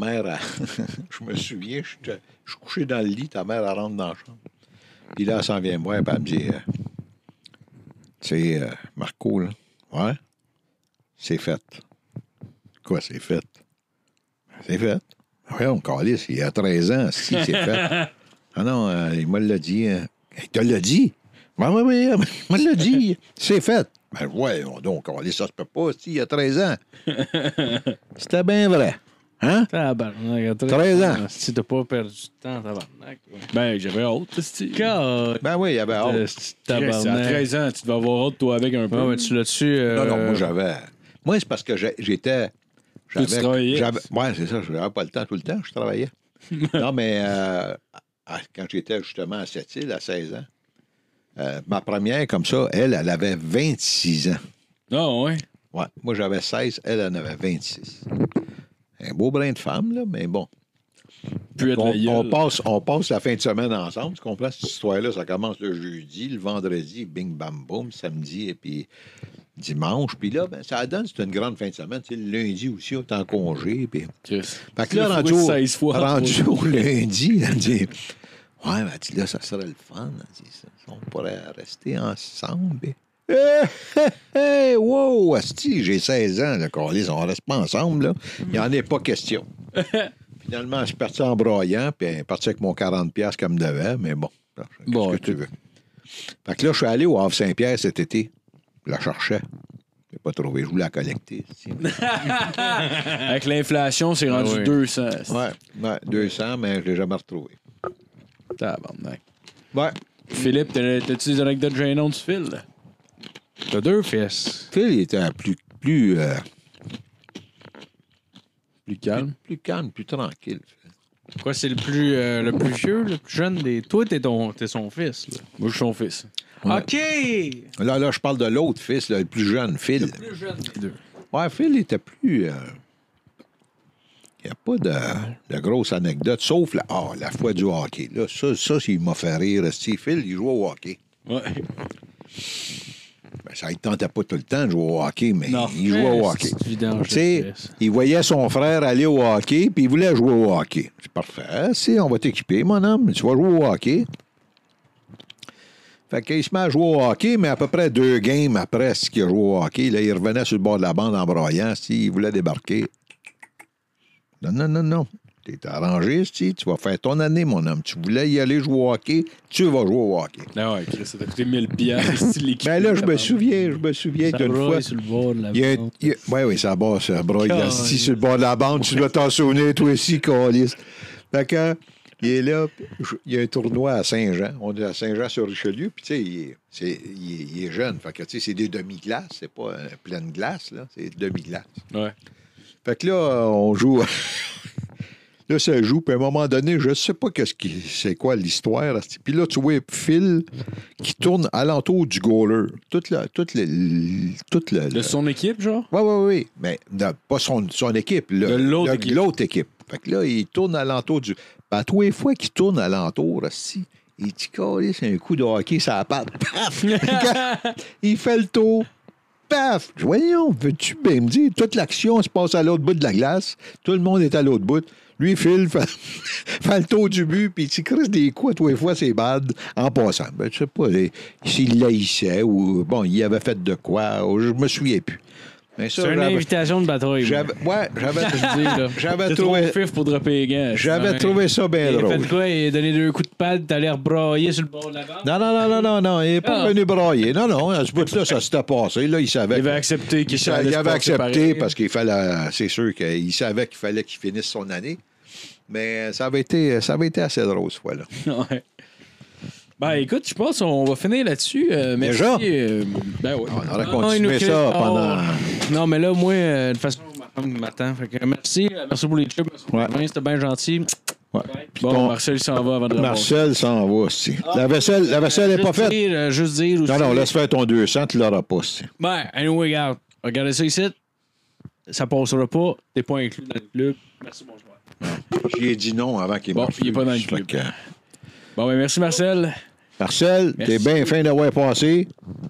B: mère, elle- je me souviens, je suis couché dans le lit, ta mère, elle rentre dans la chambre. Puis là, elle s'en vient me voir, puis elle me dit, euh, tu sais, euh, Marco, là, ouais, c'est fait. Quoi, c'est fait? C'est fait. Oui, on calisse, il y a treize ans, si, c'est fait. Ah non, euh, il me l'a dit. Hein. Il te l'a dit? Oui, oui, oui, il me l'a dit. C'est fait. Ben, ouais, donc, calisse, ça se peut pas, si, il y a treize ans. C'était bien vrai. Hein?
C: Tabarnak.
B: treize ans.
C: Si t'as pas perdu de temps, tabarnak. Ouais.
A: Ben, j'avais hâte, c'est.
C: God.
B: Ben oui, il y avait hâte.
C: Euh,
A: À
C: Tabarnak.
A: treize ans, tu devais avoir hâte, toi, avec un peu.
C: Ouais, mais tu l'as-tu. Euh...
B: Non, non, moi, j'avais. Moi, c'est parce que j'ai- j'étais.
A: Toi, tu travaillais.
B: j'avais- Ouais, c'est ça, je n'avais pas le temps tout le temps, je travaillais. Non, mais euh, à- quand j'étais justement à Sept-Îles, à seize ans, euh, ma première, comme ça, elle, elle avait vingt-six ans.
A: Ah, ouais.
B: Ouais, moi, j'avais seize, elle, elle en avait vingt-six. Un beau brin de femme, là, mais bon.
A: Puis
B: On,
A: la gueule.
B: on passe, on passe la fin de semaine ensemble. Tu comprends cette histoire-là? Ça commence le jeudi, le vendredi, bing, bam, boum, samedi, et puis dimanche. Puis là, ben, ça donne, c'est une grande fin de semaine. Tu sais, le lundi aussi, on est en congé. Puis...
A: Chris.
B: Fait que là,
A: Tu l'as
B: rendu,
A: fourré
B: au,
A: seize fois.
B: rendu au lundi, elle dit ouais, elle dit là, ça serait le fun. Elle dit ça. On pourrait rester ensemble. Et... Hey, hey, hey, wow, asti, j'ai seize ans, le câlisse, on reste pas ensemble, là. Il n'y en est pas question. Finalement, je suis parti en broyant, puis elle est partie avec mon quarante piastres qu'elle me devait, mais bon, qu'est-ce
A: Bon,
B: que tu veux. Fait que là, je suis allé au Havre-Saint-Pierre cet été. Je la cherchais. Je l'ai pas trouvé. Je voulais la collecter.
A: Avec l'inflation, c'est rendu
C: Ah oui.
A: deux cents.
B: Ouais, ouais, deux cents, mais je ne l'ai jamais retrouvé.
A: Tabarnak.
B: Ouais.
A: Philippe, t'as- t'as-tu des anecdotes gênantes du fil?
C: T'as deux fils.
B: Phil, il était plus, plus, euh,
A: Plus calme.
B: plus calme, plus tranquille.
C: Quoi, c'est le plus, euh, le plus vieux, le plus jeune des. Toi, t'es, ton, t'es son fils. Là.
A: Moi, je suis son fils.
B: Ouais.
C: OK!
B: Là, là, je parle de l'autre fils, là, le plus jeune, Phil.
C: Le plus jeune des deux.
B: Ouais, Phil était plus. euh, Il n'y a pas de, de grosses anecdotes, sauf la, ah, la fois du hockey. Là, ça, ça, il m'a fait rire. Si Phil, il jouait au hockey.
A: Ouais.
B: Ben, ça ne tentait pas tout le temps de jouer au hockey, mais
A: Non.
B: il jouait au hockey.
C: C'est vidange
B: Tu
C: de
B: sais,
C: fils.
B: il voyait son frère aller au hockey, puis il voulait jouer au hockey. C'est parfait. Si, on va t'équiper, mon homme. Tu vas jouer au hockey. Fait qu'il se met à jouer au hockey, mais à peu près deux games après ce qu'il a joué au hockey, là, il revenait sur le bord de la bande en broyant, s'il voulait débarquer. Non, non, non, non. T'es arrangé, si, tu vas faire ton année, mon homme. Tu voulais y aller jouer au hockey, tu vas jouer au hockey.
A: Ah ouais, Chris, ça t'a coûté mille piastres.
B: Ben là, je me souviens, je me souviens
C: Ça
B: d'une
C: broye
B: fois.
C: sur le bord de la
B: Il y a,
C: bande.
B: il y a- ouais, oui, ça broie, ça broie. Il est
C: Caliste.
B: assis sur le bord de la bande. Tu dois t'en souvenir, toi aussi, Calis. Fait que, il est là. je- Il y a un tournoi à Saint-Jean. On est à Saint-Jean-sur-Richelieu. Puis, tu sais, il, est- c'est- il est- il est jeune. Fait que, tu sais, c'est des demi-glaces. C'est pas euh, pleine glace, là. C'est demi-glace.
A: Ouais.
B: Fait que là, euh, on joue. Là, ça joue, puis à un moment donné, je sais pas qu'est-ce qui, c'est quoi l'histoire. Puis là, tu vois Phil qui tourne alentour du goaler. Toute la, toute le, toute le,
A: De son équipe, genre?
B: oui, oui, oui. Mais non, pas son, son équipe. Là,
A: De l'autre
B: Là,
A: équipe.
B: l'autre équipe. Fait que là, il tourne alentour du. Ben, à tous les fois qu'il tourne alentour, si, il dit, calé, c'est un coup de hockey, ça a pas. Paf! Il fait le tour. Paf! Je dis, voyons, veux-tu bien me dire, toute l'action se passe à l'autre bout de la glace. Tout le monde est à l'autre bout. Lui, Phil, fait, fait le tour du but, puis il crisse des coups à tous les fois, c'est bad, en passant. Ben, je sais pas, les- s'il laïssait ou, bon, il avait fait de quoi, ou je me souviens plus. Mais ça,
C: C'est une
B: j'avais-
C: invitation de bataille.
B: j'avais, ouais, j'avais,
C: Je dis, là.
B: j'avais
A: T'es trop
B: trouvé,
A: fif pour dropper les gants.
B: j'avais
C: Ouais.
B: trouvé ça bien
C: Il a
B: drôle.
C: fait quoi? Il a donné deux coups de pad, t'as l'air braillé sur le bord de la bande?
B: Non, non, non, non, non, non, il n'est pas
C: Ah.
B: venu brailler. Non, non, à ce bout-là, ça s'était passé. Là, il savait.
A: Il avait
B: que-
A: accepté qu'il
B: il, sa-
A: allait
B: il
A: se
B: avait
A: passer
B: accepté
A: pareil.
B: parce qu'il fallait. C'est sûr qu'il savait qu'il fallait qu'il finisse son année. Mais ça avait été, ça avait été assez drôle, ce fois-là.
A: Ouais. Ben, écoute, je pense qu'on va finir là-dessus. Euh, merci.
B: Déjà?
A: euh, ben oui.
B: On aurait
C: Ah, il
B: continué
C: nous crée-
B: ça
C: Oh.
B: pendant.
C: Non, mais là, moi, euh, de toute façon, ma femme m'attend. Fait que merci. euh, Merci pour les chips. Merci pour
B: Ouais.
C: le vin, c'était bien gentil.
B: Ouais.
A: Bon,
B: ton-
A: Marcel s'en va avant de remonter.
B: Marcel s'en va aussi. La vaisselle, la vaisselle n'est
C: Juste
B: pas faite.
C: dire, euh, juste dire aussi.
B: Non, non, laisse faire ton deux cents, tu l'auras pas aussi.
C: Ben, anyway, regarde. Regardez ça ici. Ça passera pas. T'es pas inclus dans le club. Merci, bonsoir.
B: J'y ai dit non avant qu'il
A: Bon,
B: marche
A: il est
B: plus.
A: pas dans le
B: Fait
A: club.
B: que-
A: Bon, ben merci, Marcel.
B: Marcel,
A: Merci.
B: t'es bien fin d'avoir passé.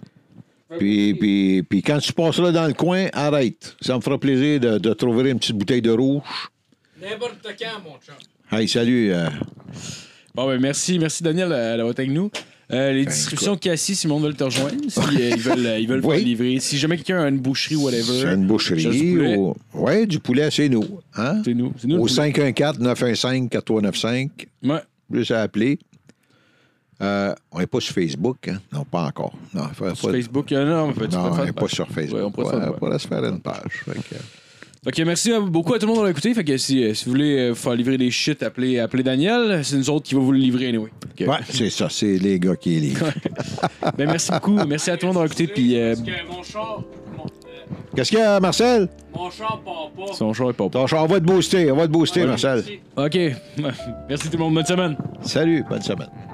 B: Puis, puis, puis quand tu passeras dans le coin, arrête. Ça me fera plaisir de, de trouver une petite bouteille de rouge.
C: N'importe quand, mon chum.
B: Hey, salut. euh,
A: Bon, ben, merci, merci Daniel d'avoir été avec nous. Euh, les distributions Cassis, si le monde veut te rejoindre, si euh, ils veulent, euh, ils veulent
B: Oui.
A: faire livrer. Si jamais quelqu'un a une boucherie ou whatever.
B: C'est une boucherie.
A: cherche du poulet,
B: Ou... Oui, du poulet, c'est nous. Hein?
A: C'est nous. C'est nous. le
B: Au
A: poulet.
B: cinq un quatre, neuf un cinq, quatre trois neuf cinq.
A: Ouais.
B: Juste à appeler. Euh, on n'est pas sur Facebook, hein? Non, pas encore. Non, il faut-
A: Sur
B: faut-
A: Facebook, euh, non, on peut
B: non, on
A: faire
B: n'est
A: une
B: pas
A: page.
B: sur Facebook.
A: Ouais, on pourrait faire une
B: on
A: page.
B: pourrait se faire une page. Fait que-
A: Ok, merci beaucoup à tout le monde d'avoir écouté. Fait que si, euh, si vous voulez euh, faire livrer des shit, appelez, appelez Daniel. C'est nous autres qui va vous le livrer anyway. Ok.
B: Ouais, c'est ça. C'est les gars qui livrent.
A: Ben, merci beaucoup. Merci à tout le monde d'avoir écouté. Puis, euh,
C: Parce que mon char, mon, euh,
B: Qu'est-ce qu'il y a, Marcel?
C: mon char part pas.
A: son choix est pas bon.
B: Ton char, on va te booster. On va te booster, Marcel.
A: Ok. Merci tout le monde. Bonne semaine.
B: Salut. Bonne semaine.